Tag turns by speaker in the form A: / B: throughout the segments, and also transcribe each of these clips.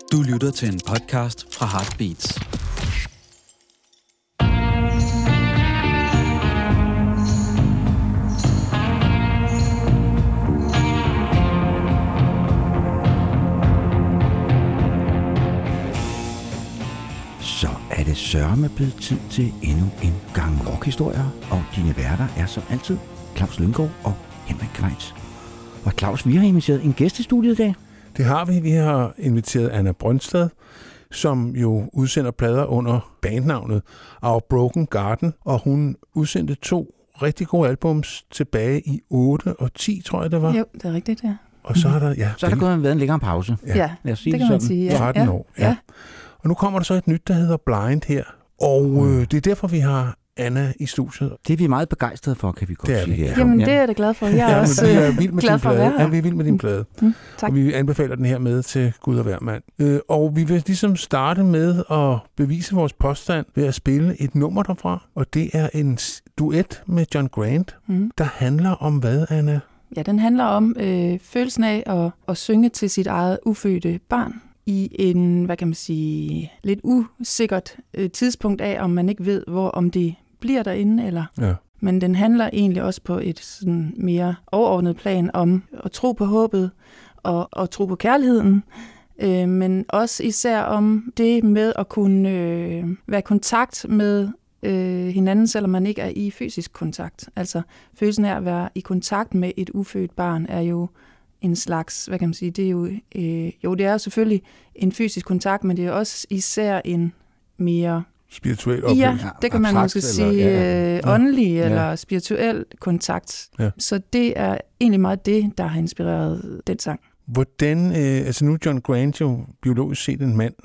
A: Du lytter til en podcast fra Heartbeats.
B: Så er det sørme blevet tid til endnu en gang rockhistorier, og dine værter er som altid Claus Lynggaard og Henrik Kvejts. Og Claus, vi har inviteret en gæst i studiet i dag.
C: Det har vi. Vi har inviteret Anna Brøndsted, som jo udsender plader under bandnavnet Our Broken Garden, og hun udsendte 2 rigtig gode albums tilbage i 8 og 10, tror jeg det var.
D: Jo, det er rigtigt, ja.
C: Og så har der,
B: Så er der gået været en længere pause.
D: Ja,
B: Lad os sige
D: det kan man sige. Ja.
C: 13 år. Ja. Og nu kommer der så et nyt, der hedder Blind her. Og det er derfor, vi har Anna i studiet.
B: Det er vi meget begejstrede for, kan vi godt sige.
C: Ja.
D: Jamen, det er jeg da glad for. Jeg er også
C: vi er vild med
D: glad
C: din
D: for at
C: plade.
D: være her.
C: Ja, vi er vild med din plade.
D: Tak.
C: Og vi anbefaler den her med til Gud og hver mand. Og vi vil ligesom starte med at bevise vores påstand ved at spille et nummer derfra. Og det er en duet med John Grant, der handler om hvad, Anna?
D: Ja, den handler om følelsen af at synge til sit eget ufødte barn i en, hvad kan man sige, lidt usikkert tidspunkt af, om man ikke ved, om det bliver derinde, eller...
C: Ja.
D: Men den handler egentlig også på et sådan mere overordnet plan om at tro på håbet og tro på kærligheden, men også især om det med at kunne være i kontakt med hinanden, selvom man ikke er i fysisk kontakt. Altså følelsen af at være i kontakt med et ufødt barn er jo en slags, hvad kan man sige, det er jo, det er selvfølgelig en fysisk kontakt, men det er også især en mere
C: Spirituel oplevelse.
D: Ja, det kan man måske sige åndelig eller spirituel kontakt. Ja. Så det er egentlig meget det, der har inspireret den sang.
C: Hvordan, altså nu er John Grant jo biologisk set en mand,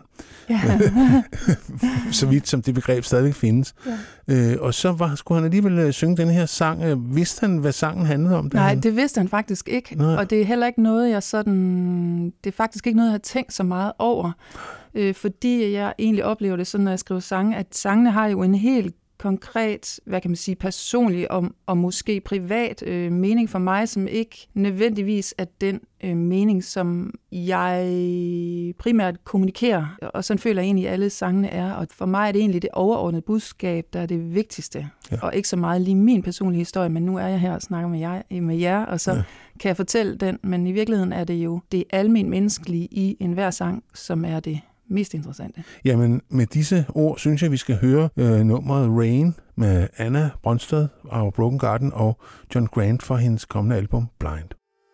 C: så vidt som det begreb stadig findes. Ja. Og så skulle han alligevel synge den her sang. Vidste han, hvad sangen handlede om?
D: Nej, det vidste han faktisk ikke. Nej. Og det er heller ikke noget, det er faktisk ikke noget, jeg har tænkt så meget over. Fordi jeg egentlig oplever det sådan, når jeg skriver sange, at sangene har jo en helt konkret, hvad kan man sige, personlig og måske privat mening for mig, som ikke nødvendigvis er den mening, som jeg primært kommunikerer. Og sådan føler jeg egentlig, at alle sangene er. Og for mig er det egentlig det overordnede budskab, der er det vigtigste. Ja. Og ikke så meget lige min personlige historie, men nu er jeg her og snakker med jer, og så kan jeg fortælle den. Men i virkeligheden er det jo det almen menneskelige i enhver sang, som er det mest interessante.
C: Jamen, med disse ord synes jeg, vi skal høre nummeret Rain med Anna Brøndsted, Our Broken Garden og John Grant fra hendes kommende album Blind.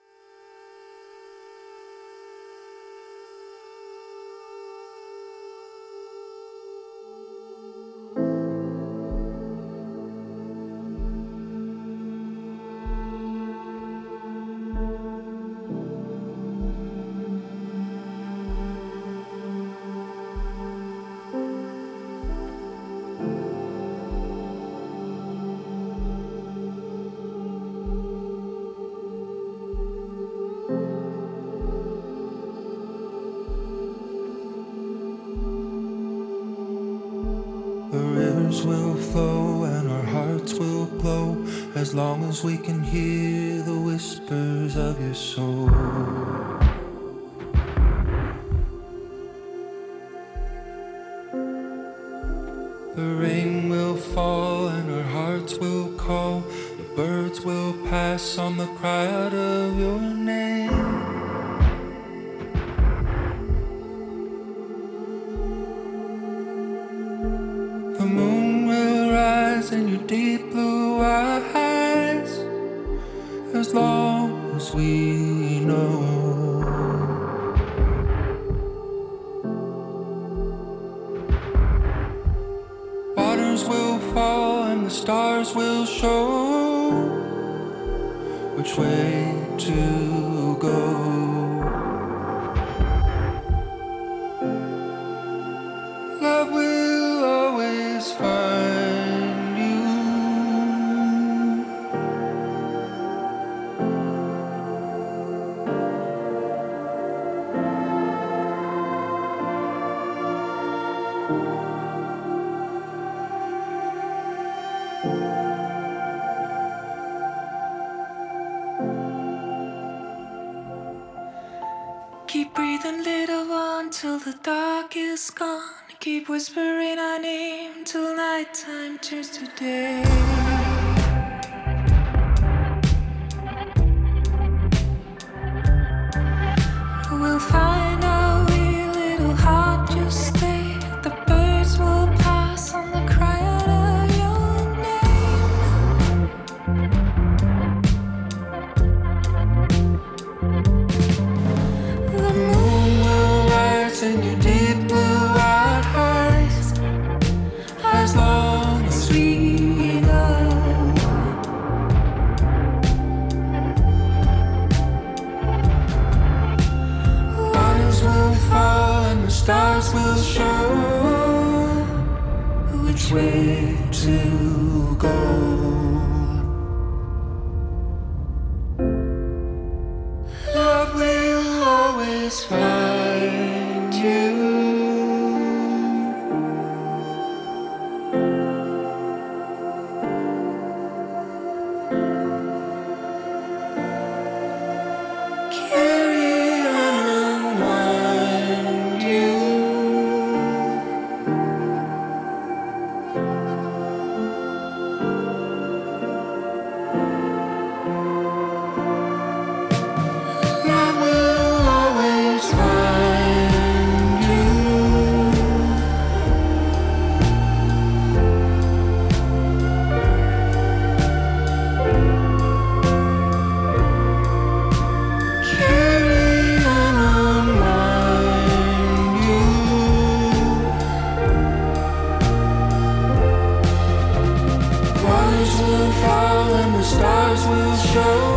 E: Will flow and our hearts will glow as long as we can hear the whispers of your soul. The rain will fall and our hearts will call. The birds will pass on the cry out of your name. The moon will rise in your deep blue eyes as long as we know. Waters will fall and the stars will show which way to go. Love will always find you. breathing, little one, till the dark is gone. Keep whispering our name till nighttime turns to day. We'll find our way, little heart, just stay. The birds will pass on the cry out of your name. The moon will rise in your deep blue eyes, as long as we know. Waters will fall and the stars will show which way to go. Love will always find you. Carry on and wind you. Love will always find you. Carry on and wind you. Waters will fall and the stars will show.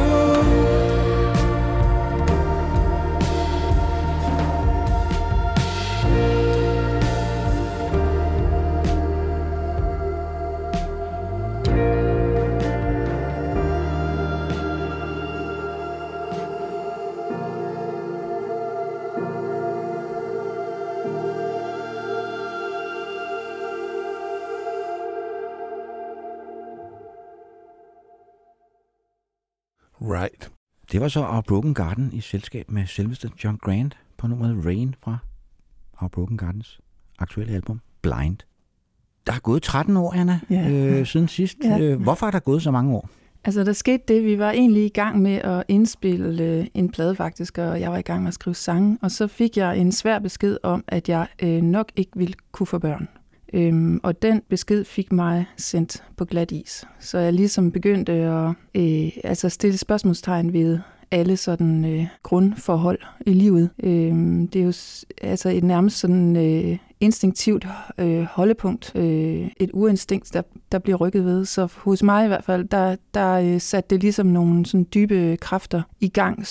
C: Right.
B: Det var så Our Broken Garden i selskab med selveste John Grant på nummeret Rain fra Our Broken Gardens aktuelle album Blind. Der er gået 13 år, Anna, siden sidst.
D: Ja.
B: Hvorfor er der gået så mange år?
D: Altså, der skete det. Vi var egentlig i gang med at indspille en plade faktisk, og jeg var i gang med at skrive sange. Og så fik jeg en svær besked om, at jeg nok ikke ville kunne få børn. Og den besked fik mig sendt på glat is. Så jeg ligesom begyndte at stille spørgsmålstegn ved alle sådan grundforhold i livet. Det er jo altså et nærmest sådan instinktivt holdepunkt, et urinstinkt, der bliver rykket ved. Så hos mig i hvert fald, der satte det ligesom nogle sådan dybe kræfter i gang,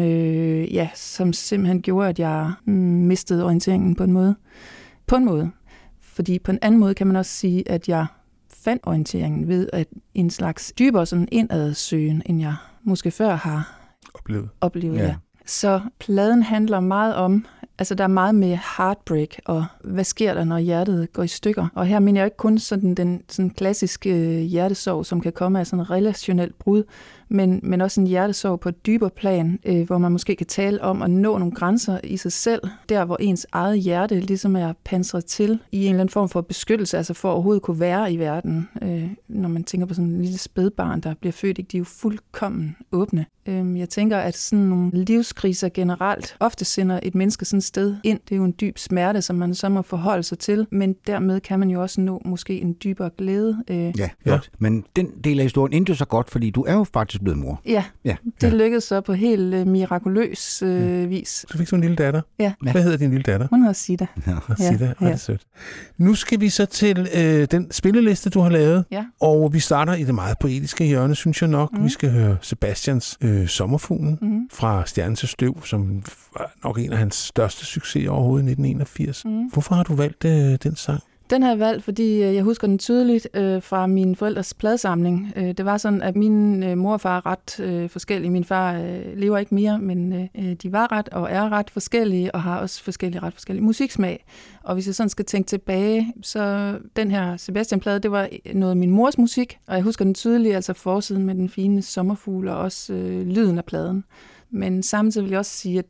D: som simpelthen gjorde, at jeg mistede orienteringen på en måde. På en måde. Fordi på en anden måde kan man også sige, at jeg fandt orienteringen ved at en slags dybere sådan indadsøgen, end jeg måske før har oplevet. Ja. Så pladen handler meget om, altså der er meget med heartbreak, og hvad sker der, når hjertet går i stykker. Og her mener jeg ikke kun sådan den sådan klassiske hjertesorg, som kan komme af sådan en relationelt brud, men også en hjertesorg på et dybere plan, hvor man måske kan tale om at nå nogle grænser i sig selv, der hvor ens eget hjerte ligesom er pansret til i en eller anden form for beskyttelse, altså for at overhovedet kunne være i verden. Når man tænker på sådan en lille spædbarn, der bliver født, de er jo fuldkommen åbne. Jeg tænker, at sådan nogle livskriser generelt ofte sender et menneske sådan et sted ind. Det er jo en dyb smerte, som man så må forholde sig til, men dermed kan man jo også nå måske en dybere glæde.
B: Ja, godt. Men den del af historien endte jo så godt, fordi du er jo faktisk blevet mor.
D: Ja. Det lykkedes så på helt mirakuløs vis.
C: Så fik du en lille datter.
D: Ja.
C: Hvad hedder din lille datter?
D: Hun hedder Sida.
C: Sida, det er sødt. Nu skal vi så til den spilleliste, du har lavet.
D: Ja.
C: Og vi starter i det meget poetiske hjørne, synes jeg nok. Vi skal høre Sebastians Sommerfuglen fra Stjerne til Støv, som var nok en af hans største succeser overhovedet i 1981. Hvorfor har du valgt den sang?
D: Den har jeg valgt, fordi jeg husker den tydeligt fra mine forældres pladesamling. Det var sådan, at min mor og far er ret forskellige. Min far lever ikke mere, men de var ret og er ret forskellige, og har også ret forskellige musiksmag. Og hvis jeg sådan skal tænke tilbage, så den her Sebastian-plade, det var noget af min mors musik, og jeg husker den tydeligt, altså forsiden med den fine sommerfugl, og også lyden af pladen. Men samtidig vil jeg også sige, at det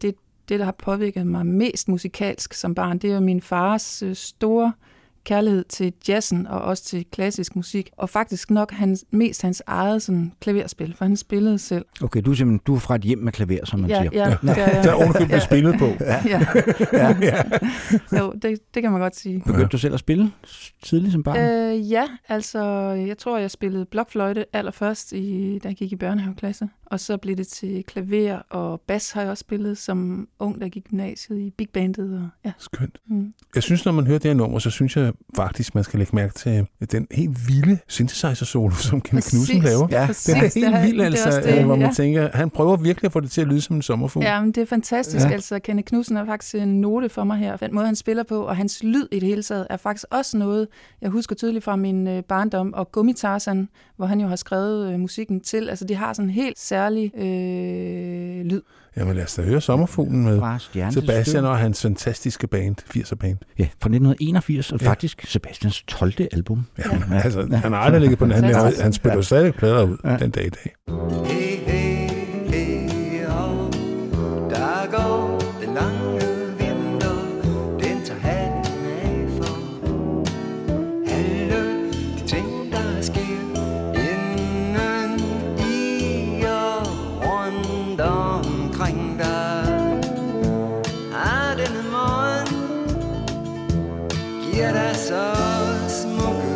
D: det, der har påvirket mig mest musikalsk som barn, det er jo min fars store kærlighed til jazzen og også til klassisk musik, og faktisk nok mest hans eget sådan, klaverspil, for han spillede selv.
B: Okay, du er fra et hjem med klaver, som man siger.
D: Ja,
C: der er ovenikøbet spillet på.
D: Ja. Jo, det kan man godt sige.
B: Begyndte du selv at spille tidligt som barn?
D: Ja, altså jeg tror, jeg spillede blokfløjte allerførst, da jeg gik i børnehaveklasse. Og så blev det til klaver og bas har jeg også spillet som ung, der gik i gymnasiet i big bandet. Og, ja.
C: Skønt. Jeg synes, når man hører det her nummer, så synes jeg faktisk, man skal lægge mærke til den helt vilde synthesizer-solo, som Kenneth Knudsen laver.
B: Ja,
C: den er helt vild, altså, hvor man tænker, han prøver virkelig at få det til at lyde som en sommerfugl.
D: Ja, men det er fantastisk. Ja. Altså, Kenneth Knudsen er faktisk en note for mig her. Den måde, han spiller på, og hans lyd i det hele taget, er faktisk også noget, jeg husker tydeligt fra min barndom, og Gummi-Tarzan, hvor han jo har skrevet musikken til. Altså, de har sådan en helt særlig lyd.
C: Jamen lad os da høre Sommerfuglen med Sebastian og hans fantastiske band, 80'er band.
B: Ja, fra 1981, og faktisk Sebastians 12. album.
C: Ja, altså, han har aldrig ligget på den anden. Han spiller stadig plader ud den dag i dag.
F: Hey, hey, hey, oh, der går den lange vinter, den tager hatten af for alle de ting, der sker inden i og rundt omkring dig. Denne morgen giver dig så smukke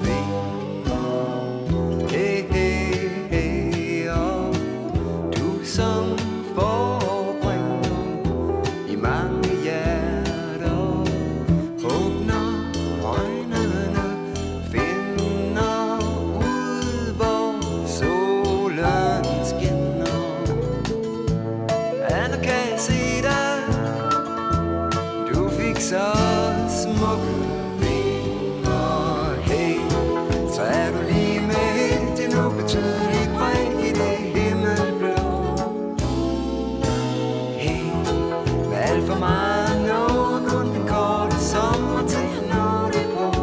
F: vinger. Hey, hey, hey, oh, du som forbringer i mange hjerter, åbner øjnene, finder ud, hvor solen skinner. Nu kan jeg se dig, du fik så smukke vinger. Hey, så er du lige med til noget betydeligt bræk i det himmelblå. Hey, med alt for meget nå, kun den korte sommer til at nå det på.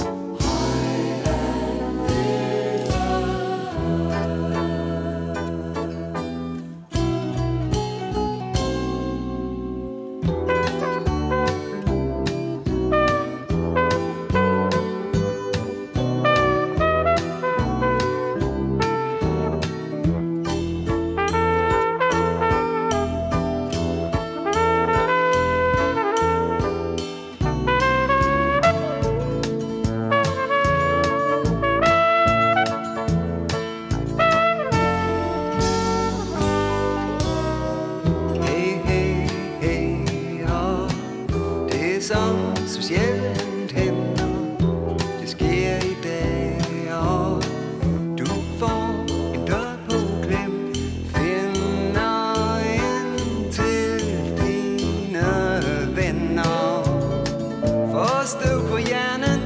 F: Hey, hey, hey, oh, det er som så sjældent hænder, det sker i dag, og du får en dør på klem, finder ind til dine venner, får støv på hjernen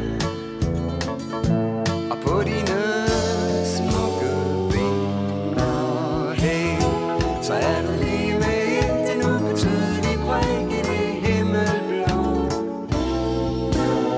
F: og på dine smukke vinger. Hey, så er du lige med til noget betydeligt bræk i det himmelblå.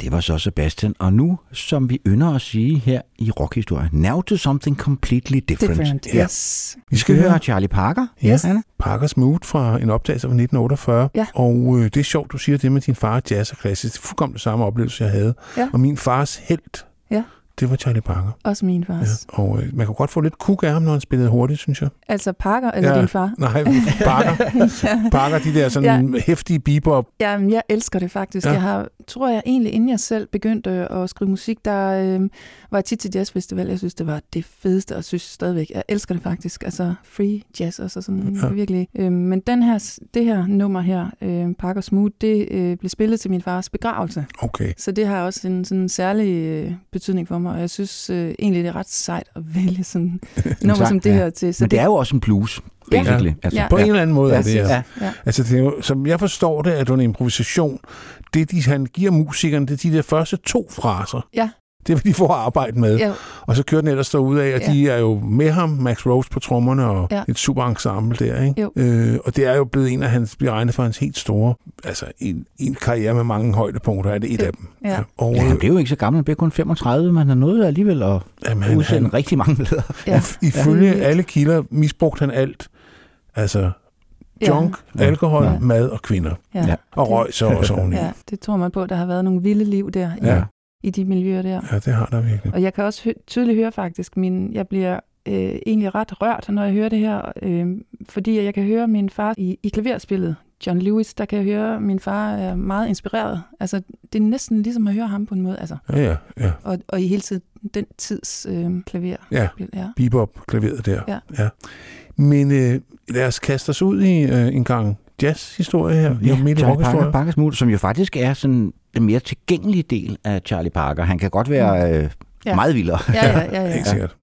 B: Det var så Sebastian, og nu, som vi ynder at sige her i rockhistorie, now to something completely different.
D: Yes.
B: Vi skal høre Charlie Parker.
C: Yes.
B: Anna.
C: Parkers Mood fra en optagelse fra 1948.
D: Ja.
C: Og det er sjovt, du siger det med din far, jazz og klassisk. Det er fuldkommen det samme oplevelse, jeg havde.
D: Ja.
C: Og min fars helt,
D: Ja.
C: det var Charlie Parker.
D: Også min fars.
C: Ja. Og man kunne godt få lidt kuk af ham, når han spillede hurtigt, synes jeg.
D: Altså Parker eller din far?
C: Nej, Parker. Parker, de der sådan heftige bebop.
D: Jamen, jeg elsker det faktisk.
C: Ja.
D: Tror jeg egentlig, inden jeg selv begyndte at skrive musik, der var jeg tit til jazzfestival. Jeg synes, det var det fedeste, og synes stadigvæk, jeg elsker det faktisk. Altså free jazz og sådan virkelig. Men det her nummer her, Parkers Mood, det blev spillet til min fars begravelse.
C: Okay.
D: Så det har også en sådan særlig betydning for mig, og jeg synes egentlig, det er ret sejt at vælge sådan nummer som det her til. Så
B: men det er jo også en blues, basically.
C: Ja.
B: Altså,
C: på en eller anden måde er det,
B: ja.
C: Altså, det er jo, som jeg forstår det, at det er en improvisation. Det, han giver musikerne, det er de der første 2 fraser.
D: Ja.
C: Det vil de få at arbejde med.
D: Ja.
C: Og så kører den ellers derude af, at de er jo med ham, Max Rose på trommerne og et super ensemble der, ikke? Og det er jo blevet en af hans, bliver regnet for hans helt store, altså en karriere med mange højdepunkter, er det et af dem.
D: Ja.
C: Og,
B: han blev jo ikke så gammel, han blev kun 35, men han nåede alligevel at udsende rigtig mange billeder.
C: Ja. Ifølge alle kilder misbrugte han alt. Altså junk, alkohol, mad og kvinder.
D: Ja.
C: Og røg så også oveni.
D: Ja, det tror man på, der har været nogle vilde liv der.
C: Ja.
D: I de miljøer der.
C: Ja, det har der virkelig.
D: Og jeg kan også tydeligt høre faktisk, jeg bliver egentlig ret rørt, når jeg hører det her, fordi jeg kan høre min far i klaverspillet, John Lewis, der kan jeg høre, at min far er meget inspireret. Altså, det er næsten ligesom at høre ham på en måde. Altså.
C: Ja.
D: Og i hele tiden den tids klaver.
C: Ja, bebop-klaveret der. Ja. Men lad os kaste os ud i en gang jazzhistorie her.
B: Charlie Parkers Mood, som jo faktisk er sådan den mere tilgængelige del af Charlie Parker. Han kan godt være meget vildere.
D: Ja.
C: Helt sikkert.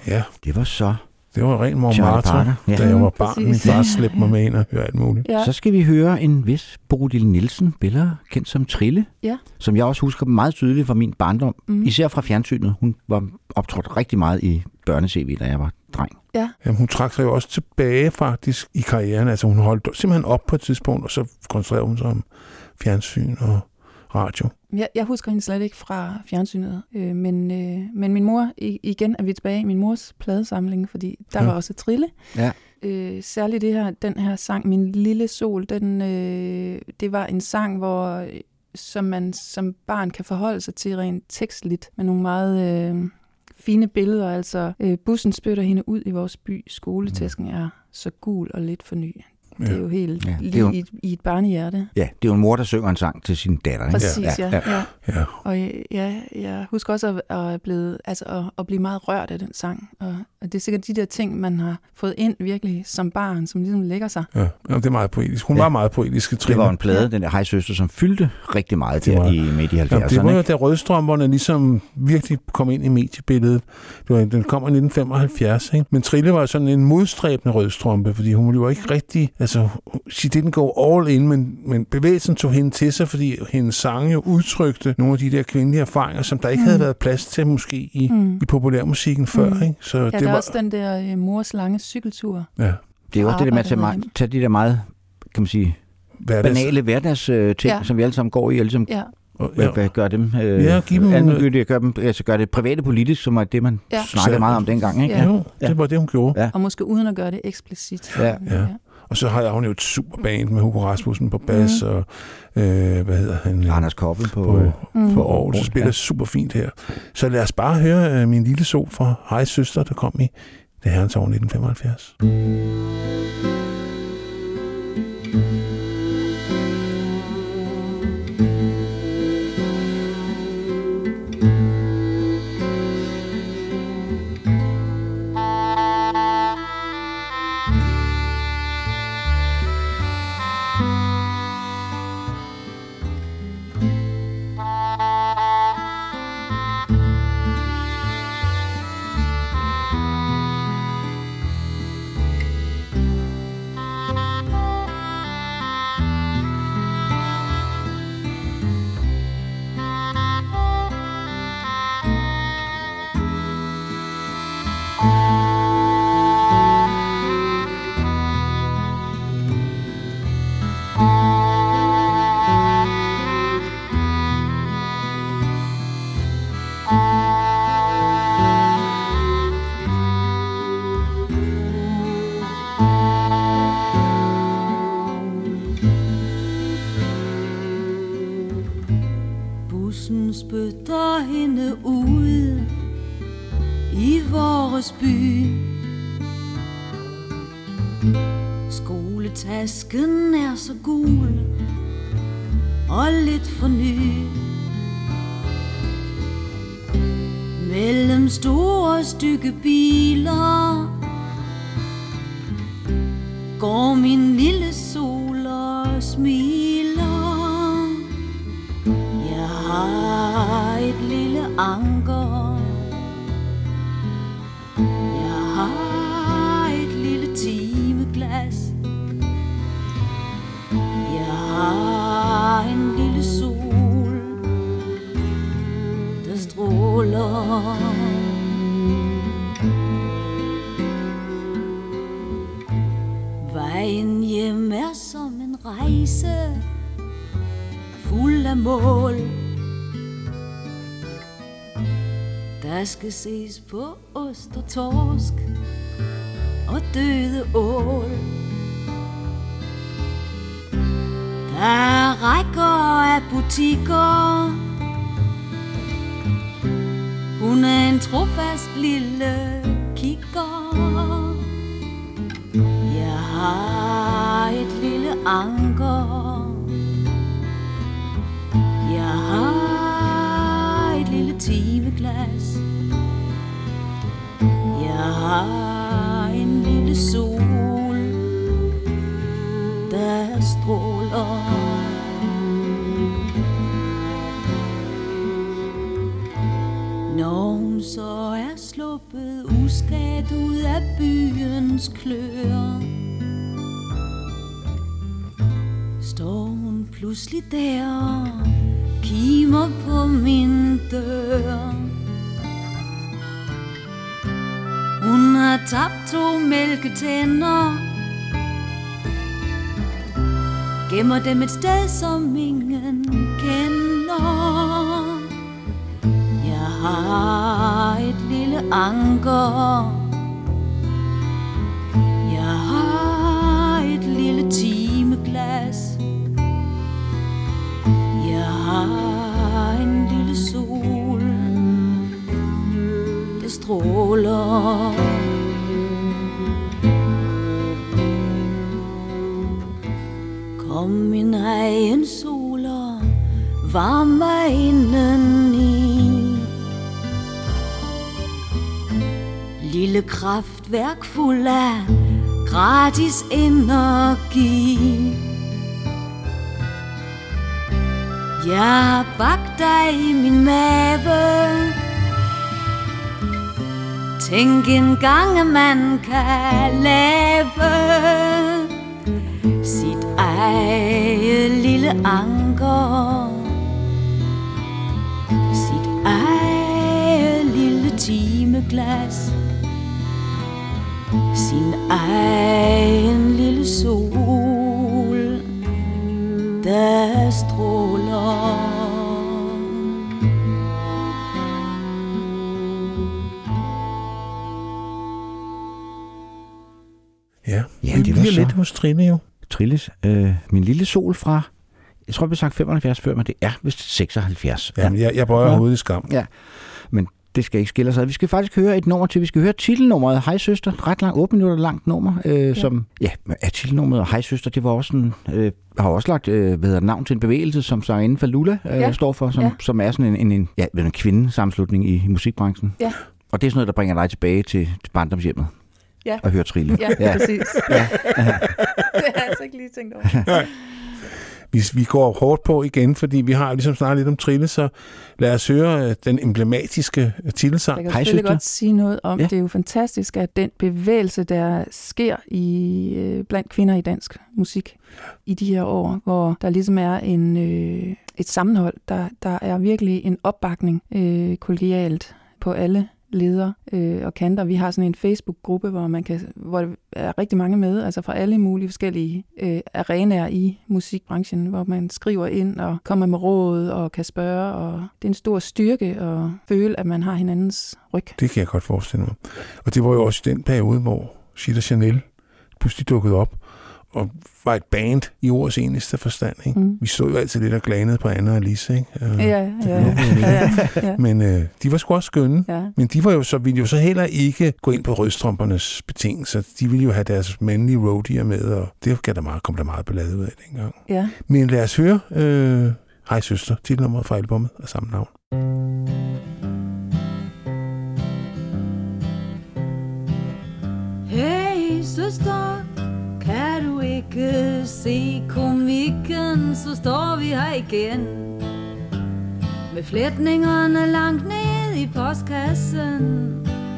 C: Ja,
B: Det var så.
C: det var ren
B: Charlie
C: Montmartre,
B: Parker, ja.
C: da jeg var barn.
D: Præcis.
C: Min far slæbte mig med ind og hørte alt muligt.
D: Ja.
B: Så skal vi høre en vis Bodil Nielsen, bedre kendt som Trille,
D: Ja.
B: som jeg også husker meget tydeligt fra min barndom. Især fra fjernsynet. Hun var optrådt rigtig meget i børne-tv, da jeg var dreng.
C: Jamen, hun trak sig jo også tilbage faktisk i karrieren. Altså hun holdt simpelthen op på et tidspunkt, og så koncentrerede hun sig om fjernsyn og radio.
D: Jeg husker hende slet ikke fra fjernsynet, men min mor, igen er vi tilbage i min mors pladesamling, fordi der var også Trille.
B: Ja.
D: Særligt den her sang, Min Lille Sol, det var en sang, som man som barn kan forholde sig til rent tekstligt, med nogle meget fine billeder. Altså, bussen spytter hende ud i vores by, skoletasken er så gul og lidt for ny. Det er jo helt lige i et barnehjerte.
B: Ja, det er jo en mor, der synger en sang til sin datter. Ikke?
D: Præcis, ja.
C: Ja.
D: Og jeg husker også at blive meget rørt af den sang. Og det er sikkert de der ting, man har fået ind virkelig som barn, som ligesom lægger sig.
C: Ja, det er meget poetisk. Hun var meget poetisk.
B: Det var en plade, den der Hej Søster, som fyldte rigtig meget der i midt i 70'erne.
C: Ja, det var jo da Rødstrømperne ligesom virkelig kom ind i mediebilledet. Den kom i 1975, ikke? Men Trille var sådan en modstræbende Rødstrømpe, fordi hun jo ikke rigtig, altså, she didn't go all in, men bevægelsen tog hende til sig, fordi hendes sange jo udtrykte nogle af de der kvindelige erfaringer, som der ikke havde været plads til måske i populærmusikken før, ikke? Så
D: ja, der er også den der mors lange cykeltur.
C: Ja.
B: Det er også det der med at tage de der meget, kan man sige, banale hverdagsting, som vi alle sammen går i, alle sammen.
D: Ja.
B: Hvad gør dem?
C: Give dem
B: almengyldigt, gør det private politisk, som er det, man snakkede meget om dengang. Ikke?
C: Ja. Jo, det var det, hun gjorde.
D: Ja. Og måske uden at gøre det eksplicit.
C: Ja. Og så har hun jo et super band med Hugo Rasmussen på bas, og hvad hedder han?
B: Anders Koppel på
C: Aarhus. Så spiller super fint her. Så lad os bare høre Min Lille Sol fra Hej Søster, der kom i det herrens år 1975.
G: Bussen spytter hende ud i vores by. Skoletasken er så gul og lidt for ny. Mellem store stykke biler går min lille sol og smiler. Jeg har et lille anker, jeg har et lille timeglas, jeg har en lille sol, der stråler. Vejen hjem er som en rejse fuld af mål. Der skal ses på ost og torsk og døde ål. Der er rækker af butikker. Hun er en trofast lille kigger. Jeg har et lille anker. Jeg har et lille timeglas. Jeg har en lille sol, der stråler. Når hun så er sluppet livsgrædt ud af byens klør. Står hun pludselig der og kimer på min dør. Hun har tabt 2 mælketænder, gemmer dem et sted, som ingen kender. Jeg har et lille anker, jeg har et lille timeglas, jeg har en lille sol, der stråler. Kom min egen sol og varm mig indeni. Lille kraftværk fuld af gratis energi. Jeg har bagt dig i min mave. Tænk engang, at man kan lave sit eget lille anker, sit eget lille timeglas, sin egen lille sol, der stråler.
C: Ja,
B: Ja,
C: vi
B: det var
C: bliver
B: så.
C: lidt hos Trine jo.
B: Trilles, min lille sol fra, jeg tror, jeg blev sagt 75 før, men det er vist 76.
C: Jamen, jeg bøjer hovedet i skam.
B: Ja, men det skal ikke skille os ad. Vi skal faktisk høre et nummer til. Vi skal høre titelnummeret Hej Søster. Ret langt, 8 minutter langt nummer, som er titelnummeret Hej Søster. Det var også sådan, har også lagt navn til en bevægelse, som Sangerinde Fallulah står for, som er sådan en kvindesammenslutning i musikbranchen.
D: Ja.
B: Og det er sådan noget, der bringer dig tilbage til barndomshjemmet.
D: Ja.
B: Og høre Trille.
D: Ja, præcis. Ja. Det har jeg altså ikke lige tænkt over.
C: Vi går hårdt på igen, fordi vi har ligesom snart lidt om Trille, så lad os høre den emblematiske titelsang.
D: Jeg kan
B: Hej,
D: selvfølgelig
B: søster.
D: godt sige noget om,
B: Ja.
D: det er jo fantastisk, at den bevægelse, der sker blandt kvinder i dansk musik i de her år, hvor der ligesom er et sammenhold, der er virkelig en opbakning kollegialt på alle leder og kanter. Vi har sådan en Facebook-gruppe, hvor der er rigtig mange med, altså fra alle mulige forskellige arenaer i musikbranchen, hvor man skriver ind og kommer med råd og kan spørge, og det er en stor styrke at føle, at man har hinandens ryg.
C: Det kan jeg godt forestille mig. Og det var jo også i den periode, hvor Sid og Chanel pludselig dukkede op og var et band i ordets eneste forstand. Ikke?
D: Mm.
C: Vi stod jo altid lidt og glænede på Anna og Lise. Ikke?
D: Ja.
C: Men de var sgu også skønne.
G: Ja.
C: Men de ville jo så heller ikke gå ind på rødstrømpernes betingelser. De ville jo have deres mandlige roadier med, og det kom der meget ballade ud af dengang.
D: Ja.
C: Men lad os høre Hej Søster, titelnummeret fra albumet af samme navn.
G: Hey søster, kan du ikke se komikken, så står vi her igen. Med flætningerne langt ned i postkassen.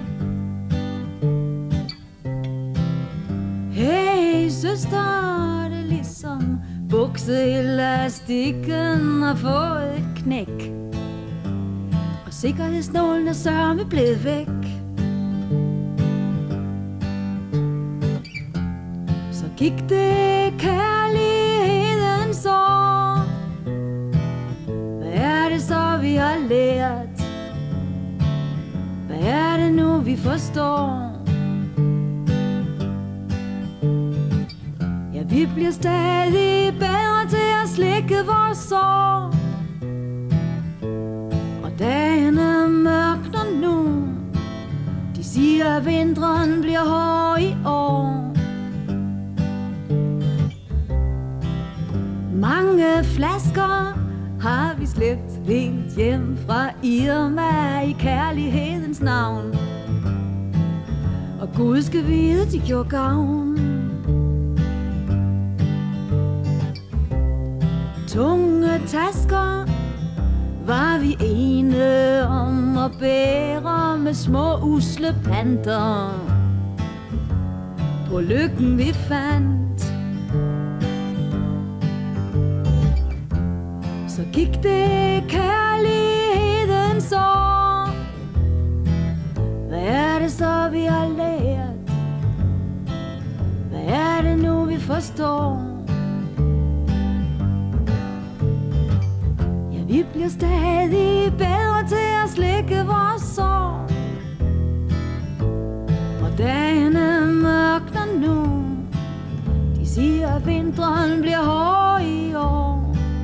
G: Hey søster, det er ligesom bukseelastikken har fået et knæk. Og sikkerhedsnålen er sørme blevet væk. Så gik det kærligheden så. Hvad er det så vi har lært? Hvad er det nu vi forstår? Ja, vi bliver stadig bedre til at slikke vores sår. Og dagene mørkner nu. De siger at vinteren bliver hård i år. Mange flasker har vi slæbt helt hjem fra Irma i kærlighedens navn. Og Gud skal vide, de gjorde gavn. Tunge tasker var vi ene om at bære med små usle panter på lykken vi fandt. Så gik det kærlighedens år. Hvad er det så vi har lært? Hvad er det nu vi forstår? Ja, vi bliver stadig bedre til at slikke vores sår. Og dagene mørkner nu. De siger at vinteren bliver hård i år.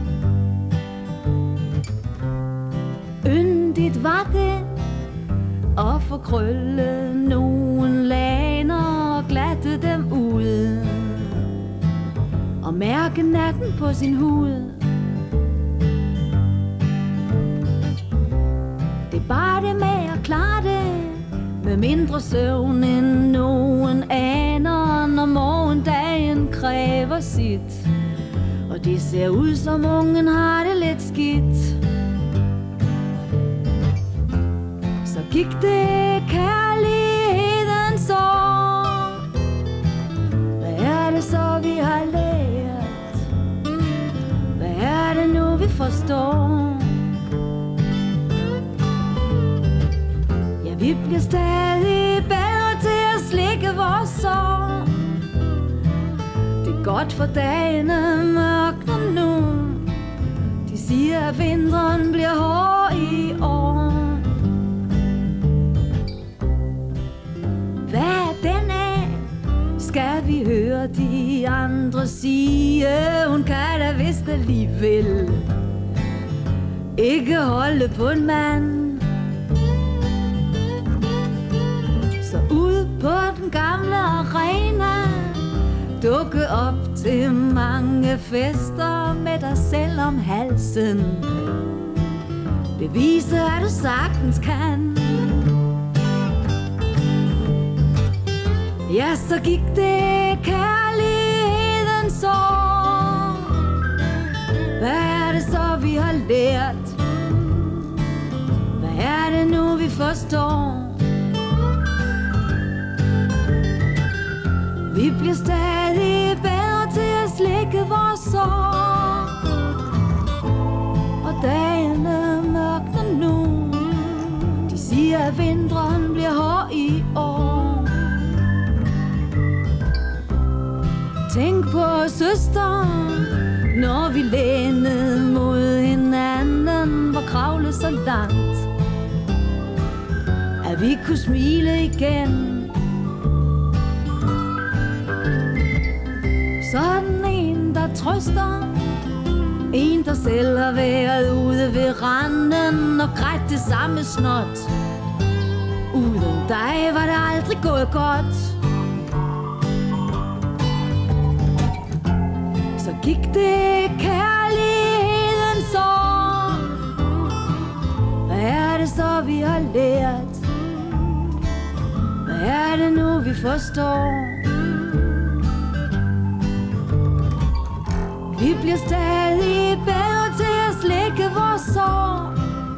G: Yndigt var det at få krøllet nogle laner og glatte dem ud og mærke natten på sin hud. Det er bare det med at klare det med mindre søvn end nogen aner, når morgendagen kræver sit, og det ser ud som ungen har det lidt skidt. Så gik det kærlighedens år. Hvad er det så vi har lært? Hvad er det nu vi forstår? Ja, vi bliver stadig bedre til at slikke vores sår. Det er godt for dagene mørkner nu. De siger at vinteren bliver hård i år. Skal vi høre de andre sige, hun kan da vist alligevel ikke holde på en mand. Så ud på den gamle arena, dukke op til mange fester med dig selv om halsen. Bevise at du sagtens kan. Ja, så gik det kærlighedens år. Hvad er det så vi har lært? Hvad er det nu vi forstår? Vi bliver stadig bedre til at slikke vores sår. Og dagene mørkner nu. De siger at vinteren bliver hård i år. Tænk på søsteren, når vi lænede mod hinanden, var kravlet så langt, at vi kunne smile igen. Sådan en, der trøster, en, der selv har været ude ved randen og grædt det samme snot. Uden dig var det aldrig gået godt. Gik det kærlighedens år. Hvad er det så vi har lært? Hvad er det nu vi forstår? Vi bliver stadig bedre til at slikke vores sår.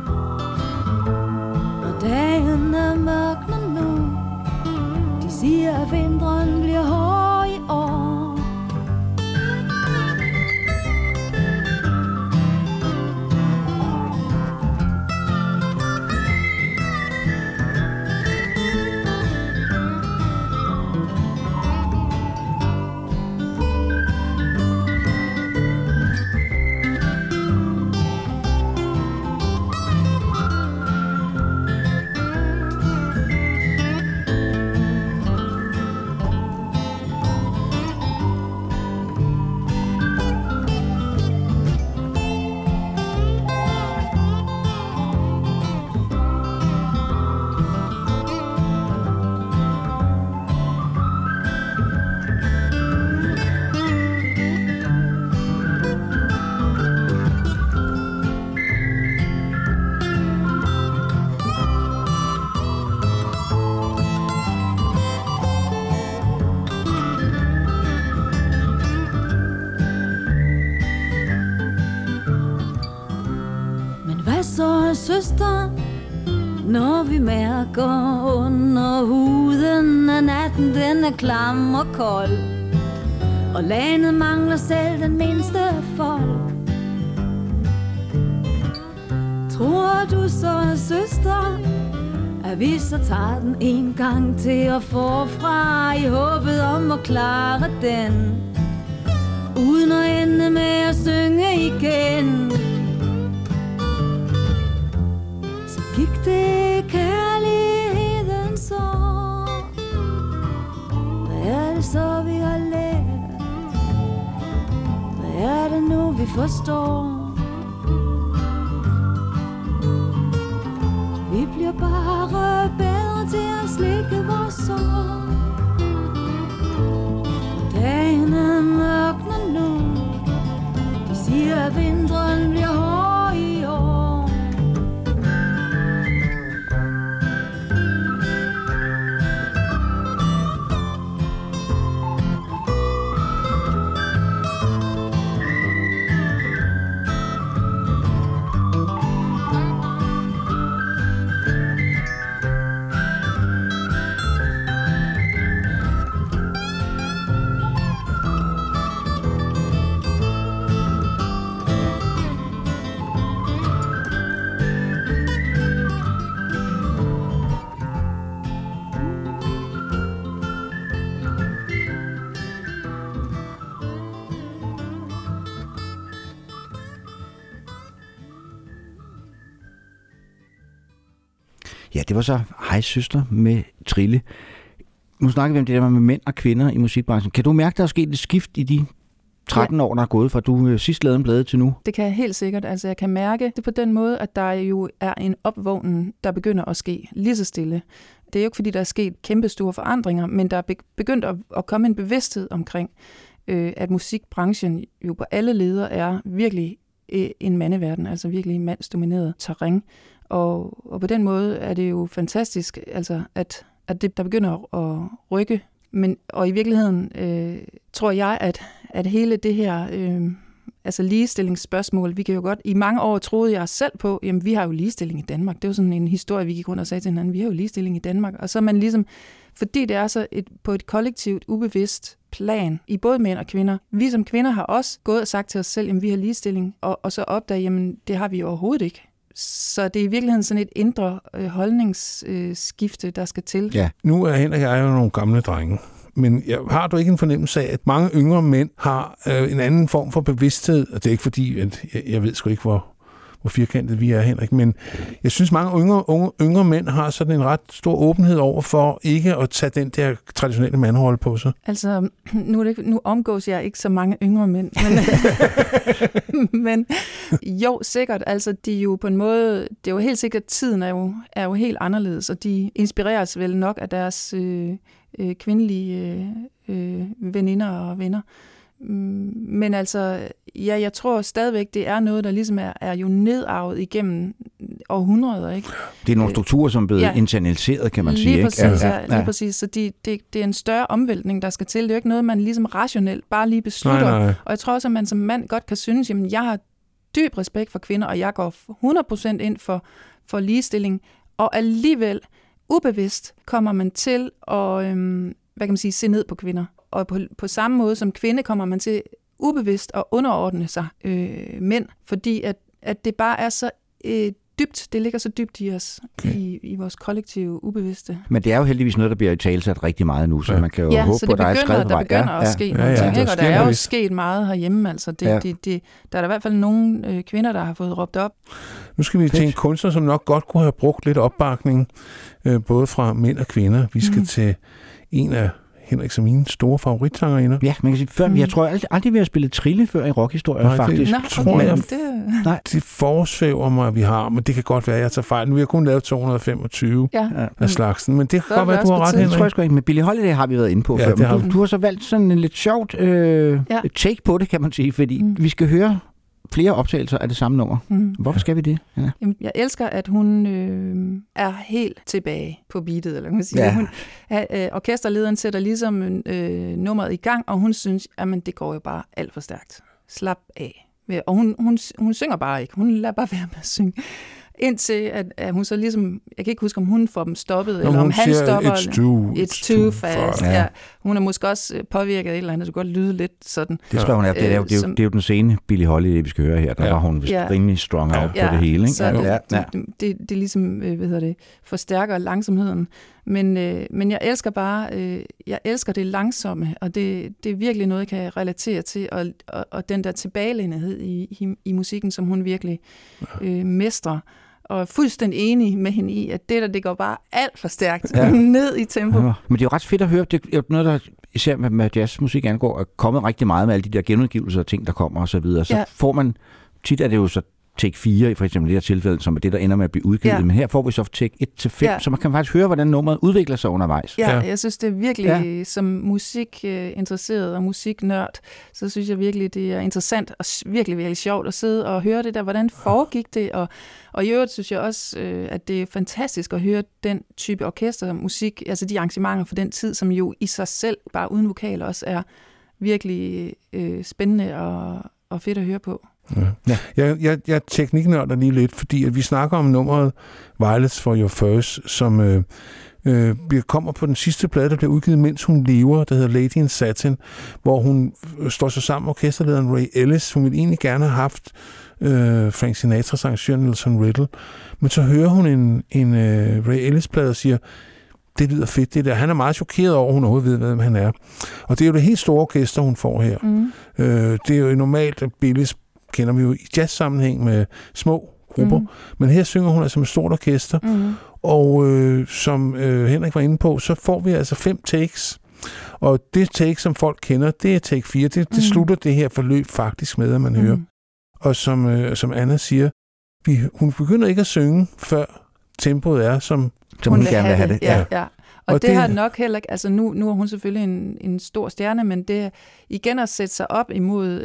G: Og dagene mørkner nu. De siger at vinteren bliver hård i år. så søster, når vi mærker under huden, at natten den er klam og kold, og landet mangler selv den mindste fold. Tror du så, søster, at vi så tager den en gang til og forfra i håbet om at klare den, uden at ende med at synge igen? Så gik det kærligheden så. Hvad er det så, vi har lært? Hvad er det nu, vi forstår? Vi bliver bare bedre til at slikke vores sår. Dagen er mørkner nu. De siger, at vinteren bliver hård i år.
B: Ja, det var så Hej Søster med Trille. Nu snakker vi om det der med mænd og kvinder i musikbranchen. Kan du mærke, der er sket et skift i de 13 år, der er gået fra du sidst lavede en plade til nu?
D: Det kan jeg helt sikkert. Altså, jeg kan mærke det på den måde, at der jo er en opvågning, der begynder at ske lige så stille. Det er jo ikke, fordi der er sket kæmpe store forandringer, men der er begyndt at komme en bevidsthed omkring, at musikbranchen jo på alle leder er virkelig en mandeverden, altså virkelig mandsdomineret terræn. Og på den måde er det jo fantastisk, altså at det der begynder at rykke. Og i virkeligheden tror jeg, at hele det her altså ligestillingsspørgsmål, vi kan jo godt, i mange år troede jeg selv på, jamen vi har jo ligestilling i Danmark. Det var sådan en historie, vi gik rundt og sagde til hinanden, vi har jo ligestilling i Danmark. Og så er man ligesom, fordi det er så på et kollektivt, ubevidst plan i både mænd og kvinder. Vi som kvinder har også gået og sagt til os selv, jamen vi har ligestilling, og så opdager, jamen det har vi overhovedet ikke. Så det er i virkeligheden sådan et indre holdningsskifte, der skal til.
C: Ja, nu er Henrik og jeg jo nogle gamle drenge. Men har du ikke en fornemmelse af, at mange yngre mænd har en anden form for bevidsthed? Og det er ikke fordi, at jeg ved sgu ikke, hvor firkantet vi er, Henrik, men jeg synes, mange yngre mænd har sådan en ret stor åbenhed over for ikke at tage den der traditionelle mandrolle på sig.
D: Altså, nu omgås jeg ikke så mange yngre mænd, men jo, sikkert. Altså, de er jo på en måde, det er jo helt sikkert, tiden er jo helt anderledes, og de inspireres vel nok af deres kvindelige veninder og venner. Men altså, ja, jeg tror stadigvæk, det er noget, der ligesom er jo nedarvet igennem århundreder, ikke?
B: Det er nogle strukturer, som er blevet internaliseret, kan man sige.
D: Lige præcis,
B: ikke?
D: Ja. Lige præcis. Så det er en større omvæltning, der skal til. Det er jo ikke noget, man ligesom rationelt bare lige beslutter. Nej. Og jeg tror også, at man som mand godt kan synes, jamen, jeg har dyb respekt for kvinder, og jeg går 100% ind for ligestilling, og alligevel ubevidst kommer man til at, se ned på kvinder. Og på samme måde som kvinde kommer man til ubevidst at underordne sig mænd, fordi at det bare er så dybt, det ligger så dybt i os, i vores kollektive ubevidste.
B: Men det er jo heldigvis noget, der bliver italesat rigtig meget nu, så man kan jo håbe på, at der er et skridt på vej.
D: Ja, så det begynder at ske nogle ting, ikke? Og der er jo sket meget herhjemme, altså. Der er der i hvert fald nogle kvinder, der har fået råbt op.
C: Nu skal vi til en kunstner, som nok godt kunne have brugt lidt opbakning, både fra mænd og kvinder. Vi skal til en af Henrik som mine store favoritsangerinder.
B: Ja, man kan sige, før, jeg tror aldrig, vi har spillet Trille før i rockhistorien, faktisk.
C: Nej, det forsvæver mig, at vi har, men det kan godt være, at jeg tager fejl. Vi har kun lavet 225 af slagsen, men det kan godt være, at du har ret, Henrik.
B: Det tror jeg sgu ikke, men Billie Holiday har vi været inde på før. Men du har så valgt sådan en lidt sjovt take på det, kan man sige, fordi vi skal høre flere optagelser af det samme nummer. Hvorfor skal vi det? Ja.
D: Jamen, jeg elsker, at hun er helt tilbage på beatet, eller man siger. Ja. Orkesterlederen sætter ligesom nummeret i gang, og hun synes, at det går jo bare alt for stærkt. Slap af. Og hun synger bare ikke. Hun lader bare være med at synge. Indtil at hun så ligesom, jeg kan ikke huske, om hun får dem stoppet, eller om han stopper.
C: It's too
D: fast. Ja. Hun er måske også påvirket af et eller andet, det kan godt lyde lidt sådan.
B: Det tror hun er. Det er jo den sene Billie Holiday, vi skal høre her. Der var hun rimelig strong out på det hele. Ikke?
D: Så det ligesom, forstærker langsomheden. Men jeg elsker bare, jeg elsker det langsomme, og det er virkelig noget, jeg kan relatere til, og den der tilbagelændighed i musikken, som hun virkelig mestrer. Og er fuldstændig enig med hende i, at det går bare alt for stærkt ned i tempo.
B: Ja. Men det er jo ret fedt at høre. Det er noget, der især med jazzmusik angår, er kommet rigtig meget med alle de der genudgivelser og ting, der kommer og så videre. Så får man, tit er det jo så take 4, for eksempel i det her tilfælde, som er det, der ender med at blive udgivet. Men her får vi så take 1-5, så man kan faktisk høre, hvordan nummeret udvikler sig undervejs.
D: Ja, jeg synes, det er virkelig, som musikinteresseret og musiknørd, så synes jeg virkelig, det er interessant og virkelig, virkelig sjovt at sidde og høre det der, hvordan foregik det, og i øvrigt synes jeg også, at det er fantastisk at høre den type orkestermusik, altså de arrangementer for den tid, som jo i sig selv, bare uden vokal, også er virkelig spændende og fedt at høre på.
C: Ja. Jeg tekniknørder lige lidt, fordi at vi snakker om nummeret Violets for Your Furs, som kommer på den sidste plade, der bliver udgivet, mens hun lever, der hedder Lady in Satin, hvor hun står så sammen med orkesterlederen Ray Ellis. Hun ville egentlig gerne have haft Frank Sinatras arrangør Nelson Riddle, men så hører hun en Ray Ellis-plade og siger, det lyder fedt, det der. Han er meget chokeret over, at hun overhovedet ved, hvem han er. Og det er jo det helt store orkester, hun får her. Det er jo normalt, at Billies kender vi jo i jazz-sammenhæng med små grupper, men her synger hun altså med stort orkester, og som Henrik var inde på, så får vi altså 5 takes, og det take, som folk kender, det er take 4. Det slutter det her forløb faktisk med, at man hører. Og som Anna siger, hun begynder ikke at synge, før tempoet er, som hun gerne vil have det.
D: Ja. Og det har nok heller ikke, altså nu er hun selvfølgelig en stor stjerne, men det igen at sætte sig op imod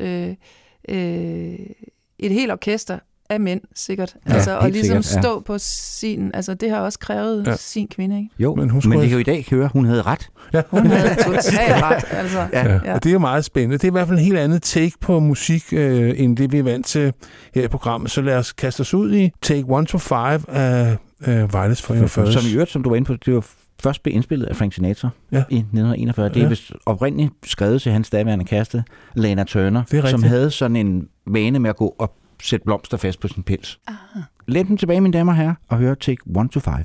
D: et helt orkester af mænd, sikkert. Altså, og ligesom sikkert, stå på sin, altså det har også krævet sin kvinde, ikke?
B: Jo, men det kan jo i dag høre, hun havde ret.
D: Ja. Hun havde totalt ret, altså.
C: Ja. Og det er jo meget spændende. Det er i hvert fald en helt andet take på musik, end det vi er vant til her i programmet. Så lad os kaste os ud i take 1-5 af Violets for Your Furs.
B: Som i øvrigt, som du var inde på, det var først blev indspillet af Frank Sinatra i 1941. Det er vist oprindeligt skrevet til hans daværende kæreste, Lana Turner, som havde sådan en vane med at gå og sætte blomster fast på sin pels. Læn dem tilbage, mine damer og herrer, og hør take 1-5.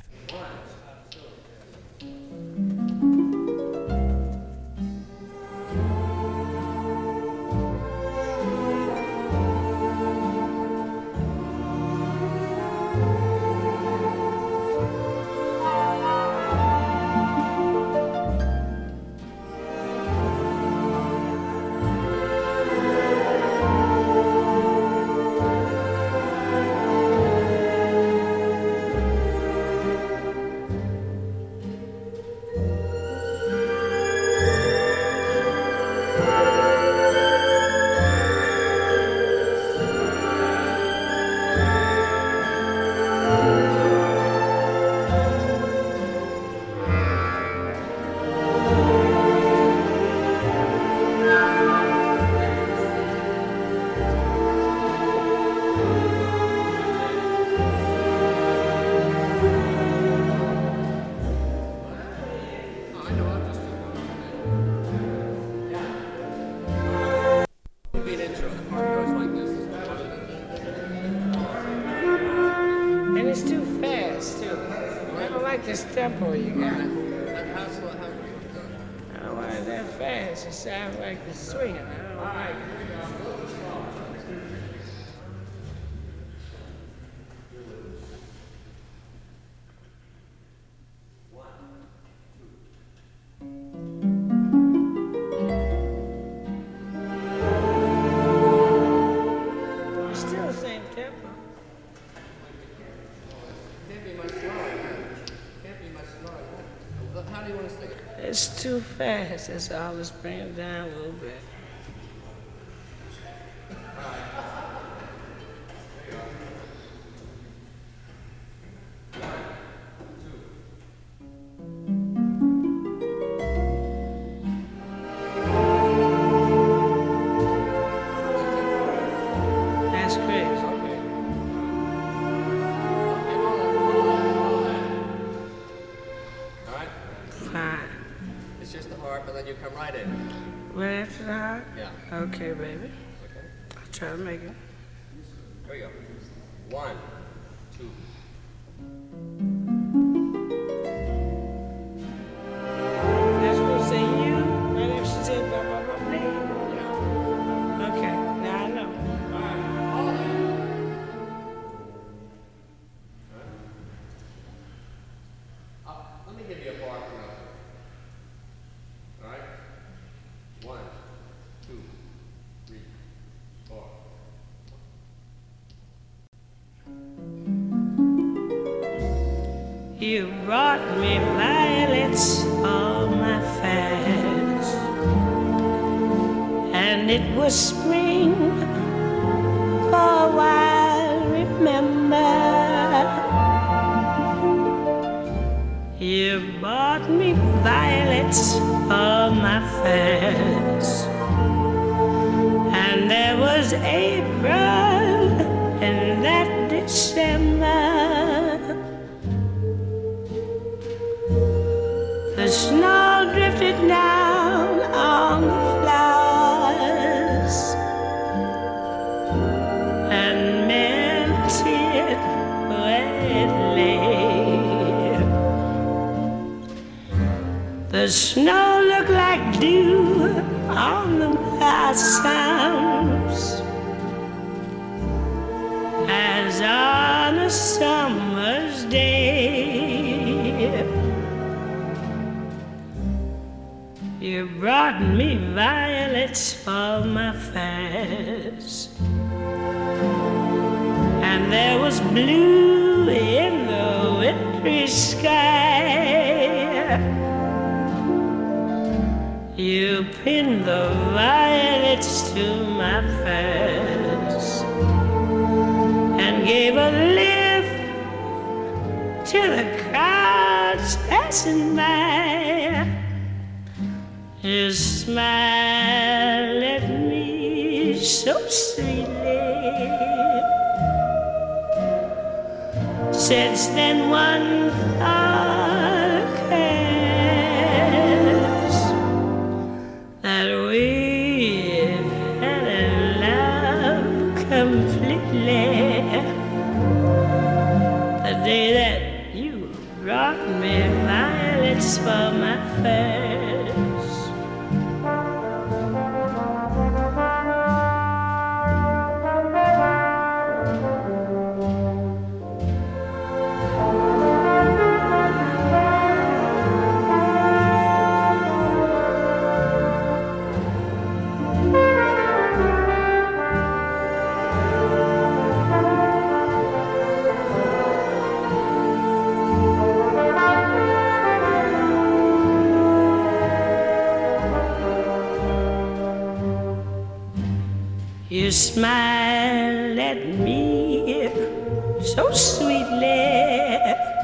H: It's too fast, that's all. Let's bring it down a little bit. That's great. Okay. Right after the heart?
I: Yeah.
H: Okay, baby.
I: Okay.
H: I'll try to make it.
I: Here we go. 1, 2.
H: That's supposed to say you? Right after she said blah, blah, blah, me?
I: Yeah.
H: Okay, now I know.
I: All right. All of them. Let me give you a bar for nothing. All right? 1, 2, 3, 4.
H: You brought me violets for my fast, and it was spring for a while, remember. You brought me violets for my fast, and there was April in that December. The snow drifted down on the flowers and melted redly. The snow looked like dew on the blossoms as on a summer's day. You brought me violets for my fast, and there was blue in the wintry sky. You pinned the violets to my face and gave a lift to the crowds passing by. You smiled at me so sweetly. Since then one thought occurs that we fell in love completely. The day that you brought me violets for my face. You smiled at me so sweetly.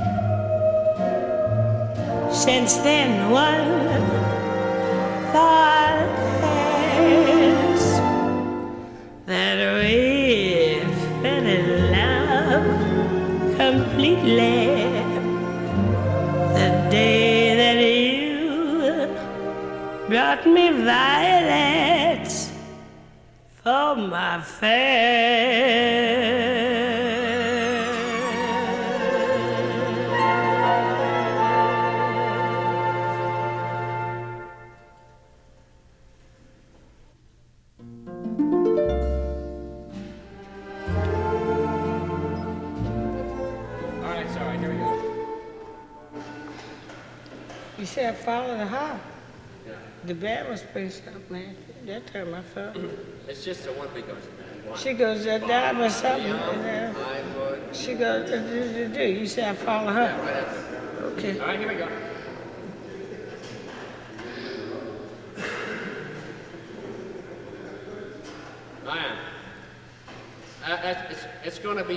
H: Since then one thought has that we fell in love completely. The day that you brought me violets for my face.
I: All right, sorry. Here we go.
H: You said follow the heart.
I: Yeah.
H: The band was pretty stuff, man. That time I felt.
I: It's just a one beat goes.
H: She goes down or something.
I: I would.
H: She goes, you said I follow her.
I: Yeah, right after.
H: Okay.
I: All right, here we go. I am. It's going to be,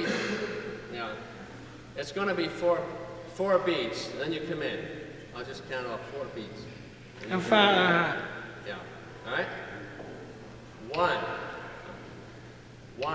I: it's going to be four beats, and then you come in. I'll just count off 4 beats.
H: I follow her.
I: Yeah. All right. 1, 2.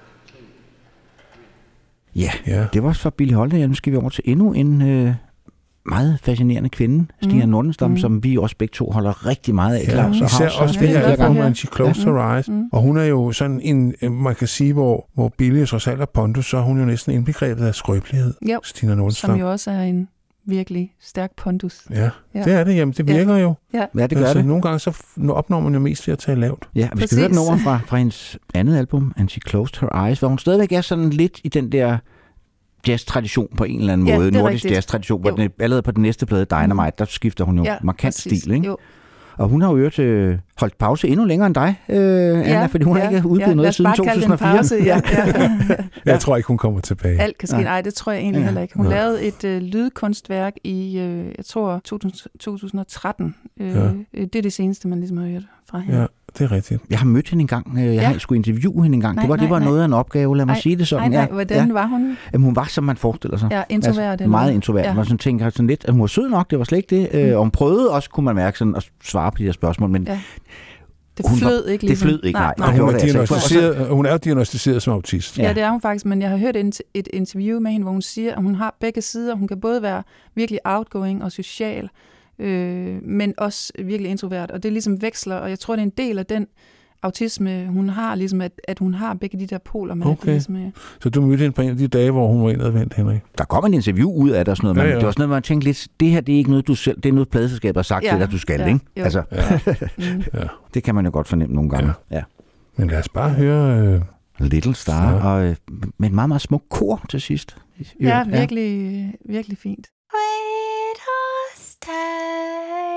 B: Ja,
C: Ja.
B: det var fra Billie Holiday. Nu skal vi over til endnu en meget fascinerende kvinde, Stina Nordenstam, som vi også begge to holder rigtig meget af, Claus.
C: Især også det her album, When She Closed Her Eyes. Og hun er jo sådan en, man kan sige, hvor Billie trods alt er pondus, så er hun jo næsten indbegrebet af skrøbelighed, Stina Nordenstam.
D: Som jo også er en virkelig stærk pondus.
C: Ja, det er det. Jamen, det virker jo.
B: Ja, det gør det.
C: Nogle gange så opnår man jo mest ved at tage lavt.
B: Ja, vi skal høre den over fra hendes andet album, And She Closed Her Eyes, hvor hun stadigvæk er sådan lidt i den der jazz-tradition på en eller anden måde. Nordisk jazz-tradition, hvor allerede på den næste plade, Dynamite, der skifter hun jo markant stil, ikke? Jo. Og hun har jo holdt pause endnu længere end dig, Anna, fordi hun har ikke udgivet noget siden 2004.
D: Pause,
C: Jeg tror ikke, hun kommer tilbage.
D: Alt kan ske. Nej, det tror jeg egentlig heller ikke. Hun lavede et lydkunstværk i, jeg tror, 2013. Det er det seneste, man ligesom har hørt fra hende.
C: Ja, det er rigtigt.
B: Jeg har mødt hende en gang. Jeg har skulle interviewe hende en gang. Det var noget af en opgave, lad mig sige det sådan.
D: Nej, hvordan var hun?
B: Jamen, hun var, som man forestiller sig.
D: Ja, introvert.
B: Meget introvert. Ja. Man sådan tænker sådan lidt, at hun var sød nok, det var slet ikke det. Og hun prøvede også, kunne man mærke, sådan, at svare på de her spørsmål, men
D: det flød ikke.
B: Det flød ikke, nej.
C: Hun er jo diagnosticeret som autist.
D: Ja, det er hun faktisk, men jeg har hørt et interview med hende, hvor hun siger, at hun har begge sider. Hun kan både være virkelig outgoing og social, men også virkelig introvert, og det ligesom veksler, og jeg tror, det er en del af den autisme, hun har, ligesom at hun har begge de der poler med.
C: Okay.
D: Ligesom,
C: Så du mødte hende på en af de dage, hvor hun var indadvendt, Henrik?
B: Der kom en interview ud af det og sådan noget, men det var sådan noget, man tænkte lidt, det her, det er ikke noget, du selv, det er noget, pladeselskabet har sagt til dig, du skal, ikke? Altså, det kan man jo godt fornemme nogle gange. Ja.
C: Men lad os bare høre
B: Little Star, og med en meget, meget smuk kor til sidst.
D: Ja, virkelig, virkelig fint.
E: Wait or stay.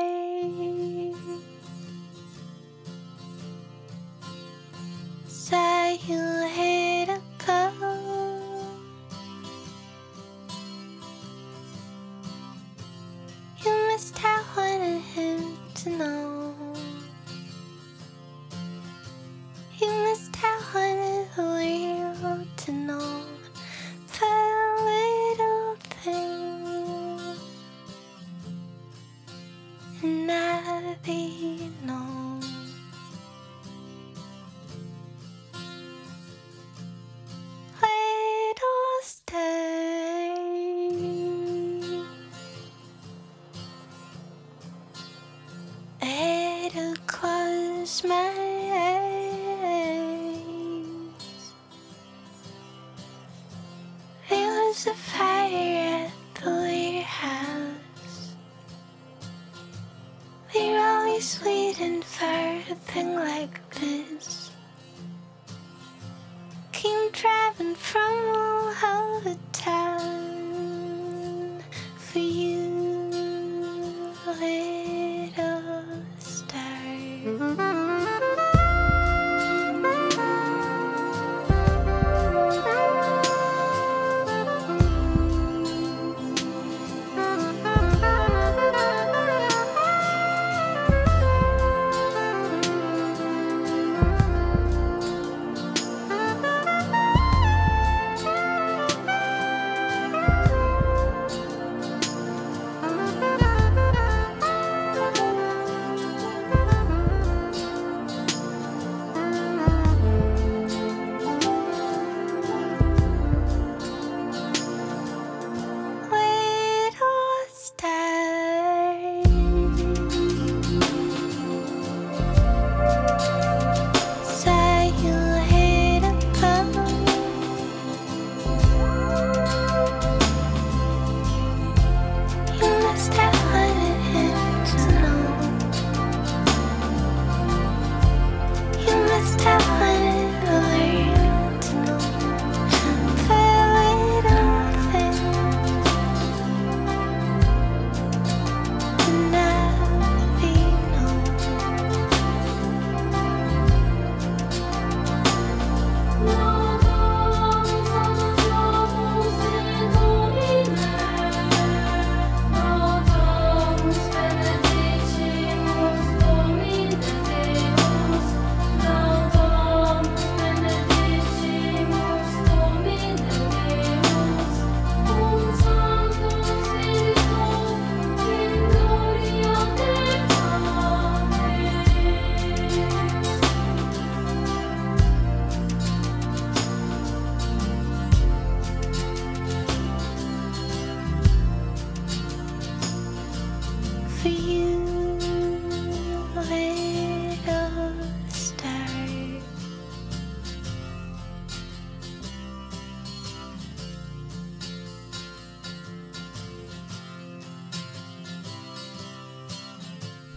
E: Say you hate a girl. You missed out wanted him to know. You missed out wanted the real to know. The little thing, and I be known. Wait or stay. It'll close my eyes. There was a fire at the warehouse. We're always waiting for a thing like this. Came driving from all over town for you, little star.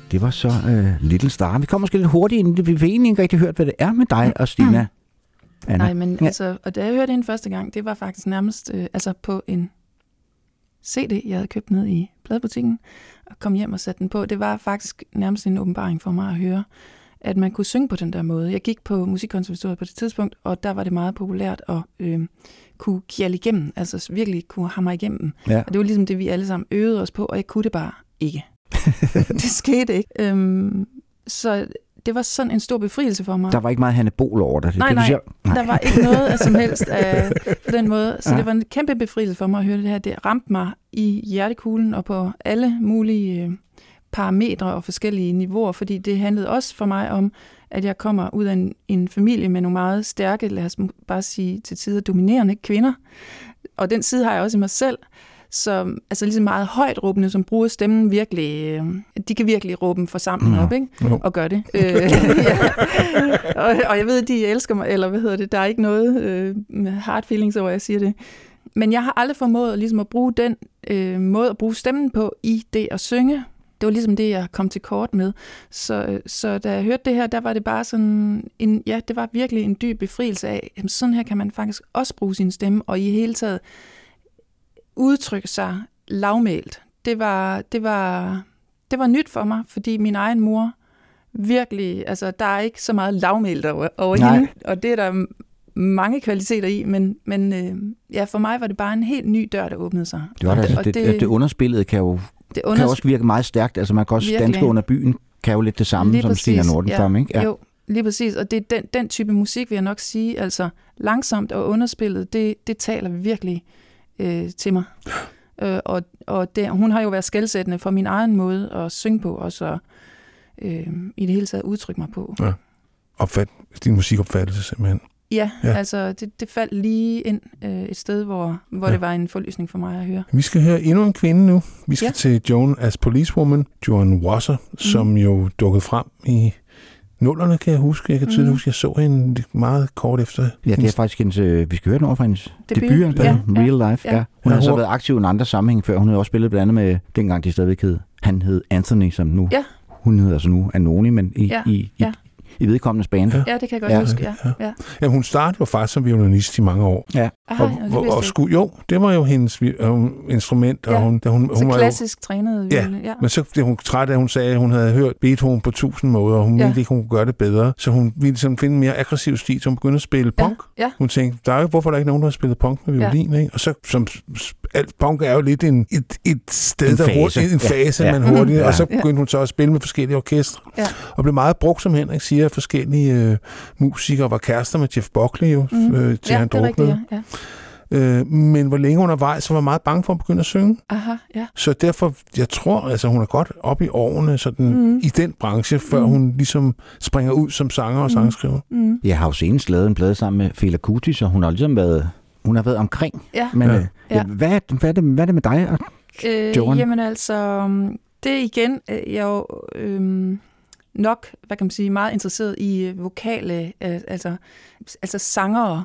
B: Det var så Little Star. Vi kommer måske lidt hurtigt ind. Vi har egentlig ikke rigtig hørt, hvad det er med dig og Stina. Anna.
D: Nej, men altså, og da jeg hørte hende første gang, det var faktisk nærmest altså på en CD, jeg havde købt ned i pladebutikken, og kom hjem og satte den på. Det var faktisk nærmest en åbenbaring for mig at høre, at man kunne synge på den der måde. Jeg gik på musikkonservatoriet på det tidspunkt, og der var det meget populært at kunne kjælde igennem, altså virkelig kunne hamre igennem.
B: Ja.
D: Og det var ligesom det, vi alle sammen øvede os på, og jeg kunne det bare ikke. Det skete ikke. Så det var sådan en stor befrielse for mig.
B: Der var ikke meget Hanne Bol over dig.
D: Nej, der var ikke noget som helst på den måde. Så det var en kæmpe befrielse for mig at høre det her. Det ramte mig i hjertekuglen og på alle mulige parametre og forskellige niveauer, fordi det handlede også for mig om, at jeg kommer ud af en familie med nogle meget stærke, lad os bare sige til tider dominerende kvinder. Og den side har jeg også i mig selv, som altså ligesom meget højt råbende, som bruger stemmen virkelig, de kan virkelig råbe en forsamling op, ikke? Og gør det. Ja. Og jeg ved, de elsker mig, eller hvad hedder det, der er ikke noget hard feelings over, jeg siger det. Men jeg har aldrig formået ligesom at bruge den måde at bruge stemmen på i det at synge. Det var ligesom det, jeg kom til kort med. Så da jeg hørte det her, der var det bare sådan det var virkelig en dyb befrielse af, jamen sådan her kan man faktisk også bruge sin stemme, og i hele taget udtrykke sig lavmælt. Det var nyt for mig, fordi min egen mor virkelig, altså der er ikke så meget lavmælt over hende, og det er der mange kvaliteter i, men for mig var det bare en helt ny dør, der åbnede sig.
B: Det var det underspillede kan jo også virke meget stærkt, altså man kan også danske under byen, kan jo lidt det samme lige som præcis, Stina Nordenfam, ikke? Ja. Jo,
D: lige præcis, og det er den type musik, vil jeg nok sige, altså langsomt og underspillet, det taler virkelig til mig. Hun har jo været skelsættende for min egen måde at synge på, og så i det hele taget udtrykke mig på.
C: Ja. Din musikopfattelse simpelthen.
D: Ja, altså det faldt lige ind et sted, hvor det var en forløsning for mig at høre.
C: Vi skal høre endnu en kvinde nu. Vi skal til Joan as Policewoman, Joan Wasser, som jo dukkede frem i nullerne, kan jeg huske. Jeg kan tydeligt huske, jeg så hende meget kort efter.
B: Ja, det er faktisk hendes, vi skal høre den over fra hendes debut, Real Life. Ja. Hun har så været aktiv i en andre sammenhæng før. Hun har også spillet blandt andet med, dengang de stadigvæk han hed Anthony, som nu. Ja. Hun hedder altså nu Anoni, men i vedkommendes band.
D: Ja, det kan jeg godt huske, ja.
C: Jamen, hun startede jo faktisk som violinist i mange år.
B: Ja.
C: Det var jo hendes instrument.
D: Ja.
C: Og hun
D: så klassisk trænet violin.
C: Ja, men så blev hun træt af, at hun sagde, at hun havde hørt Beethoven på 1000 måder, og hun ville ikke, hun kunne gøre det bedre. Så hun ville ligesom finde en mere aggressiv stil, så hun begyndte at spille punk. Ja. Hun tænkte, hvorfor er der ikke nogen, der har spillet punk med violin? Ikke? Og så, punk er jo lidt et sted, en fase, man hurtigt, og så begyndte hun så at spille med forskellige orkestre. Ja. Og blev meget brugt, som Henrik siger, forskellige musikere, var kærester med Jeff Buckley jo, til han druknede. Men hvor længe undervejs, så var meget bange for at begynde at synge.
D: Aha, ja.
C: Så derfor, jeg tror, altså hun er godt op i årene sådan, i den branche, før hun ligesom springer ud som sanger og sangskriver.
B: Jeg har jo senest lavet en plade sammen med Fela Kuti, så hun har ligesom været omkring. Ja. Men hvad er det med dig og Joan?
D: Jamen altså, det igen, jeg jo nok, hvad kan man sige, meget interesseret i vokale, altså sangere,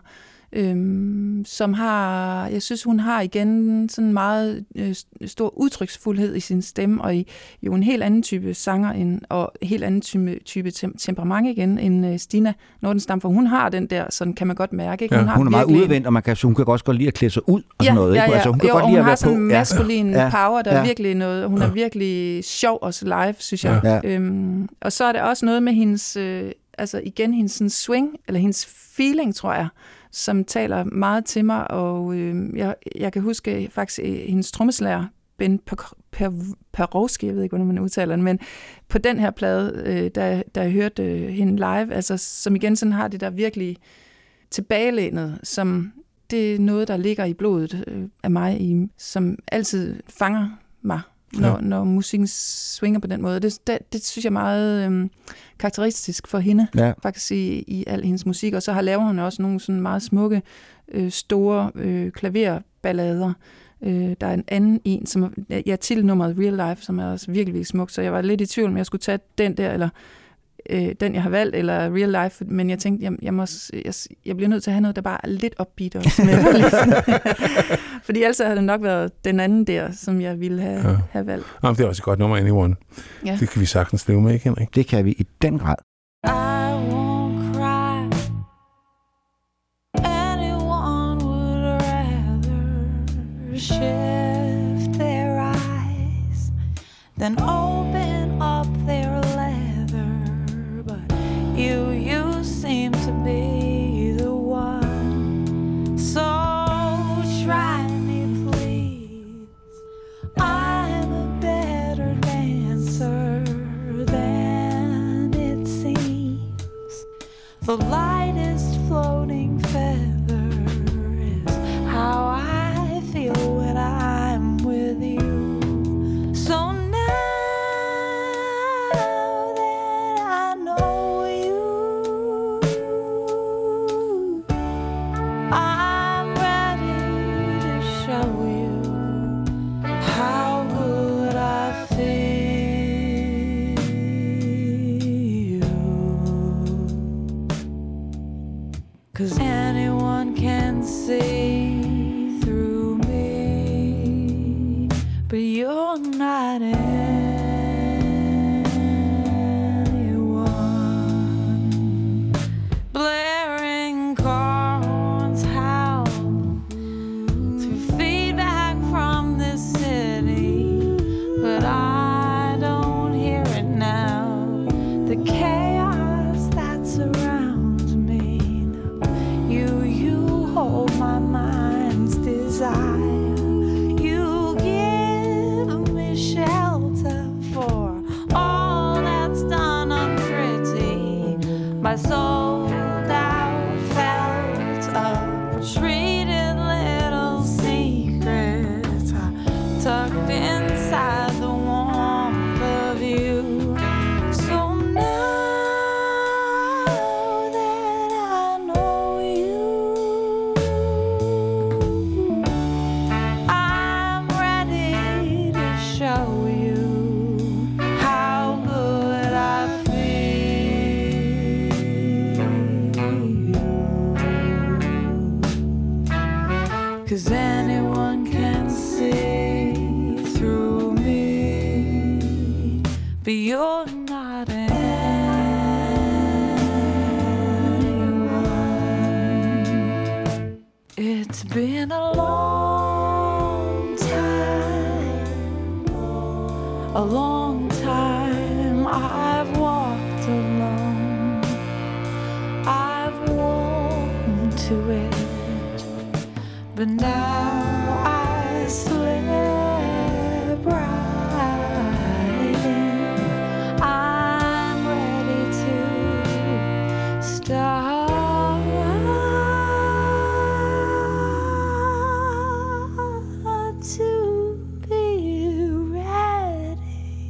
D: som har, jeg synes, hun har igen sådan meget stor udtryksfuldhed i sin stemme, og jo en helt anden type sanger, og en helt anden type temperament igen, end Stina Nordenstam, for hun har den der, sådan kan man godt mærke. Ikke?
B: Hun er meget udadvendt, og hun kan også godt lide at klæde sig ud og sådan noget. Ikke? Altså, hun kan godt lide at være på. Hun har sådan en
D: maskulin power, der er virkelig noget, hun er virkelig sjov også live, synes jeg. Ja. Og så er der også noget med hendes, altså igen hendes sådan swing, eller hendes feeling, tror jeg, som taler meget til mig, og jeg kan huske faktisk hendes trommeslager, Ben Perowski, jeg ved ikke, hvordan man udtaler den, men på den her plade, da jeg hørte hende live, altså som igen sådan har det der virkelig tilbagelænet, som det er noget, der ligger i blodet af mig, som altid fanger mig, når musikken swinger på den måde. Det synes jeg er meget karakteristisk for hende, faktisk i al hendes musik. Og så laver hun også nogle sådan meget smukke, store klaverballader. Der er en anden en, som titelnummeret Real Life, som er også virkelig, virkelig smuk, så jeg var lidt i tvivl, om jeg skulle tage den der, eller den, jeg har valgt, eller real life, men jeg tænkte, jeg bliver nødt til at have noget, der bare er lidt upbeat også. Fordi ellers havde det nok været den anden der, som jeg ville have valgt.
C: Jamen, det er også et godt nummer, Anyone.
D: Ja.
C: Det kan vi sagtens leve med, ikke Henrik?
B: Det kan vi i den grad.
E: I won't cry. Anyone would rather shift their eyes than open up their leather. But you seem to be the one. So try me, please. I'm a better dancer than it seems. The lightest floating feather is how I feel when I'm with you. So now that I know you, I'm ready to show you how good I feel. 'Cause anyone can see through me, but you're not anyone. Blaring horns howl through feedback from the city, but I don't hear it now. The chaos that surrounds me, you hold my mind's desire. You give me shelter for all that's done unpretty. My sold out felt up, treated little secrets are tucked inside the warmth of you. So now that I know you, I'm ready to show you how good I feel. 'Cause anyone can see through me, but you're not anyone. It's been a long time, a long time I've walked alone. I've warmed to it, but now I slip right in. I'm ready to start to be ready.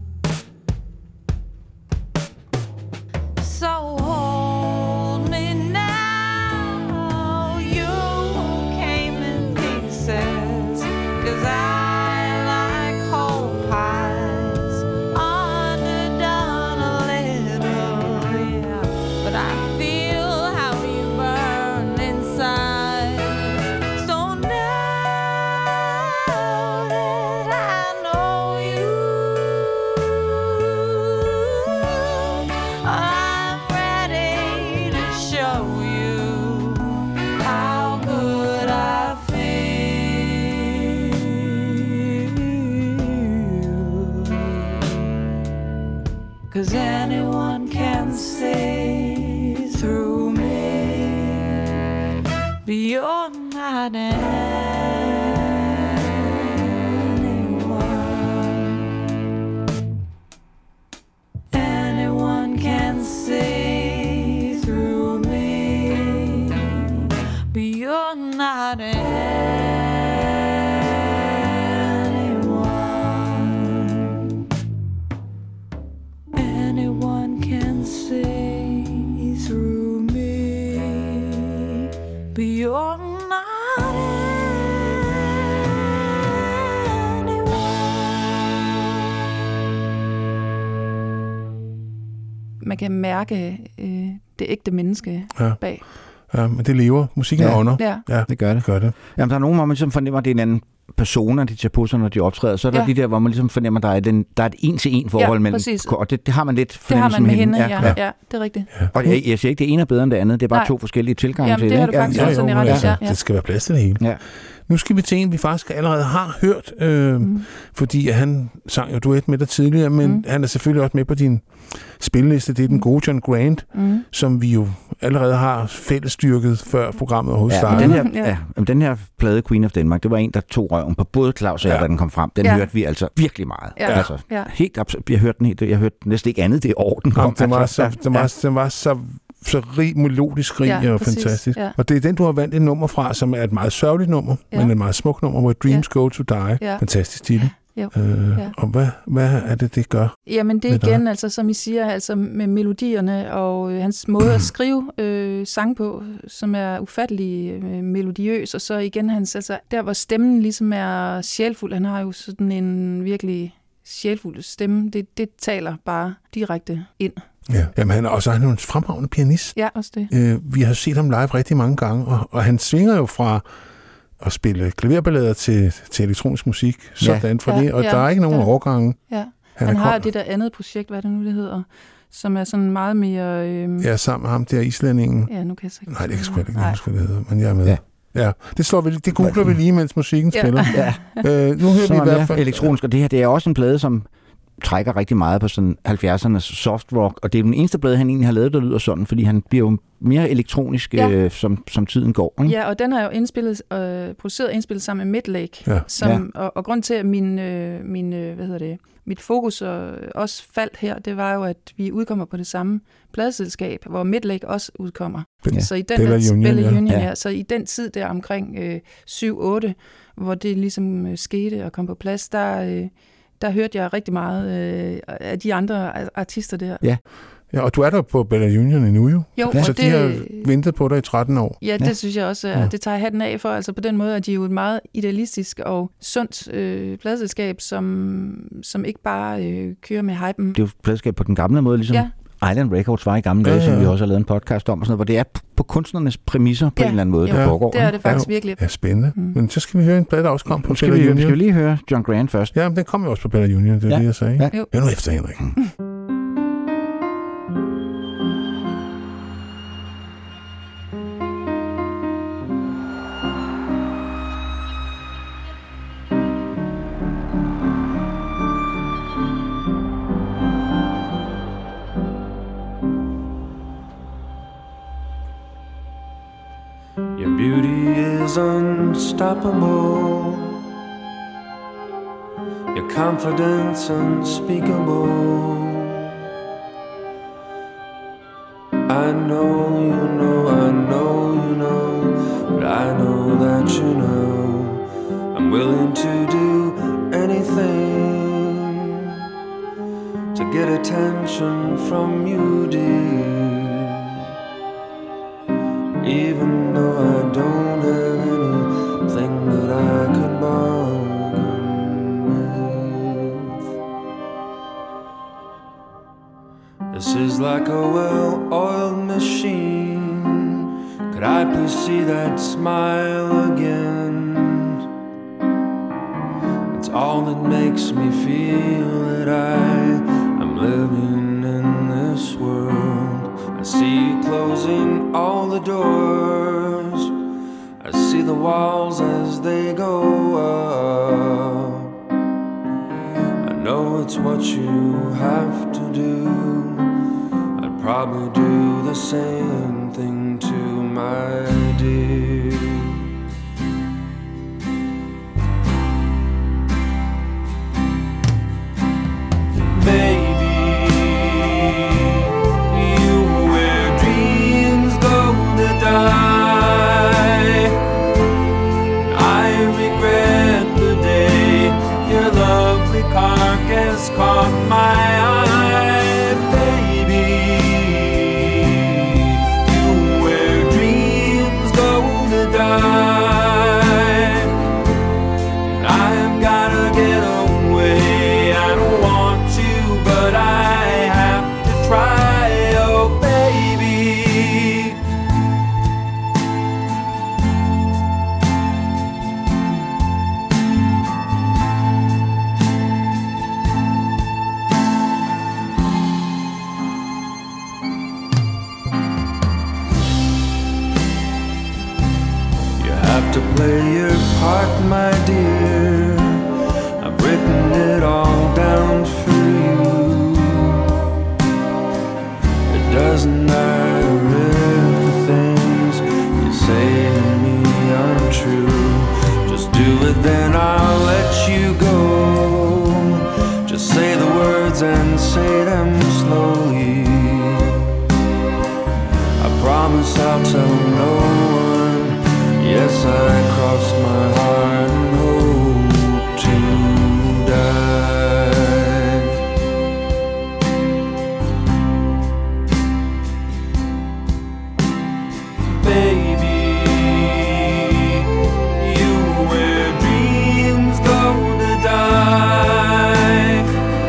E: So hold me now. You came in pieces, 'cause I like whole pies, underdone a little, yeah. But I feel how you burn inside. So now that I know you, I'm ready to show you how good I feel. 'Cause anyone can see through me, but you're not anyone. Anyone can see through me, but you're not anyone. Anyone can see through me, but you're not anyone.
D: man kan mærke det ægte menneske bag.
C: Ja, men det lever. Musikken er under.
D: Ja.
B: Det gør det. Jamen, der er nogen, hvor man ligesom fornemmer, at det er en anden persona, de tager på sig, når de optræder. Så er der de der, hvor man ligesom fornemmer, at der er et en-til-en forhold mellem. Og det har man lidt fornemmelse
D: med hende. Ja, det er rigtigt.
C: Ja.
D: Og
C: jeg
B: siger ikke, det ene er bedre end det andet. Det er bare to forskellige tilgange til det.
D: Jamen, det har du faktisk sådan i ret.
C: Det skal være plads til det hele.
B: Ja.
C: Nu skal vi til en, vi faktisk allerede har hørt, fordi han sang jo duet med dig tidligere, men han er selvfølgelig også med på din spilleliste. Det er den gode John Grant, som vi jo allerede har fællesstyrket før programmet overhovedet startede.
B: Den her plade Queen of Denmark, det var en, der tog røven på både Claus og jeg, da den kom frem. Den hørte vi altså virkelig meget.
D: Ja.
B: Altså, helt jeg hørte den helt. Jeg hørte næsten ikke andet det år, den kom.
C: Den var så rig, melodisk rig og fantastisk. Ja. Og det er den, du har valgt et nummer fra, som er et meget sørgeligt nummer, men et meget smukt nummer, hvor Dreams Go To Die. Ja. Fantastisk titel. Og hvad er det gør?
D: Jamen det er igen, altså, som I siger, altså med melodierne og hans måde at skrive sang på, som er ufattelig melodiøs, og så igen hans, altså der hvor stemmen ligesom er sjælfuld, han har jo sådan en virkelig sjælfuld stemme, det taler bare direkte ind.
C: Ja, jamen han er jo en fremragende pianist.
D: Ja, også det.
C: Vi har set ham live rigtig mange gange, og han svinger jo fra at spille klaverballader til elektronisk musik, sådan for det, og der er ikke nogen overgange.
D: Ja. Han har det der andet projekt, hvad det nu det hedder, som er sådan meget mere...
C: sammen med ham der islændingen.
D: Ja, nu kan jeg så ikke...
C: Nej, det kan sgu ikke huske, hvad det hedder, men jeg er med. Ja, det googler vi lige, mens musikken spiller.
B: Ja.
C: Nu hører vi i hvert fald...
B: elektronisk, og det her, det er også en plade, som trækker rigtig meget på sådan 70'ernes soft rock, og det er den eneste plade, han egentlig har lavet, der lyder sådan, fordi han bliver jo mere elektronisk, som tiden går. Ikke?
D: Ja, og den har jo produceret og indspillet sammen med Midlake, og grund til, at mit fokus også faldt her, det var jo, at vi udkommer på det samme pladeselskab, hvor Midlake også udkommer. Så i den Bella Union, så i den tid der omkring 7-8, hvor det ligesom skete og kom på plads, der hørte jeg rigtig meget af de andre artister der.
C: Ja, og du er der på Bella Union endnu jo. Så de har ventet på dig i 13 år.
D: Ja, det synes jeg også, det tager jeg hatten af for. Altså på den måde, at de er jo et meget idealistisk og sundt pladeselskab, som ikke bare kører med hypen.
B: Det er jo et pladeselskab på den gamle måde, ligesom Island Records var i gamle dage, som vi også har lavet en podcast om, og sådan noget, hvor det er på kunstnernes præmisser på en eller anden måde, der foregår.
D: Det er det faktisk virkelig.
C: Ja, spændende. Men så skal vi høre en plade, der også kom på Bella Union.
B: Skal vi lige høre John Grant først?
C: Ja, men den kom jo også på Bella Union, det er det, jeg sagde. Hør nu efter, Henrik.
F: Your beauty is unstoppable, your confidence unspeakable. I know you know, I know you know, but I know that you know I'm willing to do anything to get attention from you, dear. Even though I don't have anything that I could bargain with. This is like a well-oiled machine. Could I please see that smile again? It's all that makes me feel that I'm living in this world. I see you closing all the doors. I see the walls as they go up. I know it's what you have to do. I'd probably do the same thing to my dear. Baby, I regret the day your lovely carcass caught my eye, baby. You where dreams go have to play your part, my dear. I've written it all down for you. It doesn't matter if the things you say to me aren't true. Just do it, then I'll let you go. Just say the words and say them slowly. I promise I'll tell no one. Yes, I crossed my heart and hope to die. Baby, you where dreams go to die.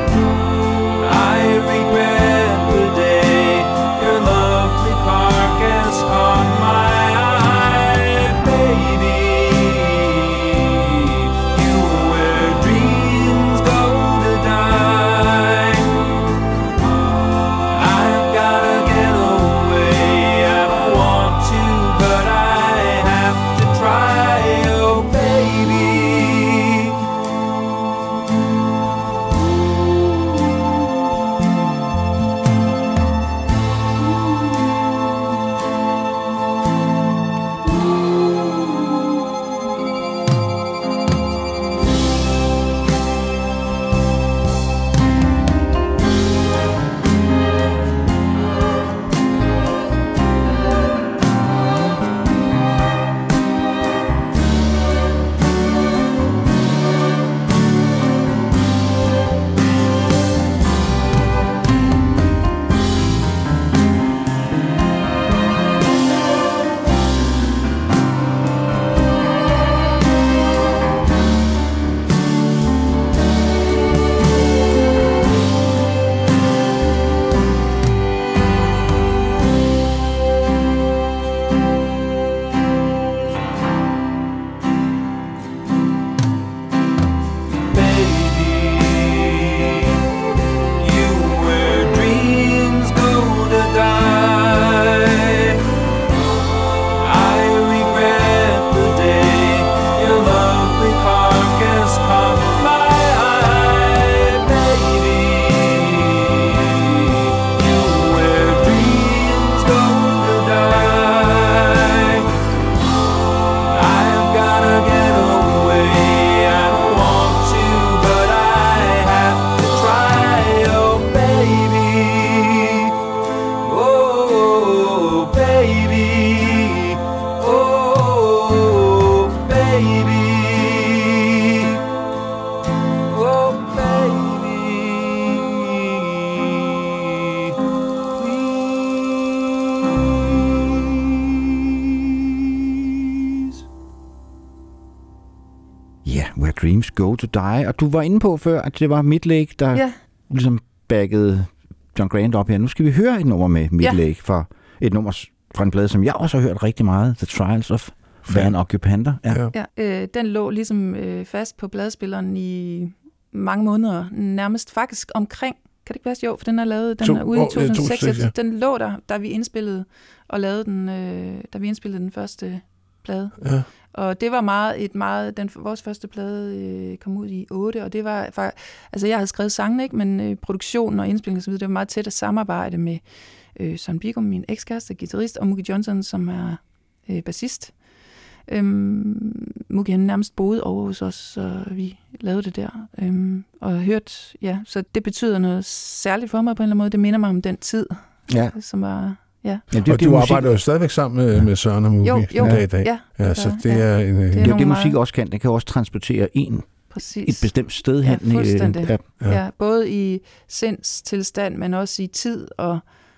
F: I regret the day your lovely carcass caught my eye. Baby, you where dreams go to die. I've gotta get away. I don't want to, but I have to try. Oh, baby.
B: Ja, Where Dreams Go to Die. Og du var inde på før, at det var Midlake, der ligesom baggede John Grant op her. Nu skal vi høre et nummer med Midlake for et nummer fra en plade, som jeg også har hørt rigtig meget. The Trials of Van Occupanter.
D: Den lå ligesom fast på pladespilleren i mange måneder, nærmest faktisk omkring. Kan det ikke passe? Jo, for den er lavet, den er ude i 2006. Den lå der, da vi indspillede og lavede den, da vi indspillede den første plade. Ja. Og det var vores første plade kom ud i 8, og det var altså jeg havde skrevet sangen, ikke, men produktionen og indspilling og så videre, det var meget tæt at samarbejde med Søren Bigum, min ekskæreste, guitarist, og Mookie Johnson, som er bassist. Mookie han nærmest boede over hos os, så vi lavede det der. Og hørt, så det betyder noget særligt for mig på en eller anden måde. Det minder mig om den tid, som var... Ja.
C: Og du arbejder jo stadigvæk sammen med Søren og Mookie i dag. Ja, så det er en...
B: Det er det, musik også kan. Det kan også transportere et bestemt sted hen.
D: Ja, fuldstændig. Både i sindstilstand, men også i tid og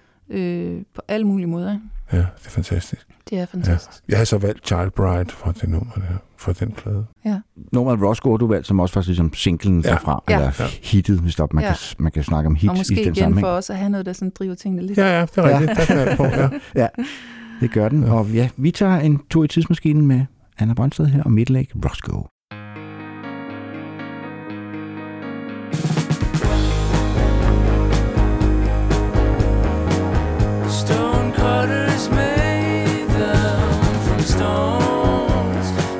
D: på alle mulige måder.
C: Ja, det er fantastisk.
D: Det er fantastisk.
C: Ja. Jeg har så valgt Child Bride for det nummer der, for den plade.
B: Ja. Nummeret Roscoe, du valgte som også faktisk ligesom singlen derfra, eller hittet, hvis man kan snakke om hits
D: og måske
B: i den
D: igen
B: sammenhæng.
D: For os at have noget, der sådan driver tingene lidt.
C: Ja, det er rigtigt. Der kan på,
B: ja, det gør den. Og vi tager en tur i tidsmaskinen med Anna Brøndsted her og Midlake Roscoe.
F: Stone cutters made them from stones.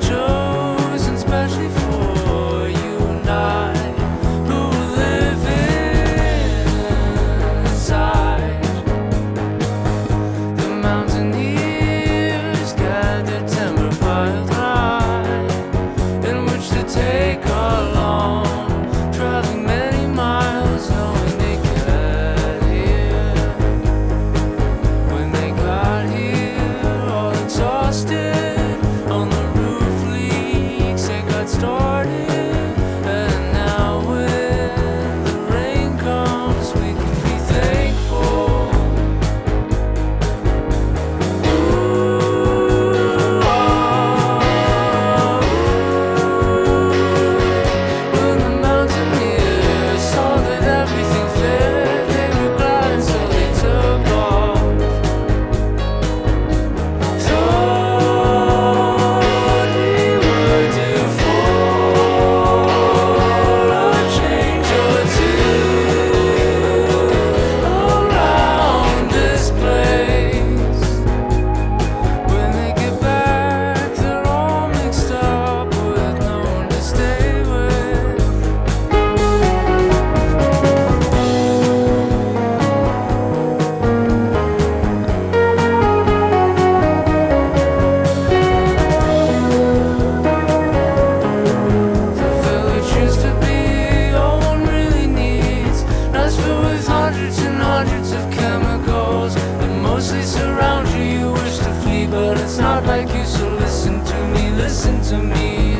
F: surround you, you wish to flee, but it's not like you, so listen to me, listen to me.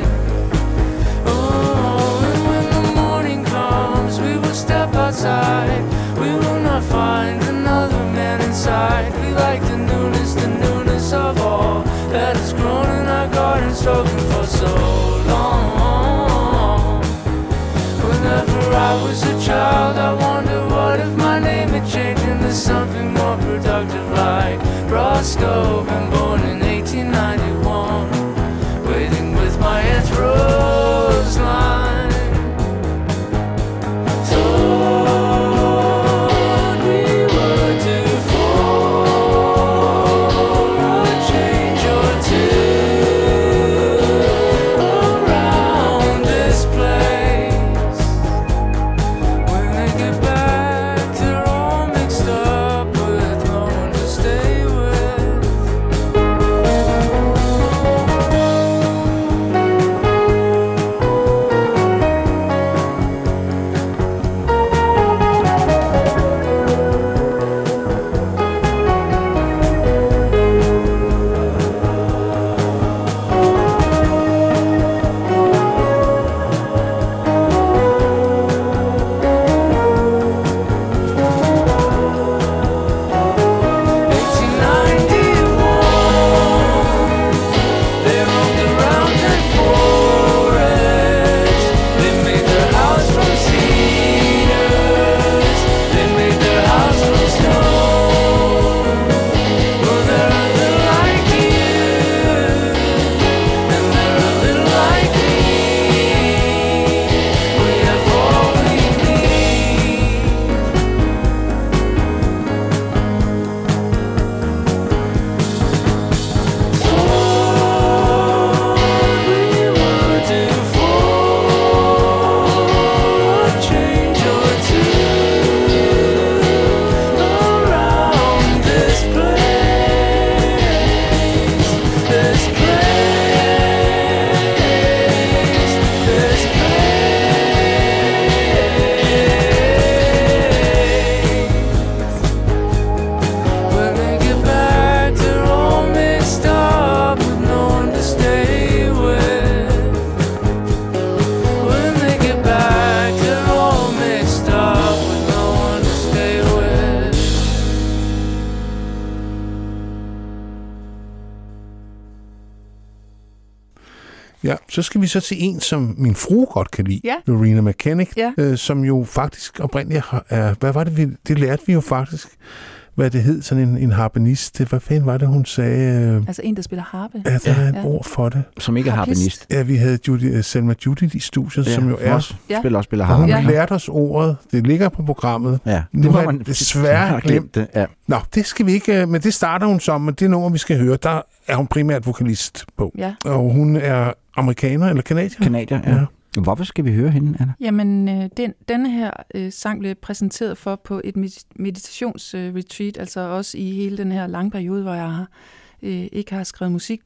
F: Oh, and when the morning comes, we will step outside. We will not find another man inside. We like the newness of all that has grown in our garden, spoken for so long. Whenever I was a child, I wonder what if my name had changed into something more productive, like Roscoe, been born in 1891, waiting with my Aunt Roseline. Thought we were due for a change or two around this place. When they get back, they're all mixed up with no one to stay with.
C: Ja, så skal vi så til en, som min frue godt kan lide,
D: Ja.
C: Loreena McKennitt,
D: Ja.
C: som jo faktisk oprindeligt er, hvad var det, det lærte vi jo faktisk, hvad det hed, sådan en harpenist. Hvad fanden var det, hun sagde?
D: Altså en, der spiller harpe.
C: Ja, der er et ord for det.
B: Som ikke er harpenist.
C: Ja, vi havde Selma Judith i studiet, som jo er...
B: Spiller
C: Og hun
B: harpe.
C: lærte os ordet. Det ligger på programmet.
B: Ja,
C: Nu
B: det må
C: har
B: man
C: jeg desværre glemt
B: det. Ja.
C: Nå, det skal vi ikke... Men det starter hun som, men det nummer, vi skal høre, der er hun primært vokalist på.
D: Ja.
C: Og hun er amerikaner eller kanadier?
B: Kanadier, ja. Hvorfor skal vi høre hende, Anna?
D: Jamen, denne her sang blev præsenteret for på et meditationsretreat, altså også i hele den her lange periode, hvor jeg ikke har skrevet musik.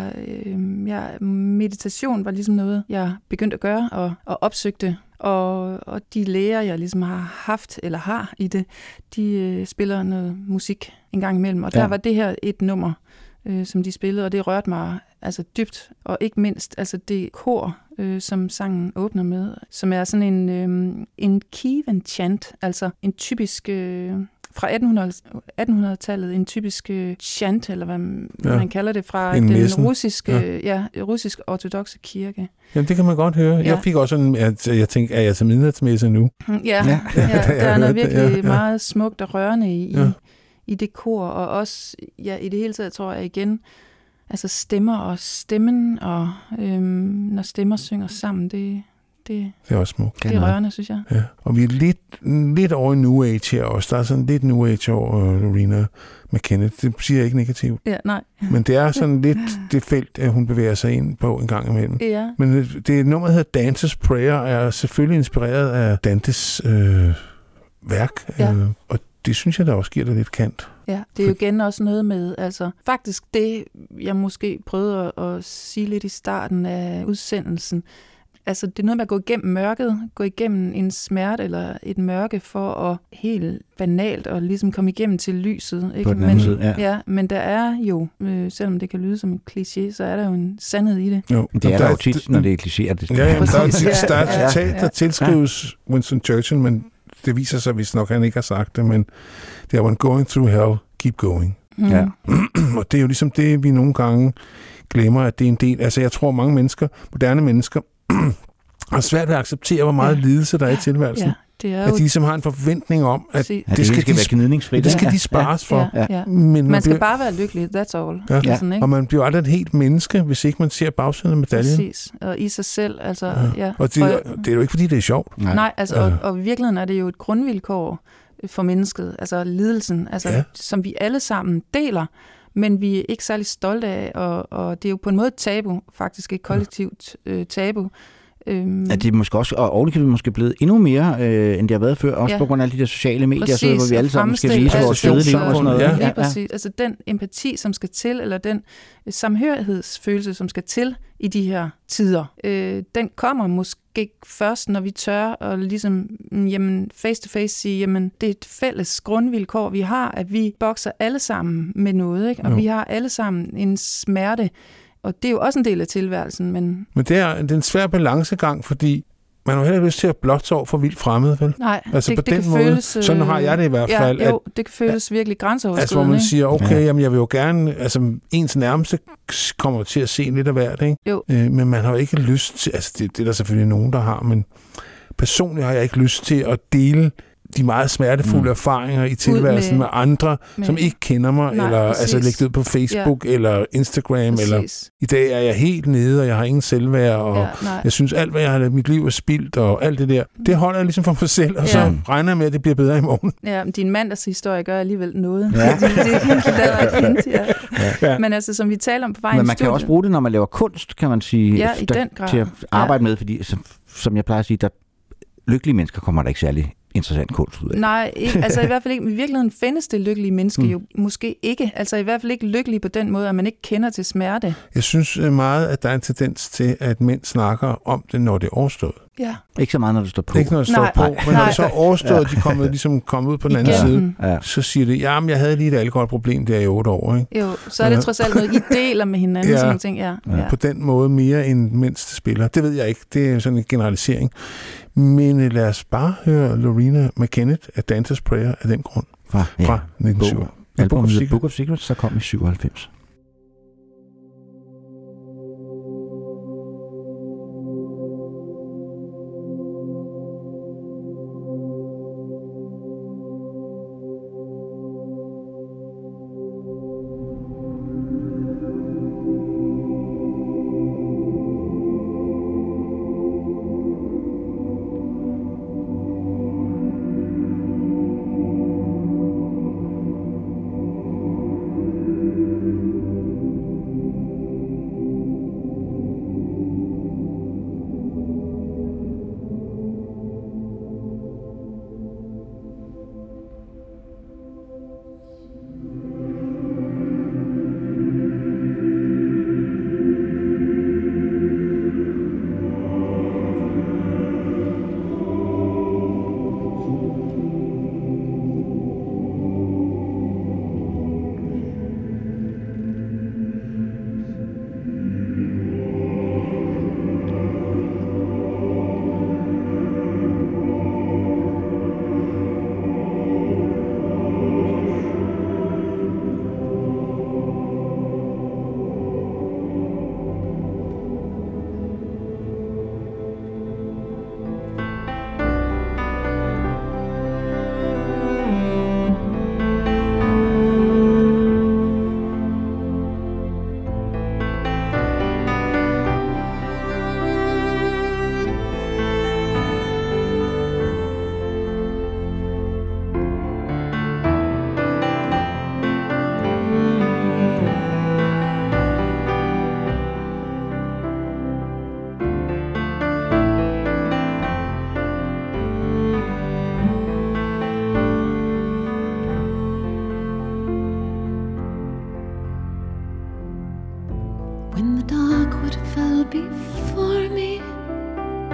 D: Meditation var ligesom noget, jeg begyndte at gøre og opsøgte. Og de læger, jeg ligesom har haft eller har i det, de spiller noget musik en gang imellem. Og der var det her et nummer, som de spillede, og det rørte mig altså dybt. Og ikke mindst altså det kor, som sangen åbner med, som er sådan en Kievan chant, altså en typisk... fra 1800-tallet, en typisk chant, eller hvad man kalder det, fra den russisk ortodokse kirke.
C: Jamen, det kan man godt høre. Jeg fik også jeg tænkte, er jeg til midnatsmesse nu?
D: Ja, der er noget virkelig meget smukt og rørende i det kor, og også i det hele taget, tror jeg igen, altså stemmer og stemmen, og når stemmer synger sammen, det er
C: også smukt.
D: Det er rørende, synes jeg.
C: Ja. Og vi er lidt over i New Age her også. Der er sådan lidt New Age over Loreena McKennitt. Det siger jeg ikke negativt.
D: Ja, nej.
C: Men det er sådan lidt det felt, hun bevæger sig ind på en gang imellem.
D: Ja.
C: Men det nummer, der hedder Dante's Prayer, er selvfølgelig inspireret af Dantes værk. Og det synes jeg da også giver det lidt kant.
D: Ja, det er jo igen også noget med, altså faktisk det, jeg måske prøvede at sige lidt i starten af udsendelsen, Altså, det er noget med at gå igennem mørket, gå igennem en smerte eller et mørke for at helt banalt og ligesom komme igennem til lyset. Ikke?
B: På den anden side, ja.
D: Ja, men der er jo, selvom det kan lyde som en kliché, så er der jo en sandhed i det.
C: Jo,
B: Det er der jo tit, når det er klichéer. Det
C: Ja, jamen, der er et
D: Ja.
C: citat, der tilskrives Winston Churchill, men det viser sig, hvis nok han ikke har sagt det, men det er, when going through hell, keep going.
B: Ja.
C: Og det er jo ligesom det, vi nogle gange glemmer, at det er en del. Altså, jeg tror, mange mennesker, moderne mennesker, har svært ved at acceptere, hvor meget lidelse der er i tilværelsen.
D: Ja, det er
C: At
D: jo
C: de ligesom har en forventning om, at
D: præcis.
B: det skal være gnidningsfrit.
C: det skal de spares for.
D: Ja.
C: Men
D: Man skal
C: bliver,
D: bare være lykkelig, that's all.
C: Ja.
D: Sådan, ikke?
C: og man bliver aldrig et helt menneske, hvis ikke man ser bagsiden af medaljen.
D: Præcis, og i sig selv, altså, ja.
C: Og det er jo ikke, fordi det er sjovt.
D: Nej, altså, og i virkeligheden er det jo et grundvilkår for mennesket, altså lidelsen, altså, som vi alle sammen deler, men vi er ikke særlig stolte af, og det er jo på en måde et tabu, faktisk et kollektivt tabu.
B: At det er måske også, og ovenikøbet måske blevet endnu mere, end det har været før, også på grund af alle de der sociale medier,
D: præcis,
B: så, hvor vi alle sammen skal vise vores fede liv og sådan noget.
C: Ja.
D: Lige præcis. Altså den empati, som skal til, eller den samhørighedsfølelse, som skal til i de her tider, den kommer måske først, når vi tør og ligesom, jamen, face to face sige, jamen, det er et fælles grundvilkår, vi har, at vi bokser alle sammen med noget, ikke? Og vi har alle sammen en smerte, og det er jo også en del af tilværelsen, men...
C: Men det er en svær balancegang, fordi man har heller ikke lyst til at blotte sig over for vildt fremmed, vel?
D: Nej,
C: altså
D: det,
C: på
D: det
C: den
D: kan
C: måde,
D: føles...
C: sådan har jeg det i hvert fald.
D: Ja, jo, det kan føles virkelig grænseoverskridende.
C: Altså hvor man siger, okay, jamen, jeg vil jo gerne... Altså ens nærmeste kommer til at se lidt af hvert, ikke?
D: Jo.
C: Men man har jo ikke lyst til... Altså det er der selvfølgelig nogen, der har, men personligt har jeg ikke lyst til at dele de meget smertefulde erfaringer i tilværelsen med andre, som ikke kender mig, eller
D: præcis.
C: altså lægge det ud på Facebook eller Instagram,
D: præcis.
C: eller i dag er jeg helt nede, og jeg har ingen selvværd, og jeg synes alt, hvad jeg har lavet mit liv er spildt, og alt det der, det holder jeg ligesom for mig selv, og så regner jeg med, at det bliver bedre i morgen.
D: Ja, men din mandagshistorie gør alligevel noget. Ja. det er helt ja. Men altså, som vi taler om på vejen.
B: Men man kan også bruge det, når man laver kunst, kan man sige,
D: ja, i den grad.
B: Til at arbejde med, fordi som jeg plejer at sige, der lykkelige mennesker kommer der ikke særlig interessant kunst ud af.
D: Nej, ikke, altså i hvert fald ikke. I virkeligheden findes det lykkelige menneske jo måske ikke. Altså i hvert fald ikke lykkelige på den måde, at man ikke kender til smerte.
C: Jeg synes meget, at der er en tendens til, at mænd snakker om det, når det er overstået.
D: Ja.
B: Ikke så meget, når det står på.
C: Ikke når det står på, men når det så er overstået, de kommer kommet ud på den anden side, så siger det, jamen jeg havde lige et alkoholproblem der i 8 år. Ikke?
D: Jo, så er det trods alt noget, I deler med hinanden. Sådan nogle ting. Ja.
C: På den måde mere end mindste spiller. Det ved jeg ikke, det er sådan en generalisering. Men lad os bare høre Loreena McKennitt af Dante's Prayer af den grund. Fra 1997.
B: Albumet Book of Secrets, så kom i 97.
E: When the dark would fell before me,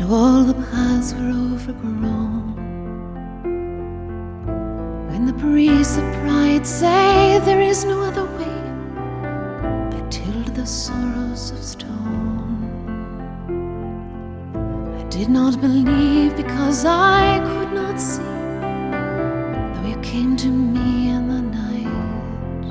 G: all the paths were overgrown. When the priests of pride say there is no other way, I tilled the sorrows of stone. I did not believe because I could not see, though you came to me in the night.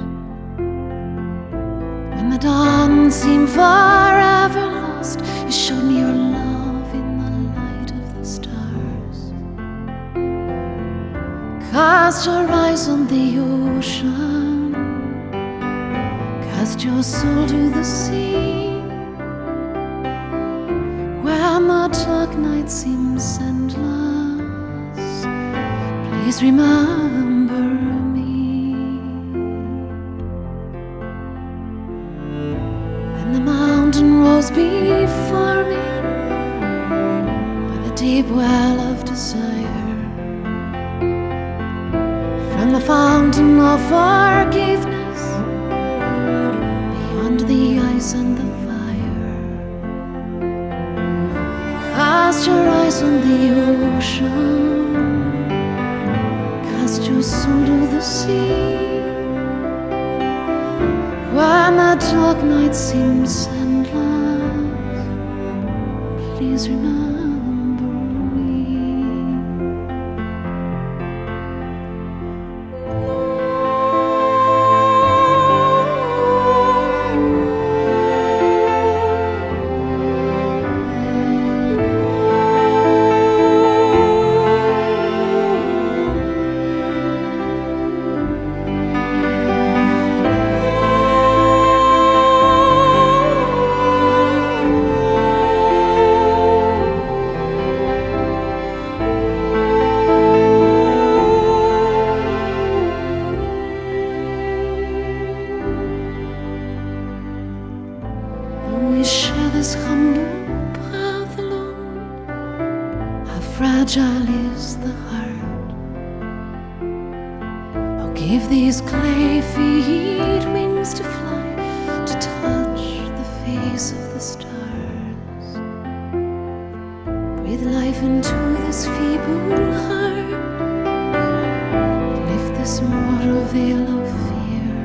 G: When the dawn seemed forever lost, you showed me your love in the light of the stars. Cast your eyes on the ocean, cast your soul to the sea. When the dark night seems endless, please remember me. When the mountain rose before me by the deep well of desire, from the fountain of forgiveness, beyond the ice and the fire. Cast your eyes on the ocean, cast your soul to the sea. When the dark night seems endless, please remember me. We share this humble path alone. How fragile is the heart. Oh, give these clay feet wings to fly, to touch the face of the stars. Breathe life into this feeble heart, lift this mortal veil of fear.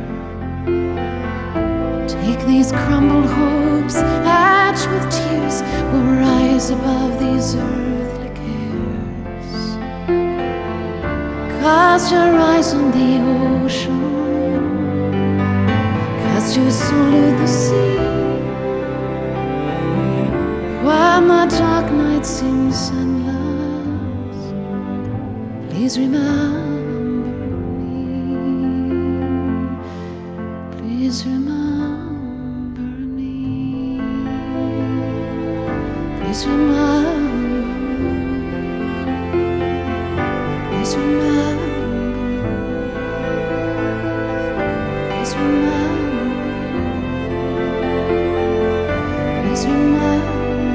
G: Take these crumbled hopes, etched with tears, will rise above these earthly cares. Cast your eyes on the ocean, cast your soul to the sea. When the dark night seems endless, please remember me. Please remember. Please remember, please remember, please remember, please remember,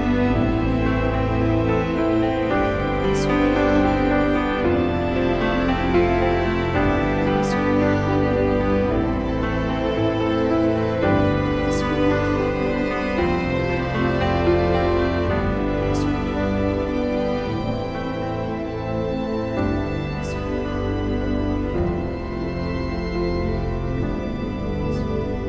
G: please remember.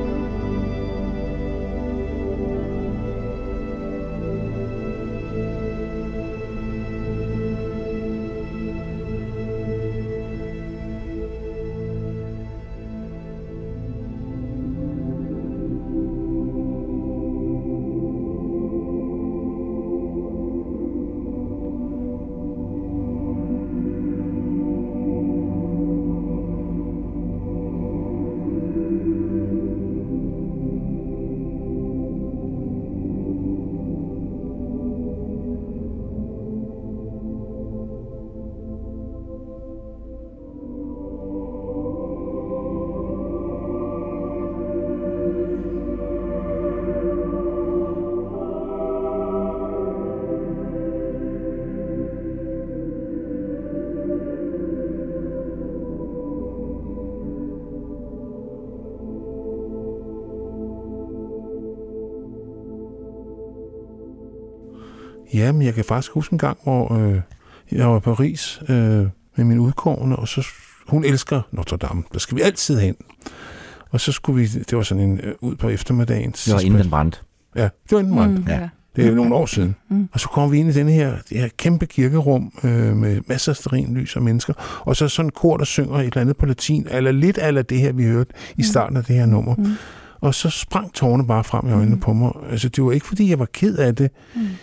C: Jamen, jeg kan faktisk huske en gang, hvor jeg var i Paris med min udkårne, og så hun elsker Notre Dame. Der skal vi altid hen. Og så skulle vi, det var sådan en ud på eftermiddagen.
B: Det var inden den brændte.
C: Ja, det var inden den brændte.
D: Ja.
C: Det er jo nogle år siden. Og så kommer vi ind i det her kæmpe kirkerum med masser af stearinlys og mennesker. Og så sådan en kor, der synger et eller andet på latin, eller lidt af det her, vi hørte i starten af det her nummer. Og så sprang tårerne bare frem i øjnene på mig. Altså, det var ikke, fordi jeg var ked af det.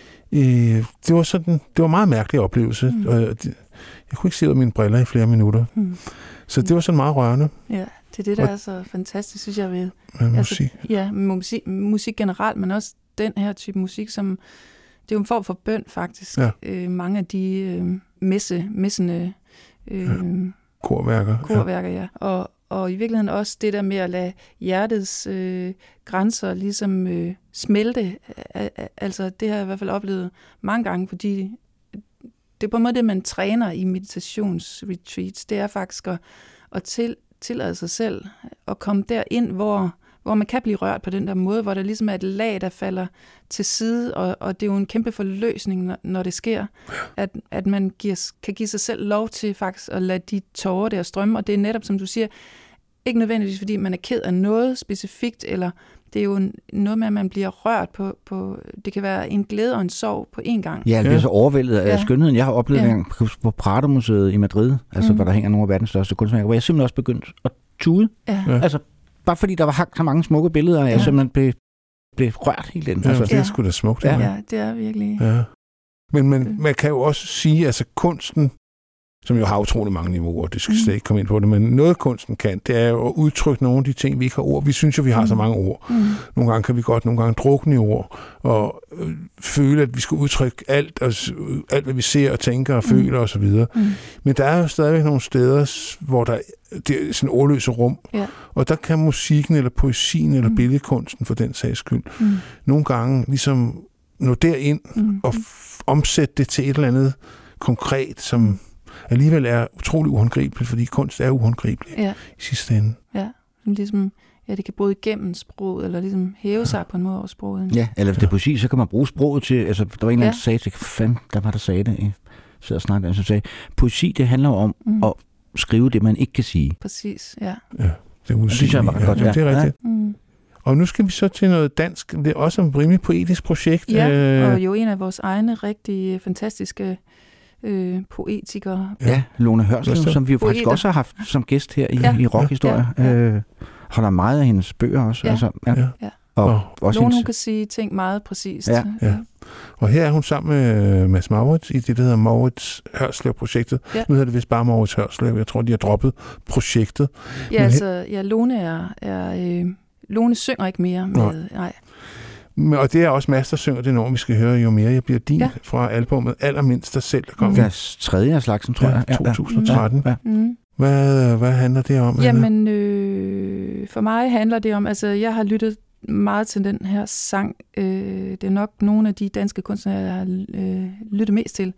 C: Det var sådan, det var en meget mærkelig oplevelse. Og jeg kunne ikke se ud af mine briller i flere minutter. Så det var sådan meget rørende.
D: Ja, det er det, der er så fantastisk, synes jeg, ved
C: musik.
D: Ja, musik generelt, men også den her type musik, som det er jo en form for bøn, faktisk. Ja. Mange af de messende korværker, ja. Og i virkeligheden også det der med at lade hjertets grænser ligesom smelte. Altså, det har jeg i hvert fald oplevet mange gange, fordi det er på en måde det, man træner i meditationsretreats. Det er faktisk at tillade sig selv at komme derind, hvor man kan blive rørt på den der måde, hvor der ligesom er et lag, der falder til side, og det er jo en kæmpe forløsning, når det sker, at man kan give sig selv lov til faktisk at lade de tårer der strømme, og det er netop, som du siger, ikke nødvendigvis, fordi man er ked af noget specifikt, eller det er jo noget med, at man bliver rørt på det kan være en glæde og en sorg på én gang.
B: Ja, det bliver så overvældet af skønheden. Jeg har oplevet en gang på Prado-museet i Madrid, altså hvor der hænger nogle af verdens største kunstværker, hvor jeg simpelthen også begyndte at tude. Ja. Altså, bare fordi der var hængt så mange smukke billeder, og jeg simpelthen blev rørt helt ind.
C: Altså. Det er sgu da smukt.
D: Ja, det er virkelig.
C: Ja. Men man kan jo også sige, altså kunsten, som jo har utrolig mange niveauer, det skal slet ikke komme ind på det, men noget kunsten kan, det er jo at udtrykke nogle af de ting, vi ikke har ord. Vi synes jo, vi har så mange ord. Nogle gange kan vi godt, nogle gange drukne i ord, og føle, at vi skal udtrykke alt, hvad vi ser og tænker og føler osv. Men der er jo stadigvæk nogle steder, hvor der det er sådan ordløse rum, og der kan musikken eller poesien eller billedkunsten for den sags skyld nogle gange ligesom nå derind og omsætte det til et eller andet konkret, som alligevel er utrolig uhåndgribeligt, fordi kunst er uhåndgribelig i sidste ende.
D: Ja, ligesom, det kan bryde igennem sproget, eller ligesom hæve sig på en måde over sproget.
B: Ja, eller hvis det er poesi, så kan man bruge sproget til, altså der var en eller anden, der sagde til, der var der sagde det, jeg sidder og snakker, som sagde, poesi, det handler om at skrive det, man ikke kan sige.
D: Præcis, ja.
C: Ja, det er musik. Det synes jeg var godt, det er rigtigt. Og nu skal vi så til noget dansk. Det er også et rimelig poetisk projekt.
D: Ja, og jo en af vores egne rigtig fantastiske poetikere.
B: Ja, Lone Hørslev, som vi jo faktisk også har haft som gæst her i Rockhistorie. Holder meget af hendes bøger også.
D: Ja.
B: Altså,
D: Og også Lone, hun kan sige ting meget præcist.
C: Ja. Og her er hun sammen med Mads Maurits i det, der hedder Maurits Hørslev-projektet. Ja. Nu hedder det vist bare Maurits Hørslev. Jeg tror, de har droppet projektet.
D: Ja, Lone Lone synger ikke mere med... Nej.
C: Og det er også Mads, der synger det nummer, vi skal høre, Jo mere jeg bliver din, fra albumet Allermindst dig selv, der kom.
B: Det er tredje af slagsen, tror jeg.
C: 2013. Ja. Hvad handler det om?
D: Jamen, for mig handler det om, altså jeg har lyttet meget til den her sang. Det er nok nogle af de danske kunstnere, jeg har lyttet mest til.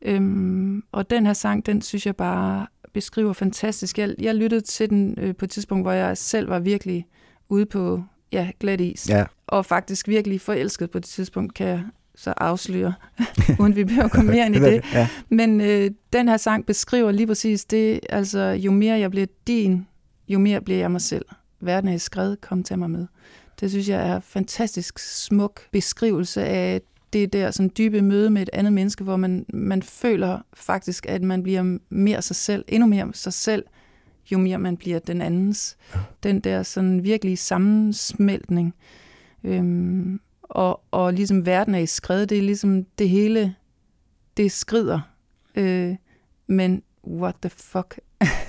D: Og den her sang, den synes jeg bare beskriver fantastisk. Jeg lyttede til den på et tidspunkt, hvor jeg selv var virkelig ude på glat is. Ja. Og faktisk virkelig forelsket på det tidspunkt, kan jeg så afsløre, uden vi behøver at komme mere ind i det. Ja. Men den her sang beskriver lige præcis det, altså jo mere jeg bliver din, jo mere bliver jeg mig selv. Verden er i skred, kom til mig med. Det synes jeg er fantastisk smuk beskrivelse af det der sådan dybe møde med et andet menneske, hvor man føler faktisk, at man bliver mere sig selv, endnu mere sig selv, jo mere man bliver den andens. Ja. Den der sådan virkelig sammensmeltning. Og ligesom verden er i skred, det er ligesom det hele, det skrider. Men what the fuck?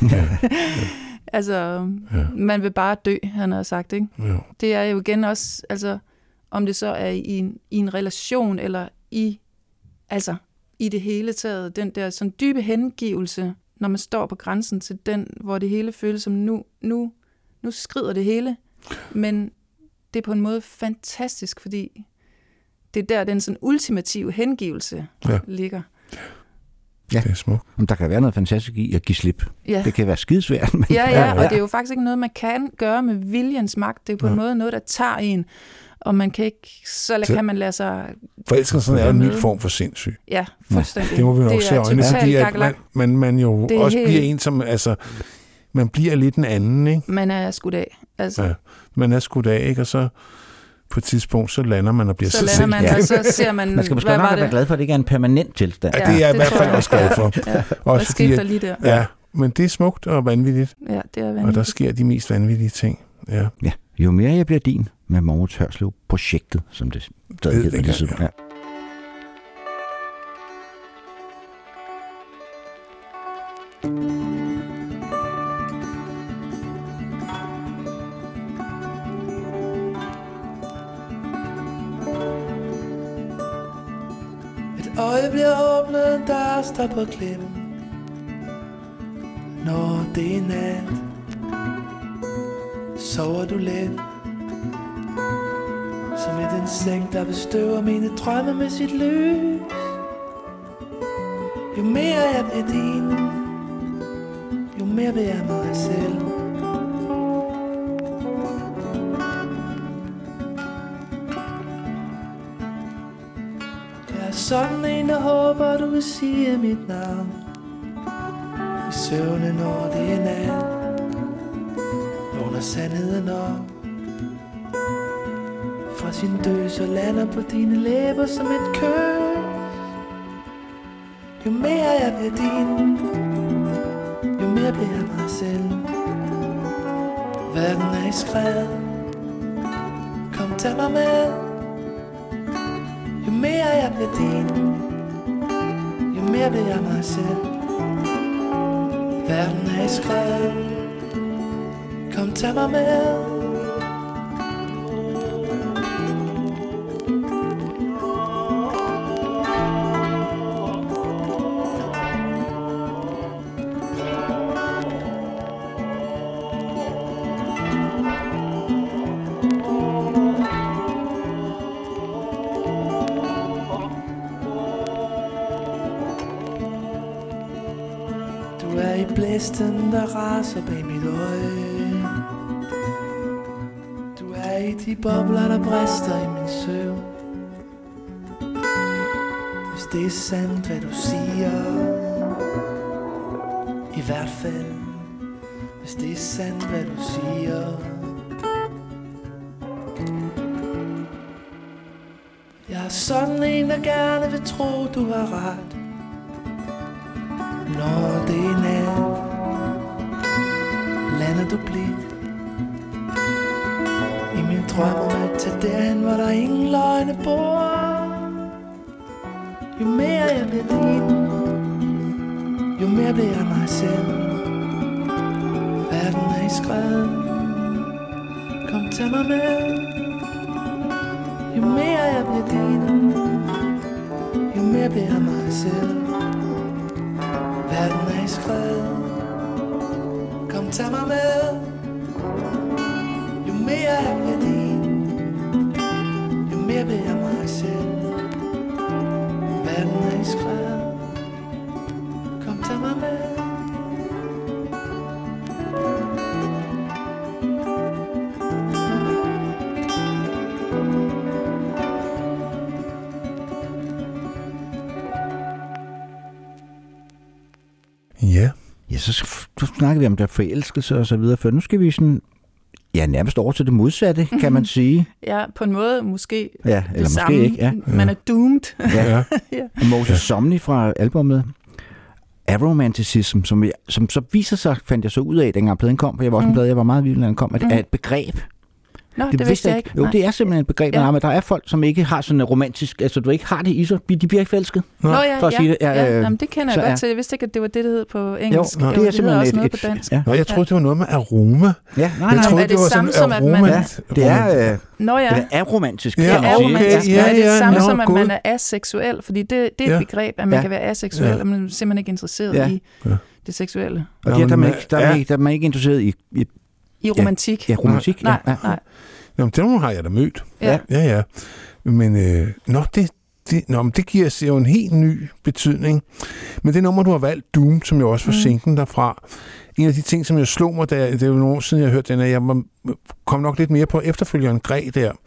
D: Altså, man vil bare dø, han har sagt, ikke? Ja. Det er jo igen også, altså, om det så er i en relation, eller i det hele taget, den der sådan dybe hengivelse, når man står på grænsen til den, hvor det hele føles som nu skrider det hele, men det er på en måde fantastisk, fordi det er der, den sådan ultimative hengivelse ligger.
B: Ja, det er smukt. Men der kan være noget fantastisk i at give slip. Ja. Det kan være skidesvært. Men...
D: Ja, og det er jo faktisk ikke noget, man kan gøre med viljens magt. Det er på en måde noget, der tager en. og man kan ikke, kan man lade sig...
C: Forelskelsen er en ny form for sindssyg.
D: Ja, fuldstændig.
C: Det må vi nok se i øjnene, fordi at man jo også bliver en, som... Altså, man bliver lidt en anden, ikke?
D: Man er skudt af. Altså.
C: Ja, man er skudt af, ikke? Og så på et tidspunkt, så lander man og bliver sig selv.
D: Så lander man, og så ser man,
B: man skal måske nok være glad for, at det ikke er en permanent tilstand.
C: Ja, det er jeg i hvert fald også glad for.
D: Ja, også fordi, der lige der.
C: Ja, men det er smukt og vanvittigt.
D: Ja, det er vanvittigt.
C: Og der sker de mest vanvittige ting. Ja.
B: Jo mere jeg bliver din med Mogens Hørslev projektet, som det stadig hedder. Ja.
J: Øjet bliver åbnet, en dør står på klem. Når det er nat, sover du let. Som et insekt, der bestøver mine drømme med sit lys. Jo mere jeg bliver din, jo mere bliver jeg mig selv. Sådan en, der håber, du vil sige mit navn i søvne, når det er nat. Vågner sandheden op fra sin døs og lander på dine læber som et kys. Jo mere jeg bliver din, jo mere bliver jeg mig selv. Verden er i skred, kom tag mig med. Jo mere jeg bliver din, jo mere bliver jeg mig selv. Verden er i skred, kom tag mig med. Blæsten, der raser bag mit øje. Du er i de bobler, der brister i min søvn. Hvis det er sandt, hvad du siger, i hvert fald, hvis det er sandt, hvad du siger. Jeg er sådan en, der gerne vil tro, du har ret. Når det er nat, lander du blidt i min drøm om at tage derhen, hvor der ingen løgne bor. Jo mere jeg bliver din, jo mere bliver jeg mig selv. Verden er i skred, kom tag mig med. Jo mere jeg bliver din, jo mere bliver jeg mig selv. Verden er i skred, kom tag mig med. Jo mere jeg bliver din, jo mere bliver jeg mig selv. Verden er i skred, kom tag mig med.
B: Ja, så snakker vi om der forelskelse og så videre, for nu skal vi sådan, nærmest over til det modsatte, kan man sige.
D: Ja, på en måde måske
B: eller
D: det
B: måske
D: samme.
B: Ikke, ja.
D: Man er doomed.
B: Ja. Moses Somni fra albumet Aromanticism, som så viser sig, fandt jeg så ud af, dengang pladen kom, for jeg var også en plade, jeg var meget vild, når den kom, at det er et begreb.
D: Nå, det vidste jeg ikke.
B: Jo, det er simpelthen et begreb, men der er folk, som ikke har sådan en romantisk, altså du ikke har det i sig, de bliver ikke forelsket.
D: Nå, jamen, det kender jeg godt til. Jeg vidste ikke, at det var det hed på engelsk.
B: Jo, det er simpelthen
D: også noget på dansk.
C: Nå, jeg troede, det var noget med aroma.
B: Ja,
C: jeg troede, det var sådan
D: som,
C: aroma.
B: Det er aromantisk, kan man sige.
D: Ja, det er det samme som, at man er aseksuel, fordi det er et begreb, at man kan være aseksuel, og man er simpelthen ikke interesseret i det seksuelle.
B: Og der er man ikke interesseret
D: i romantik.
B: Ja, romantik.
D: Nej.
C: Jamen, det har jeg da mødt. Ja. Men det giver jo en helt ny betydning. Men det nummer, du har valgt, Doom, som jo også var sinken derfra, en af de ting, som jeg slog mig, det er jo nogle år siden, jeg hørte den, at jeg kom nok lidt mere på efterfølgeren Græ der.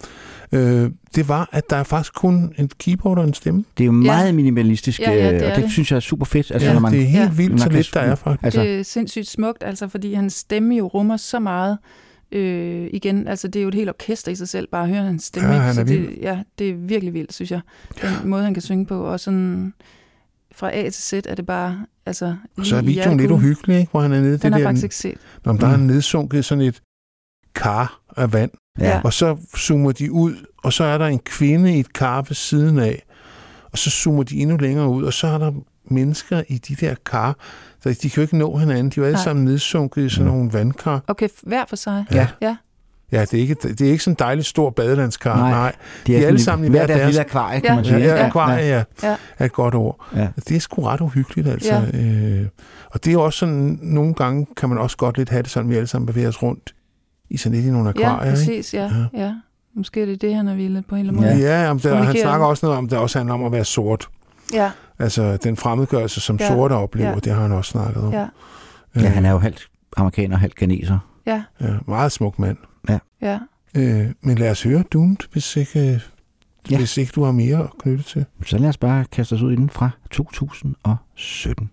C: det var, at der er faktisk kun en keyboard og en stemme.
B: Det er jo meget minimalistisk,
D: det
B: og det synes jeg er super fedt. Altså,
C: Ja,
B: når man,
C: det er helt vildt, så lidt der er faktisk.
B: Altså,
D: Det er sindssygt smukt, altså, fordi hans stemme jo rummer så meget. Igen, altså det er jo et helt orkester i sig selv, bare at høre hans stemme.
C: Ja, han er vild.
D: det er virkelig vildt, synes jeg. Den måde, han kan synge på, og sådan fra A til Z er det bare, altså...
C: Så er videoen lidt uhyggelig, ikke? Hvor han er nede.
D: Den har jeg faktisk ikke set.
C: Når der er nedsunket sådan et kar af vand, og så zoomer de ud, og så er der en kvinde i et kar ved siden af, og så zoomer de endnu længere ud, og så er der mennesker i de der kar, så de kan jo ikke nå hinanden. De er jo alle sammen nedsunket i sådan nogle vandkar.
D: Okay, hver for sig?
C: Ja.
D: Ja,
C: det er ikke sådan en dejlig stor badelandskar. Nej.
B: De er
C: alle sammen i hver deres
B: lille akvarie, kan man sige.
C: Ja, akvarie er et godt ord.
B: Ja.
C: Det er sgu ret uhyggeligt, altså. Ja. Og det er jo også sådan, nogle gange kan man også godt lidt have det sådan, vi alle sammen bevæger os rundt i sådan lidt i nogle akvarier.
D: Ja, præcis, ja. Måske er det, han har ville på en eller anden måde.
C: Ja, han snakker også noget om, det også handler om at være sort.
D: Ja.
C: Altså, den fremmedgørelse, som sorte oplever, det har han også snakket om.
D: Ja,
B: han er jo halvt amerikaner, halvt ganeser.
D: Ja.
C: Meget smuk mand.
D: Ja.
C: Men lad os høre Doomed, hvis ikke du har mere at knytte til.
B: Så lad os bare kaste os ud i den fra 2017.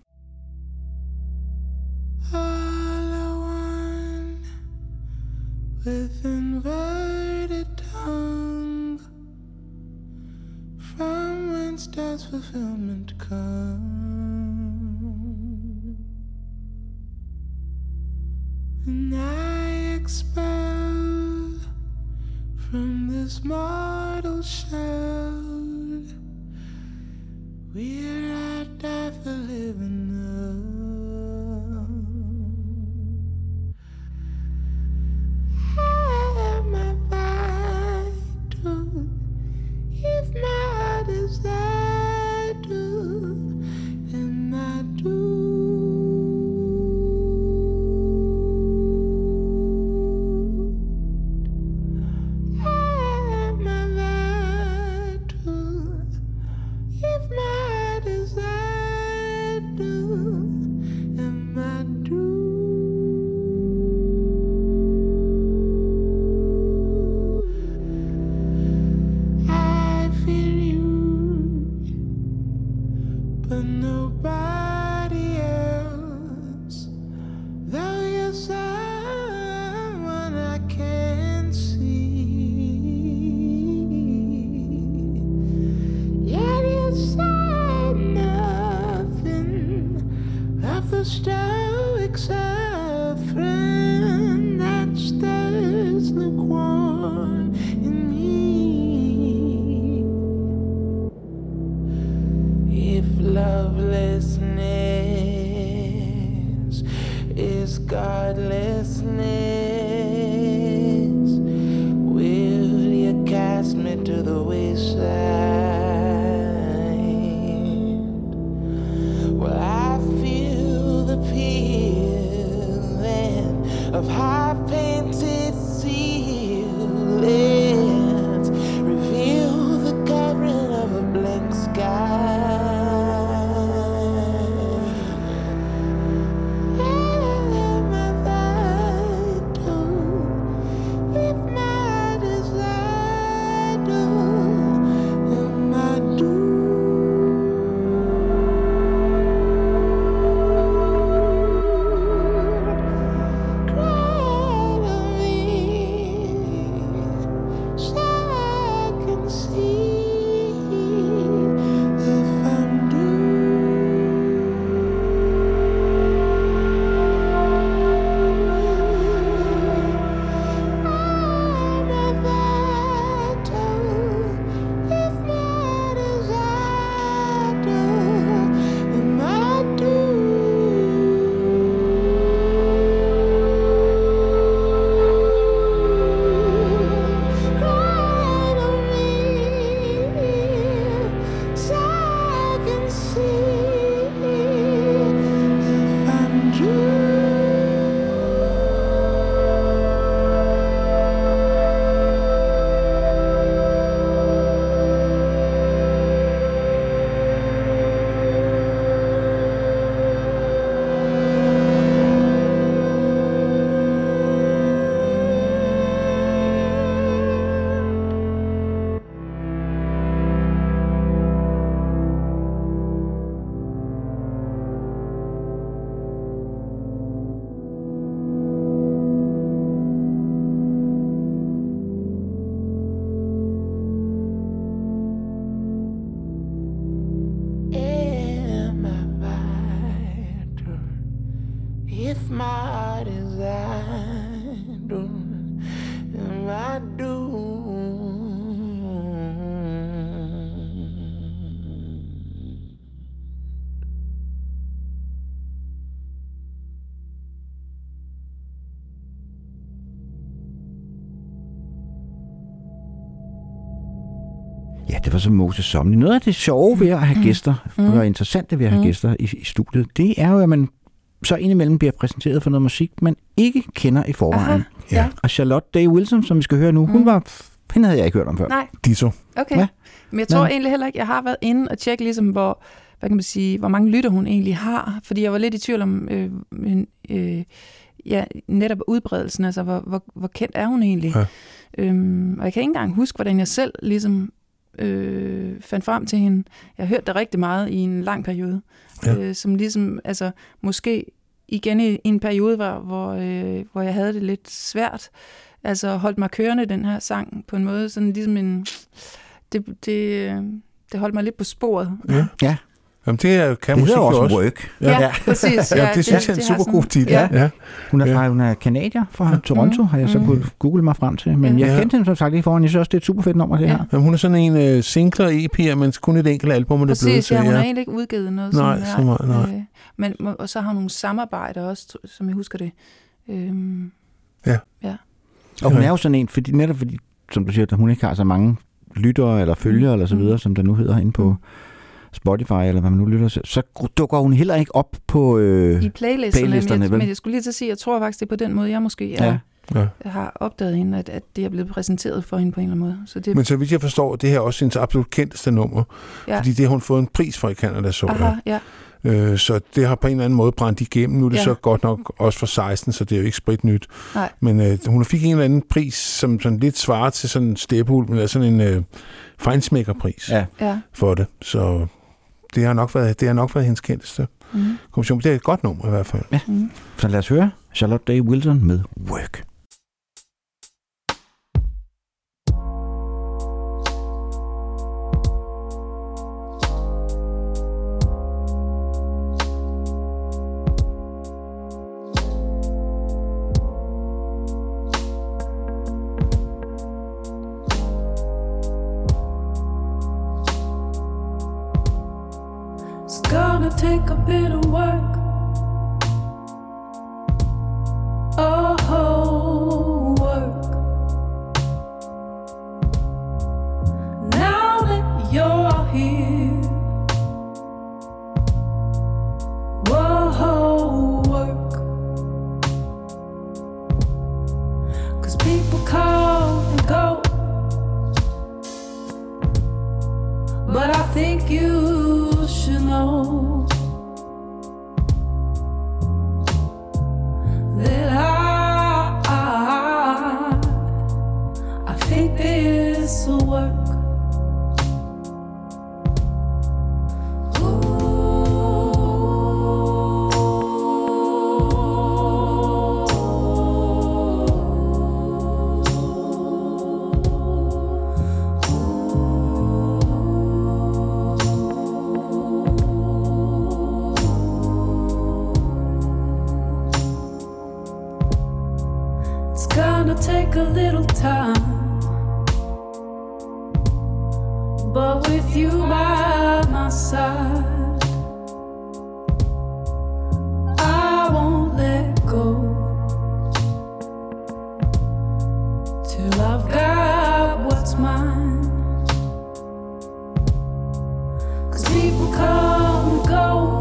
J: With inverted tongue, from whence does fulfillment come? And I expel from this mortal shell, will I die for living up? My vital, if my heart is idle, and I do. My vital, if my heart is idle. I do.
B: Ja, det var så Moses Somni. Noget af det sjove ved at have gæster, og interessante ved at have gæster i studiet, det er jo, at man så indimellem bliver præsenteret for noget musik, man ikke kender i forvejen.
D: Ja.
B: Og Charlotte Day Wilson, som vi skal høre nu, hende havde jeg ikke hørt om før.
D: Nej.
C: Ditto.
D: Okay. Ja. Men jeg tror egentlig heller ikke, jeg har været inde og tjekke ligesom, hvor mange lytter hun egentlig har. Fordi jeg var lidt i tvivl om netop udbredelsen, altså hvor kendt er hun egentlig. Ja. Og jeg kan ikke engang huske, hvordan jeg selv ligesom fandt frem til hende. Jeg har hørt det rigtig meget i en lang periode. Ja. Som ligesom, altså måske igen i en periode, hvor jeg havde det lidt svært. Altså holdt mig kørende, den her sang, på en måde, sådan ligesom en... Det holdt mig lidt på sporet.
C: Ja. Jamen, det kan musik
B: også.
C: også.
B: Work.
D: Ja, præcis.
C: Ja, det synes jeg er en super god titel.
D: Ja.
B: Hun er kanadier fra Toronto, har jeg så kunnet google mig frem til. Men jeg kendte hende som sagt lige foran. Jeg synes også, det er et super fedt nummer, det her.
C: Jamen, hun er sådan en singler EP'er, men kun et enkelt album, det er blevet til.
D: Ja, hun har egentlig ikke udgivet noget.
C: Nej, så meget, nej.
D: Men, og så har hun nogle samarbejder også, som jeg husker det.
B: Ja. Og hun er jo sådan en, netop fordi, som du siger, at hun ikke har så mange lyttere eller følgere eller så videre, som der nu hedder inde på Spotify, eller hvad man nu lytter til, så dukker hun heller ikke op på
D: i playlisterne. Men jeg skulle lige til at sige, jeg tror faktisk, det er på den måde, jeg måske har opdaget hende, at det er blevet præsenteret for hende på en eller anden måde. Så det...
C: Men så vidt jeg forstår, det her er også hendes absolut kendteste nummer, fordi det har hun fået en pris for i Canada, så så det har på en eller anden måde brændt igennem. Nu er det så godt nok også for 16, så det er jo ikke spritnyt.
D: Nej.
C: Men hun fik en eller anden pris, som sådan lidt svarer til sådan en Steppeulv, eller sådan en Feinschmecker-pris for det. Så det har nok været hendes kendteste kommission. Det er et godt nummer i hvert fald.
B: Ja. Så lad os høre Charlotte Day Wilson med Work.
E: Take a bit of work. Oh, work. Now that you're here, whoa, work. 'Cause people come and go, but I think you should know that I think this will work. Take a little time, but with you by my side, I won't let go till I've got what's mine. 'Cause people come and go,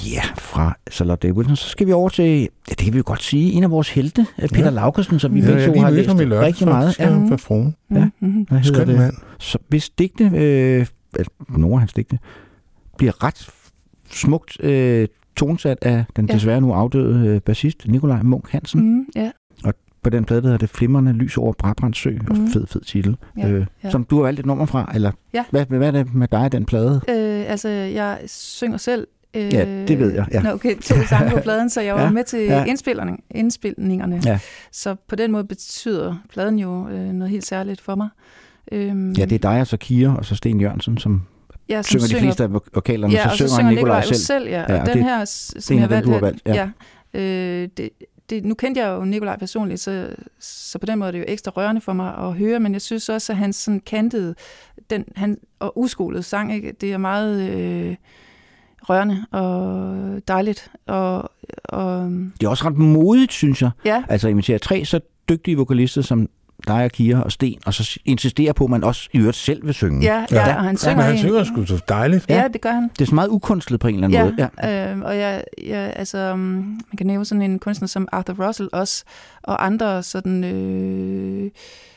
B: Ja, fra Charlotte Day Wilson. Så skal vi over til, ja, det kan vi jo godt sige, en af vores helte, Peter Laukersen, som vi begge to har læst rigtig meget.
C: Ja, for fruen.
B: Ja,
C: skønt mand.
B: Så hvis digte, nogle af hans digte, bliver ret smukt tonsat af den desværre nu afdøde bassist Nikolaj Munch Hansen.
D: Ja.
B: Og på den plade, der hedder det Flimrende lys over Brabrands sø. Fed titel. Som du har valgt et nummer fra, eller hvad er det med dig, den plade?
D: Altså, jeg synger selv.
B: Ja, det ved jeg. Ja.
D: Nå, okay, 2 sange på pladen, så jeg var med til indspilningerne. Ja. Så på den måde betyder pladen jo noget helt særligt for mig.
B: Ja, det er dig og så Kira og så Sten Jørgensen, som synger de fleste af vokalerne,
D: ja,
B: så synger Nikolaj
D: selv. Ja, og den her, som jeg har valgt, nu kendte jeg jo Nikolaj personligt, så på den måde er det jo ekstra rørende for mig at høre, men jeg synes også, at han sådan kantede og uskolede sang, ikke? Det er meget rørende og dejligt. Og
B: det er også ret modigt, synes jeg.
D: Ja.
B: Altså at invitere 3 så dygtige vokalister som dig og Kira og Sten, og så insistere på, at man også i øvrigt selv vil synge.
D: Ja, og han synger.
C: Ja, han synger sgu så dejligt.
D: Ja, det gør han.
B: Det er så meget ukunstlet på en eller anden måde.
D: Ja, og altså, man kan nævne sådan en kunstner som Arthur Russell også, og andre sådan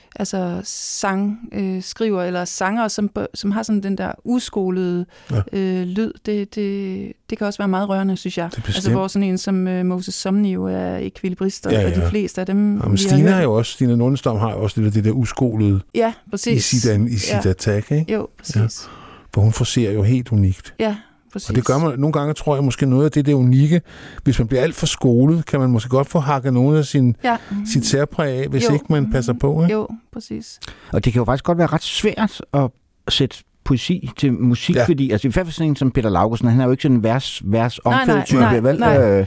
D: sangskriver eller sanger, som har sådan den der uskolede lyd. Det kan også være meget rørende, synes jeg. Altså hvor sådan en som Moses Somni jo er ekvilibrist, og de fleste af dem...
C: Ja, men Stina Nordenstorm har jo også lidt af det der uskolede i sit attack, ikke?
D: Jo, præcis. Ja.
C: For hun forser jo helt unikt.
D: Ja, præcis.
C: Og det gør man nogle gange, tror jeg, måske noget af det unikke. Hvis man bliver alt for skolet, kan man måske godt få hakket nogle af sit særpræg af, hvis ikke man passer på. Ikke?
D: Jo, præcis.
B: Og det kan jo faktisk godt være ret svært at sætte poesi til musik, fordi altså i hvert fald sådan en som Peter Laukersen, han er jo ikke sådan en vers omkvædet type, vel?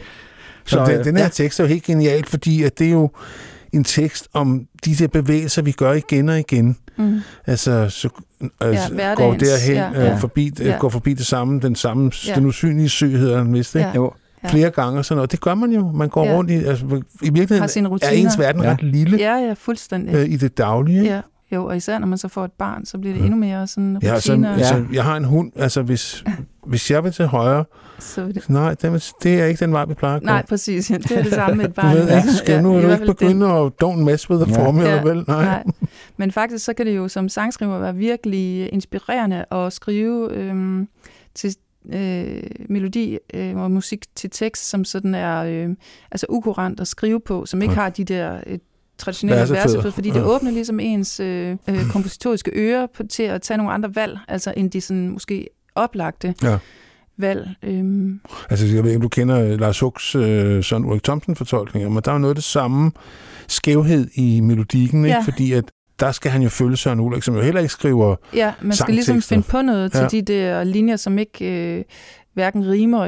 C: Så den her tekst er jo helt genial, fordi at det er jo en tekst om de der bevægelser, vi gør igen og igen. Altså, så går derhen, går forbi den usynlige sø, hedder den vist, ikke? Jo. Flere gange og sådan noget. Det gør man jo. Man går rundt i virkeligheden er ens verden ret lille.
D: Ja, fuldstændig.
C: I det daglige, ikke?
D: Ja. Jo, og især når man så får et barn, så bliver det endnu mere sådan rutiner.
C: Altså, jeg har en hund, altså hvis jeg vil til højre, nej, det er ikke den vej, vi plejer at gå.
D: Nej, præcis. Ja, det er det samme med et barn.
C: Du ved ikke, skal nu du ikke begynde at don't mess with the formula, vel? Nej.
D: Men faktisk så kan det jo som sangskriver være virkelig inspirerende at skrive til melodi og musik til tekst, som sådan er ukurant at skrive på, som ikke har de der traditionelle versefødder, fordi det åbner ligesom ens kompositoriske ører til at tage nogle andre valg, altså end de sådan måske oplagte valg.
C: Altså, jeg ved ikke, om du kender Lars Hugs Søren Ulrik Thomsen-fortolkninger, men der er jo noget af det samme skævhed i melodikken, ikke? Fordi at der skal han jo følge Søren Ulrik, som jo heller ikke skriver
D: man skal ligesom finde på noget til de der linjer, som ikke hverken rimer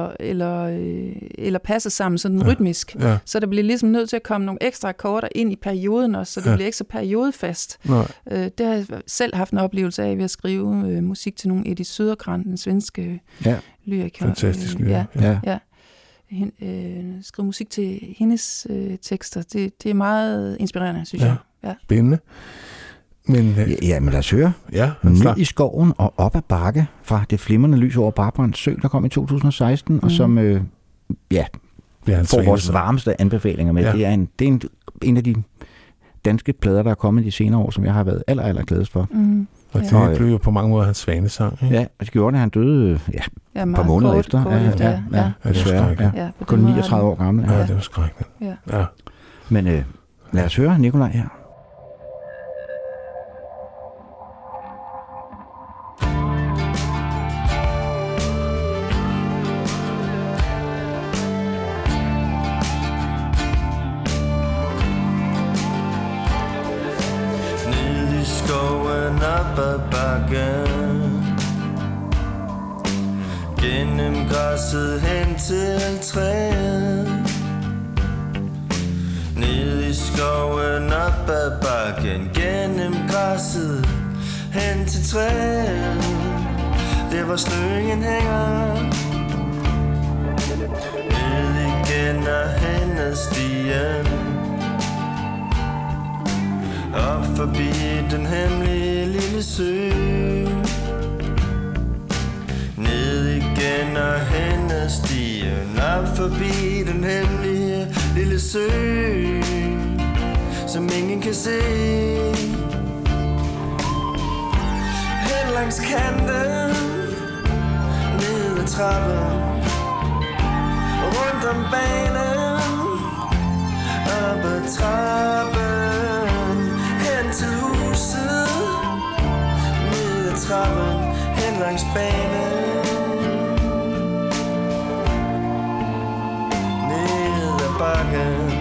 D: eller passer sammen sådan rytmisk. Ja. Så der bliver ligesom nødt til at komme nogle ekstra akkorder ind i perioden også, så det bliver ikke så periodefast. Det har jeg selv haft en oplevelse af ved at skrive musik til nogle Edith Södergran, den svenske lyriker.
C: Fantastisk lyriker.
D: Skrive musik til hendes tekster, det er meget inspirerende, synes jeg. Ja.
C: Spændende. Men
B: lad os høre. Ned i skoven og op ad bakke fra Det flimrende lys over Brabrands sø, der kom i 2016, og som får vores varmeste anbefalinger med. Det er en af de danske plader, der er kommet de senere år, som jeg har været aller gladest for.
C: Og det blev jo på mange måder hans svanesang. Ikke?
B: Ja, og det gjorde det, han døde et par måneder efter.
C: Desværre.
B: Kun 39 år gammel.
C: Ja, det var skrækkeligt. Ja.
B: Men lad os høre Nikolaj her.
K: Gennem græsset hen til træet, ned i skoven op ad bakken. Gennem græsset hen til træet, der hvor snøen hænger. Ned igen og hen ad stien, op forbi den hemmelige lille sø. Ned igen og hen ad stien op forbi den hemmelige lille sø, som ingen kan se. Hen langs kanten, ned ad trappen, rundt om banen, op ad trappen, hen til huset, ned ad trappen, hen langs banen, ned ad bakken.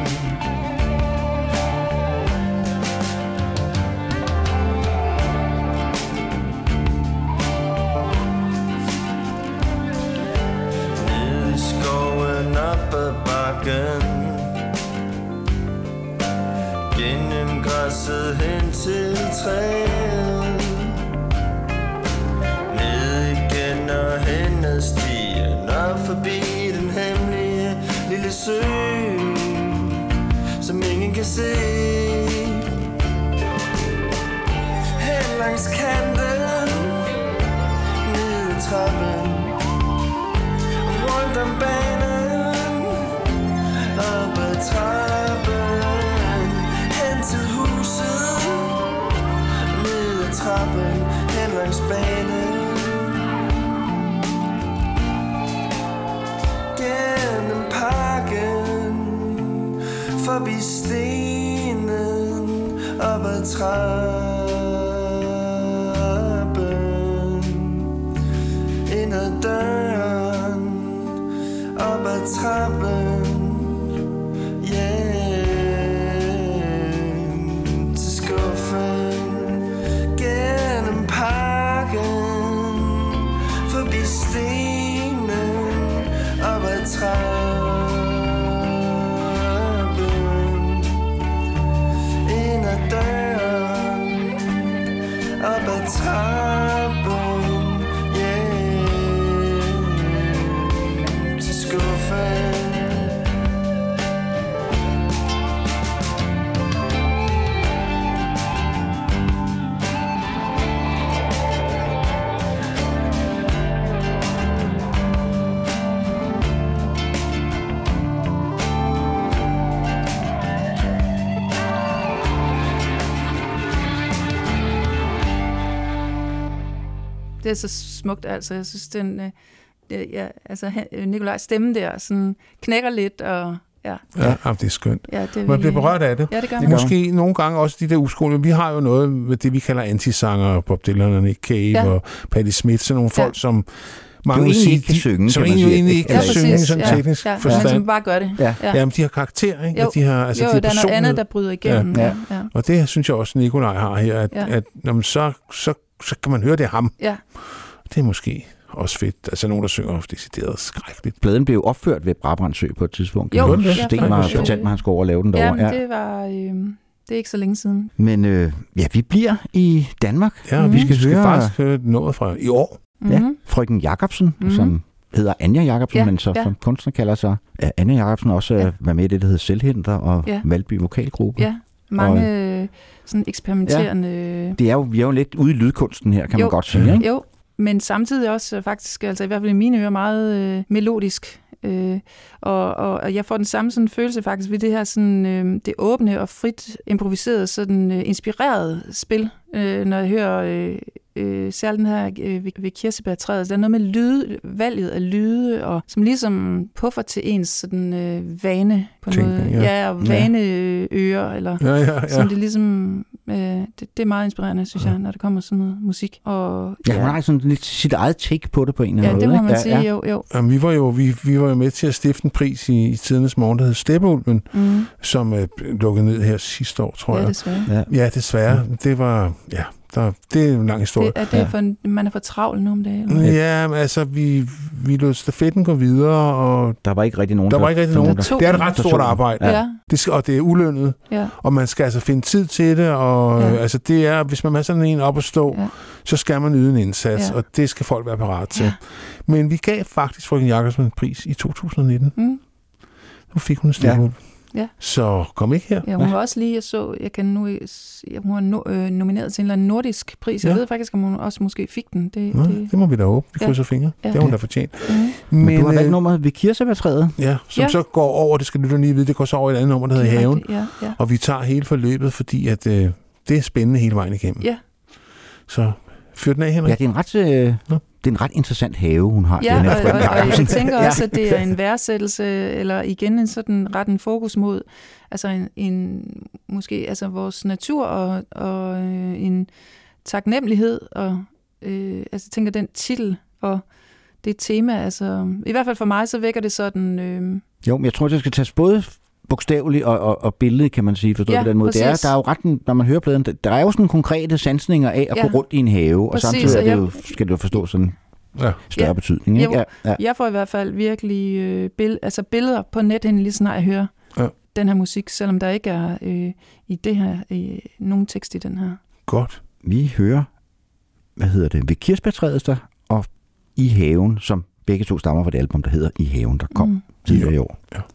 K: Op ad bakken, gennem græsset hen til træet, ned igen og hen ad stien, op forbi den hemmelige lille sø, som ingen kan se. Hen langs kanten, ned ad trappen, rundt om banen, op ad trappen, hen til huset, ned ad trappen, hen langs banen, gennem parken, forbi stenen, op ad trappen, ind ad døren, op ad trappen, til skuffen, gennem parken, forbi stenen, op ad trappen, ind ad døren, op ad trappen, til skuffen.
D: Det er så smukt, altså. Jeg synes, Nikolajs stemme der sådan knækker lidt, og ja,
C: det er skønt.
D: Ja, det
C: man bliver berørt af det.
D: Ja, det gør man.
C: Måske nogle gange også de der uskolede. Vi har jo noget med det, vi kalder antisanger, Bob Dylan og Nick Cave og Patti Smith, sådan nogle folk, som mange
B: egentlig ikke kan synge,
C: som egentlig ikke kan synge sådan teknisk forstand.
D: Men som bare gør det.
C: Ja. Jamen, de har karakter, ikke?
D: Jo,
C: de har, altså,
D: jo,
C: de
D: der er noget andet, der bryder igennem.
C: Ja. Og det synes jeg også, Nikolaj har her, at når man så kan man høre, det er ham.
D: Ja.
C: Det er måske også fedt. Altså nogen, der synger decideret skrækkeligt.
B: Pladen blev opført ved Brabrandssø på et tidspunkt.
D: Jo,
B: Sten har fortalt mig, at han skulle over og lave den derovre.
D: Ja, det var... det er ikke så længe siden.
B: Men vi bliver i Danmark.
C: Ja, vi skal faktisk høre noget fra i år.
B: Ja, Frøken Jacobsen, som hedder Anja Jacobsen, men så som kunstner kalder sig Anja Jacobsen, også var med i det, der hedder Selvhenter og Valby Vokalgruppe.
D: Ja, mange sådan eksperimenterende...
B: Det er jo, vi er jo lidt ude i lydkunsten her, kan man godt sige, ikke?
D: Jo, men samtidig også faktisk, altså i hvert fald i mine ører, meget melodisk. Og jeg får den samme sådan følelse faktisk ved det her sådan, det åbne og frit improviserede, sådan inspireret spil, når jeg hører særligt den her ved kirsebærtræet. Der er noget med valget af lyde, og som ligesom puffer til ens sådan vane på noget. Ja, og vaneører, eller som det ligesom... Det er meget inspirerende, synes jeg, når der kommer sådan noget musik. Og,
B: hun har sådan lidt sit eget take på det på en eller anden måde.
D: Ja, det må man sige, jo.
C: Jamen, vi var jo med til at stifte en pris i Tidernes Morgen, der hed Steppeulven, som lukkede ned her sidste år, tror jeg.
D: Ja, desværre.
C: Ja, desværre. Det var... Ja. Det er en lang historie.
D: Er det for, man er for travl nu om dagen? Eller?
C: Ja, men altså, vi lod stafetten gå videre, og...
B: Der var ikke rigtig nogen.
C: Det er et ret stort arbejde.
D: Ja.
C: Og det er ulønnet. Ja. Og man skal altså finde tid til det, og altså, det er, hvis man har sådan en op at stå, så skal man yde en indsats, og det skal folk være parat til. Men vi gav faktisk Frøken Jacobsen en pris i 2019. Nu fik hun en Steppeulv.
D: Ja.
C: Så kom ikke her.
D: Ja, hun var også lige, hun var nomineret til en eller anden nordisk pris. Jeg ved faktisk, om hun også måske fik den.
C: Det må vi da håbe. Vi krydser fingre. Det har hun da fortjent.
B: Men du har valgt nummeret ved kirsebærtræet.
C: Ja, som så går over, det skal lytterne lige vide, det går så over et andet nummer, der hedder Haven.
D: Ja.
C: Og vi tager hele forløbet, fordi at, det er spændende hele vejen igennem.
D: Ja.
C: Så fyr den af, Henrik.
B: Ja, det er en ret interessant have, hun har.
D: Ja, og jeg tænker også, at det er en værdsættelse, eller igen en fokus mod altså måske altså vores natur og en taknemmelighed, og altså tænker den titel og det tema, altså i hvert fald for mig, så vækker det sådan...
B: Jo, men jeg tror, det skal tages både bogstaveligt og billedet, kan man sige, forstået på den måde. Der er jo ret, når man hører pladen, der er jo sådan konkrete sansninger af at gå rundt i en have, og samtidig er det jo, skal det jo forstå sådan større betydning. Ikke?
D: Jeg får i hvert fald virkelig billeder på nethinden, lige snart jeg hører den her musik, selvom der ikke er i det her nogen tekst i den her.
B: Godt. Vi hører, ved kirsebærtræet der, og I haven, som begge to stammer fra det album, der hedder I haven, der kom tidligere i år.
C: Ja.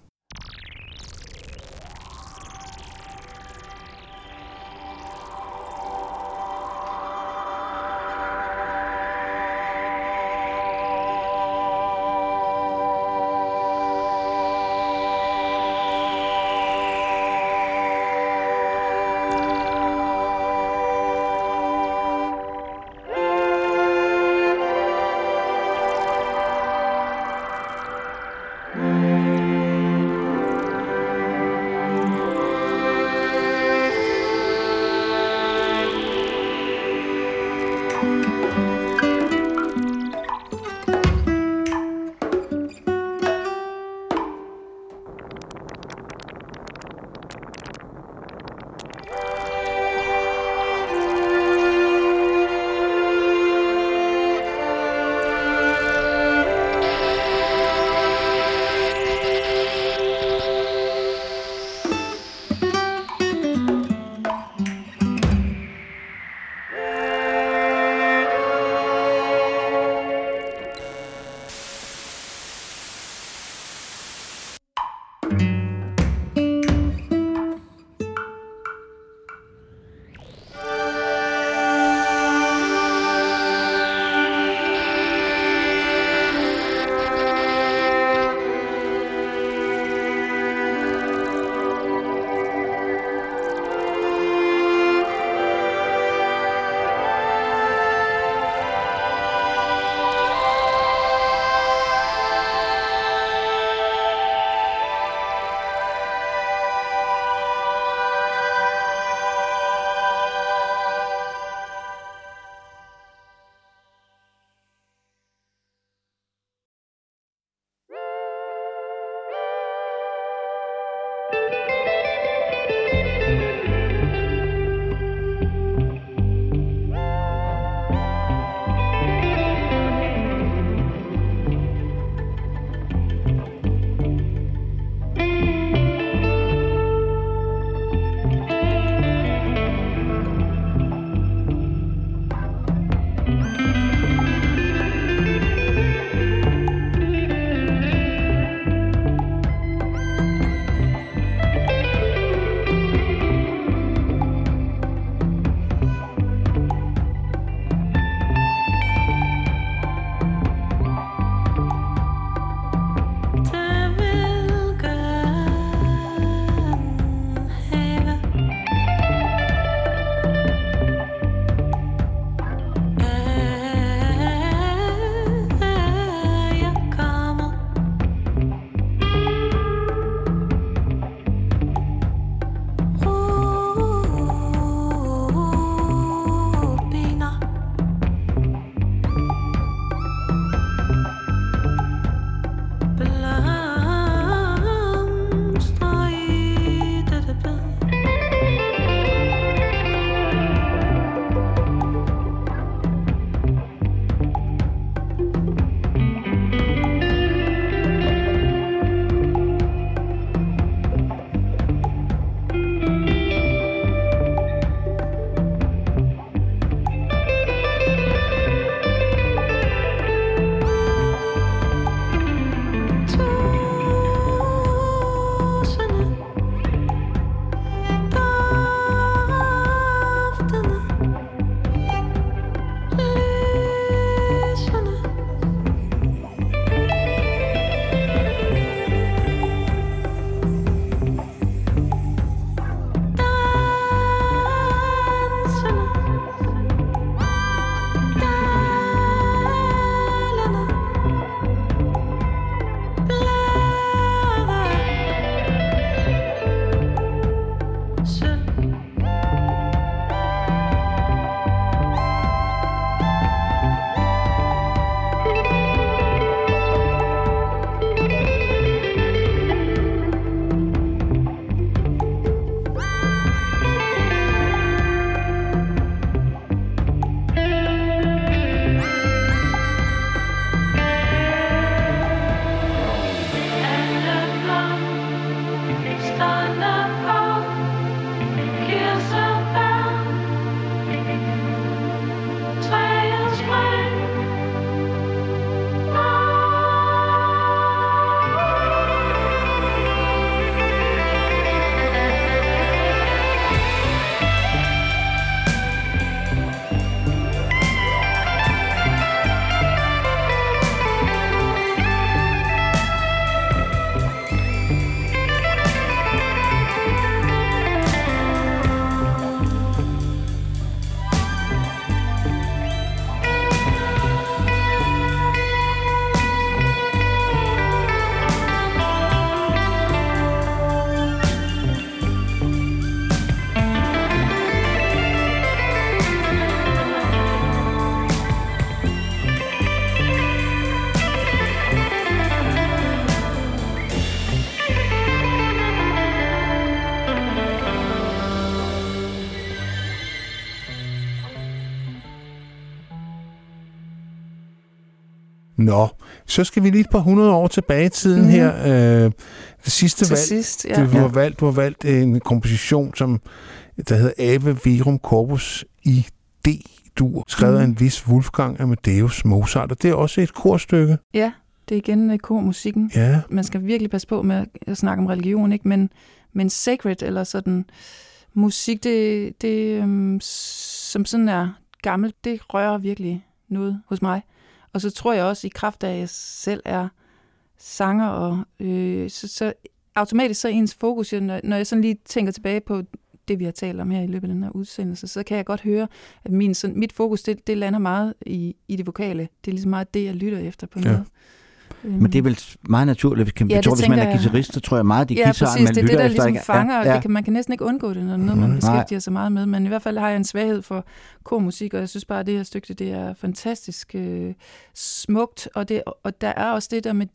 C: Nå, så skal vi lige et par 100 år tilbage i tiden her. Det sidste valg,
D: sidst, ja.
C: du har valgt en komposition, der hedder Ave Verum Corpus i D-dur, skrevet af en vis Wolfgang Amadeus Mozart, og det er også et korstykke.
D: Ja, det er igen kormusikken.
C: Ja.
D: Man skal virkelig passe på med at snakke om religion, ikke? Men sacred, eller sådan musik, det som sådan er gammelt, det rører virkelig noget hos mig. Og så tror jeg også, i kraft af, at jeg selv er sanger, og så automatisk så ens fokus, når jeg sådan lige tænker tilbage på det, vi har talt om her i løbet af den her udsendelse, så kan jeg godt høre, at mit fokus, det lander meget i det vokale. Det er ligesom meget det, jeg lytter efter på noget.
B: Men det er vel meget naturligt. Hvis man er guitarist, så tror jeg meget, de guitaren, man lytter efter. Ja, præcis. Det er det, der ligesom fanger.
D: Man kan næsten ikke undgå det, når noget, man beskæftiger sig meget med. Men i hvert fald har jeg en svaghed for kormusik, og jeg synes bare, at det her stykke, det er fantastisk smukt. Og der er også det der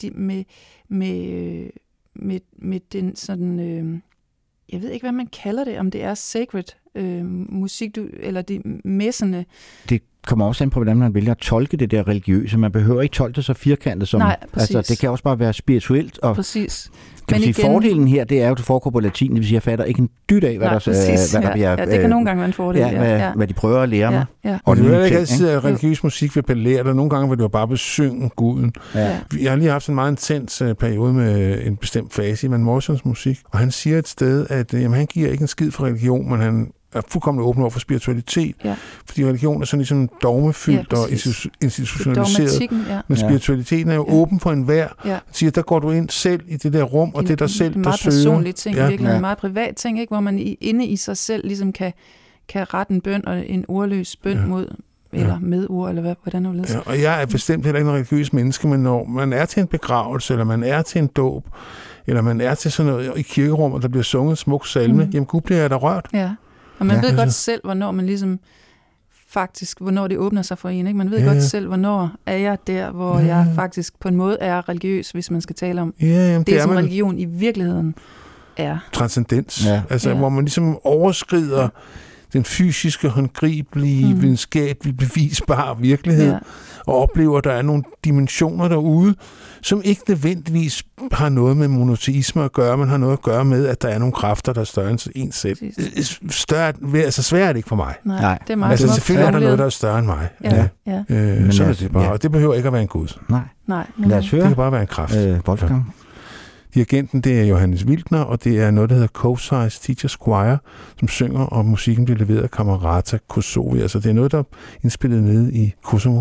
D: med den sådan... jeg ved ikke, hvad man kalder det, om det er sacred musik, eller det messende.
B: Det kommer også an på, hvordan man vælger at tolke det der religiøse. Man behøver ikke tolke det så firkantet som...
D: Nej, præcis.
B: Altså, det kan også bare være spirituelt. Og
D: præcis.
B: Kan man sige, fordelen her, det er jo, at det foregår på latin, det vil sige, jeg fatter ikke en dyt af, hvad der bliver...
D: Ja, det kan nogle gange være en fordel.
B: Hvad de prøver at lære mig.
D: Ja.
C: Og det er ikke altid, at religiøs musik vil appellere dig. Nogle gange vil du bare besynge guden. Ja. Jeg har lige haft en meget intens periode med en bestemt fase i Van Morrisons musik, og han siger et sted, at han giver ikke en skid for religion, men han er fuldkommen åben over for spiritualitet, fordi religion er sådan ligesom dogmefyldt og institutionaliseret. Men spiritualiteten er jo åben for enhver. Han siger, der går du ind selv i det der rum, og det er dig selv, der søger.
D: Meget personlige ting, virkelig en meget privat ting, ikke? Hvor man inde i sig selv ligesom kan rette en bøn og en ordløs bøn mod eller med ord, eller hvordan du vil.
C: Og jeg er bestemt heller ikke en religiøs menneske, men når man er til en begravelse, eller man er til en dåb, eller man er til sådan noget i kirkerum, og der bliver sunget en smuk salme, jamen Gud bliver der rørt.
D: Ja. Og man ved godt selv, hvornår man ligesom faktisk, hvornår det åbner sig for en, ikke? Man ved godt selv, hvornår er jeg der, hvor jeg faktisk på en måde er religiøs, hvis man skal tale om det som religion i virkeligheden er.
C: Transcendens. Hvor man ligesom overskrider den fysiske, håndgribelige, videnskabelige, bevisbare virkelighed, og oplever, at der er nogle dimensioner derude, som ikke nødvendigvis har noget med monoteisme at gøre, men har noget at gøre med, at der er nogle kræfter, der er større end en selv. Sværere er det ikke for mig.
D: Nej. Det er meget
C: selvfølgelig er der noget, der er større end mig. Så er det bare. Og det behøver ikke at være en gud.
B: Nej. Lad os høre.
C: Det kan bare være en kraft.
B: Wolfgang.
C: Dirigenten, det er Johannes Wildner, og det er noget, der hedder Co-Size Teacher Squire, som synger, og musikken bliver leveret af Camerata Kosovi. Altså, det er noget, der er indspillet nede i Kosovo.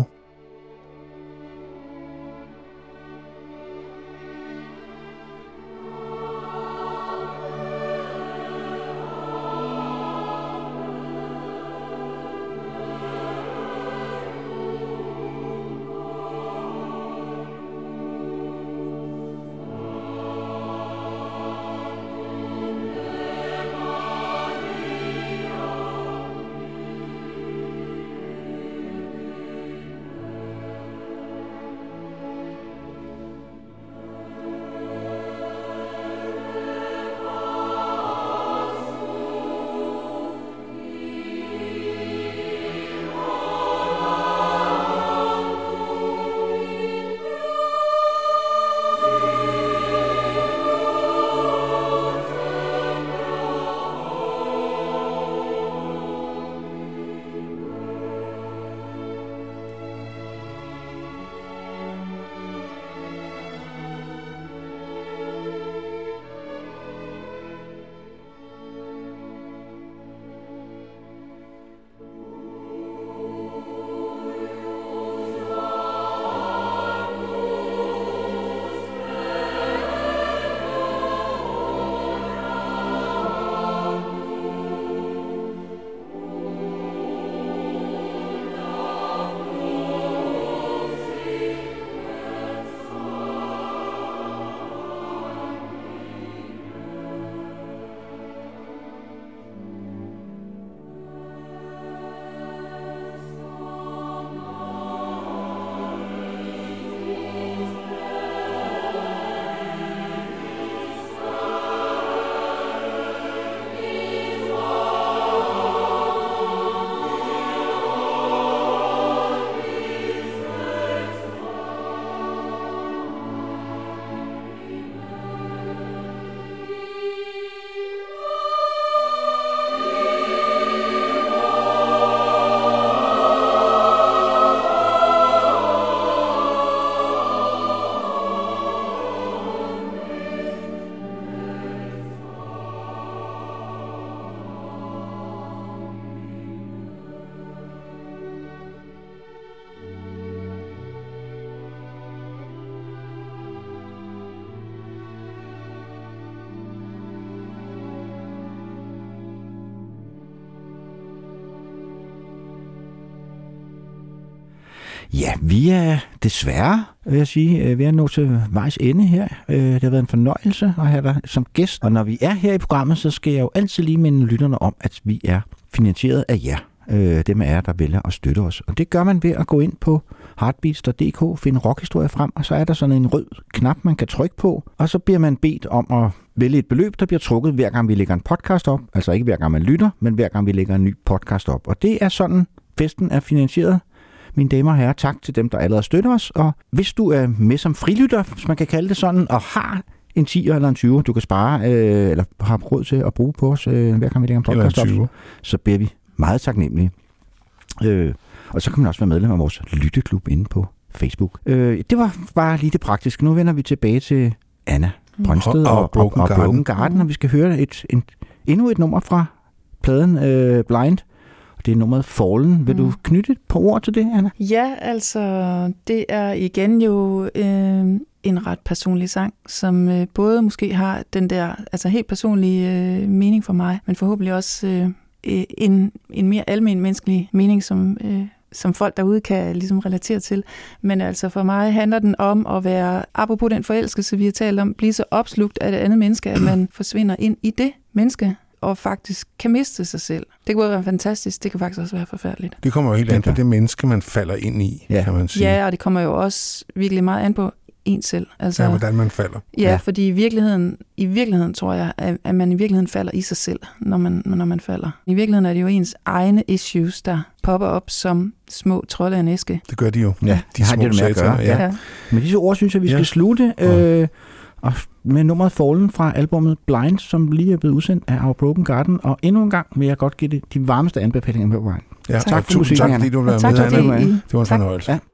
B: Ja, vi er desværre, vil jeg sige, ved at nå til vejs ende her. Det har været en fornøjelse at have dig som gæst. Og når vi er her i programmet, så skal jeg jo altid lige minde lytterne om, at vi er finansieret af jer. Dem af jer, der vælger at støtte os. Og det gør man ved at gå ind på heartbeats.dk, finde rockhistorie frem, og så er der sådan en rød knap, man kan trykke på, og så bliver man bedt om at vælge et beløb, der bliver trukket hver gang vi lægger en podcast op. Altså ikke hver gang man lytter, men hver gang vi lægger en ny podcast op. Og det er sådan, festen er finansieret. Mine damer og herrer, tak til dem, der allerede støtter os. Og hvis du er med som frilytter, hvis man kan kalde det sådan, og har en 10 eller en 20, du kan spare, eller har råd til at bruge på os, hver gang vi lægger en podcast op, så beder vi meget taknemmelige. Og så kan man også være medlem af vores lytteklub inde på Facebook. Det var bare lige det praktiske. Nu vender vi tilbage til Anna Brøndsted og Broken Garden, og vi skal høre endnu et nummer fra pladen Blind. Det er nummeret Fallen. Vil du knytte et par ord til det, Anna?
D: Ja, altså det er igen jo en ret personlig sang, som både måske har den der altså helt personlige mening for mig, men forhåbentlig også en mere almen menneskelig mening, som folk derude kan ligesom relatere til. Men altså for mig handler den om at være, apropos den forelskelse, vi har talt om, blive så opslugt af det andet menneske, at man forsvinder ind i det menneske, og faktisk kan miste sig selv. Det kan både være fantastisk, det kan faktisk også være forfærdeligt.
C: Det kommer jo helt an på det menneske, man falder ind i, kan man sige.
D: Ja, og det kommer jo også virkelig meget an på en selv. Altså,
C: ja, hvordan man falder.
D: Ja, fordi i virkeligheden tror jeg, at man i virkeligheden falder i sig selv, når man falder. I virkeligheden er det jo ens egne issues, der popper op som små trolde af en æske.
C: Det gør de jo.
B: Ja,
C: de
B: har det med at gøre. Ja. Med disse ord synes jeg, vi skal slutte. Og med nummeret Fallen fra albumet Blind, som lige er blevet udsendt af Our Broken Garden. Og endnu en gang vil jeg godt give det de varmeste anbefalinger med på vejen.
C: Ja, tak for musikken, tak fordi du var med, Anna. Det var en fornøjelse. Ja.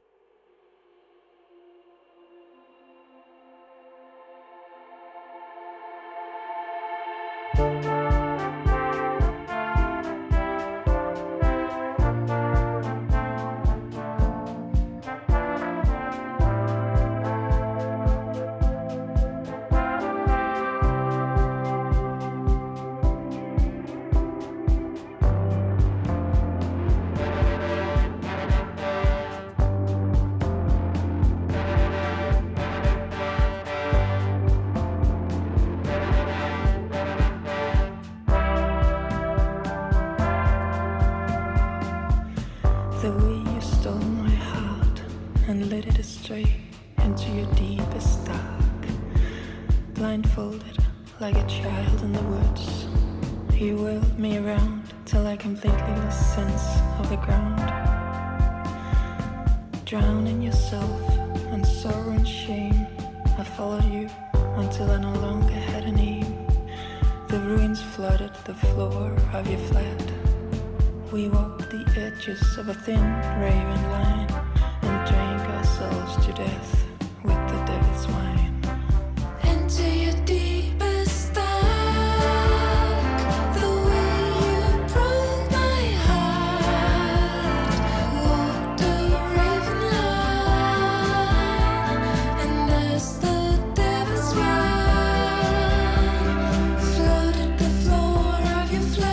E: The way you stole my heart and led it astray into your deepest dark. Blindfolded like a child in the woods, you whirled me around till I completely lost sense of the ground. Drown in yourself and sorrow and shame, I followed you until I no longer had a name. The ruins flooded the floor of your flat. We walked the edges of a thin raven line and drank ourselves to death with the devil's wine. Into your deepest dark, the way you broke my heart, walked a raven line, and as the devil's wine flooded the floor of your flat.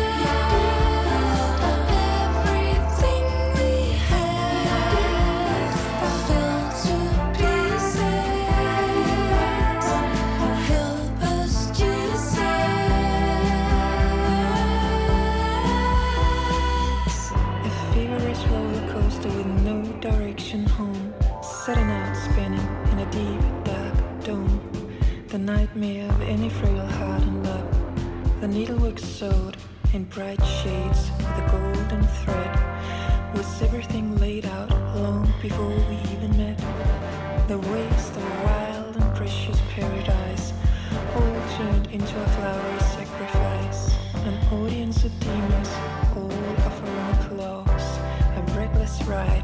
E: Setting out spinning in a deep, dark dome. The nightmare of any frail heart in love. The needlework sewed in bright shades with a golden thread. Was everything laid out long before we even met? The waste of a wild and precious paradise, all turned into a flowery sacrifice. An audience of demons, all offering applause. A reckless ride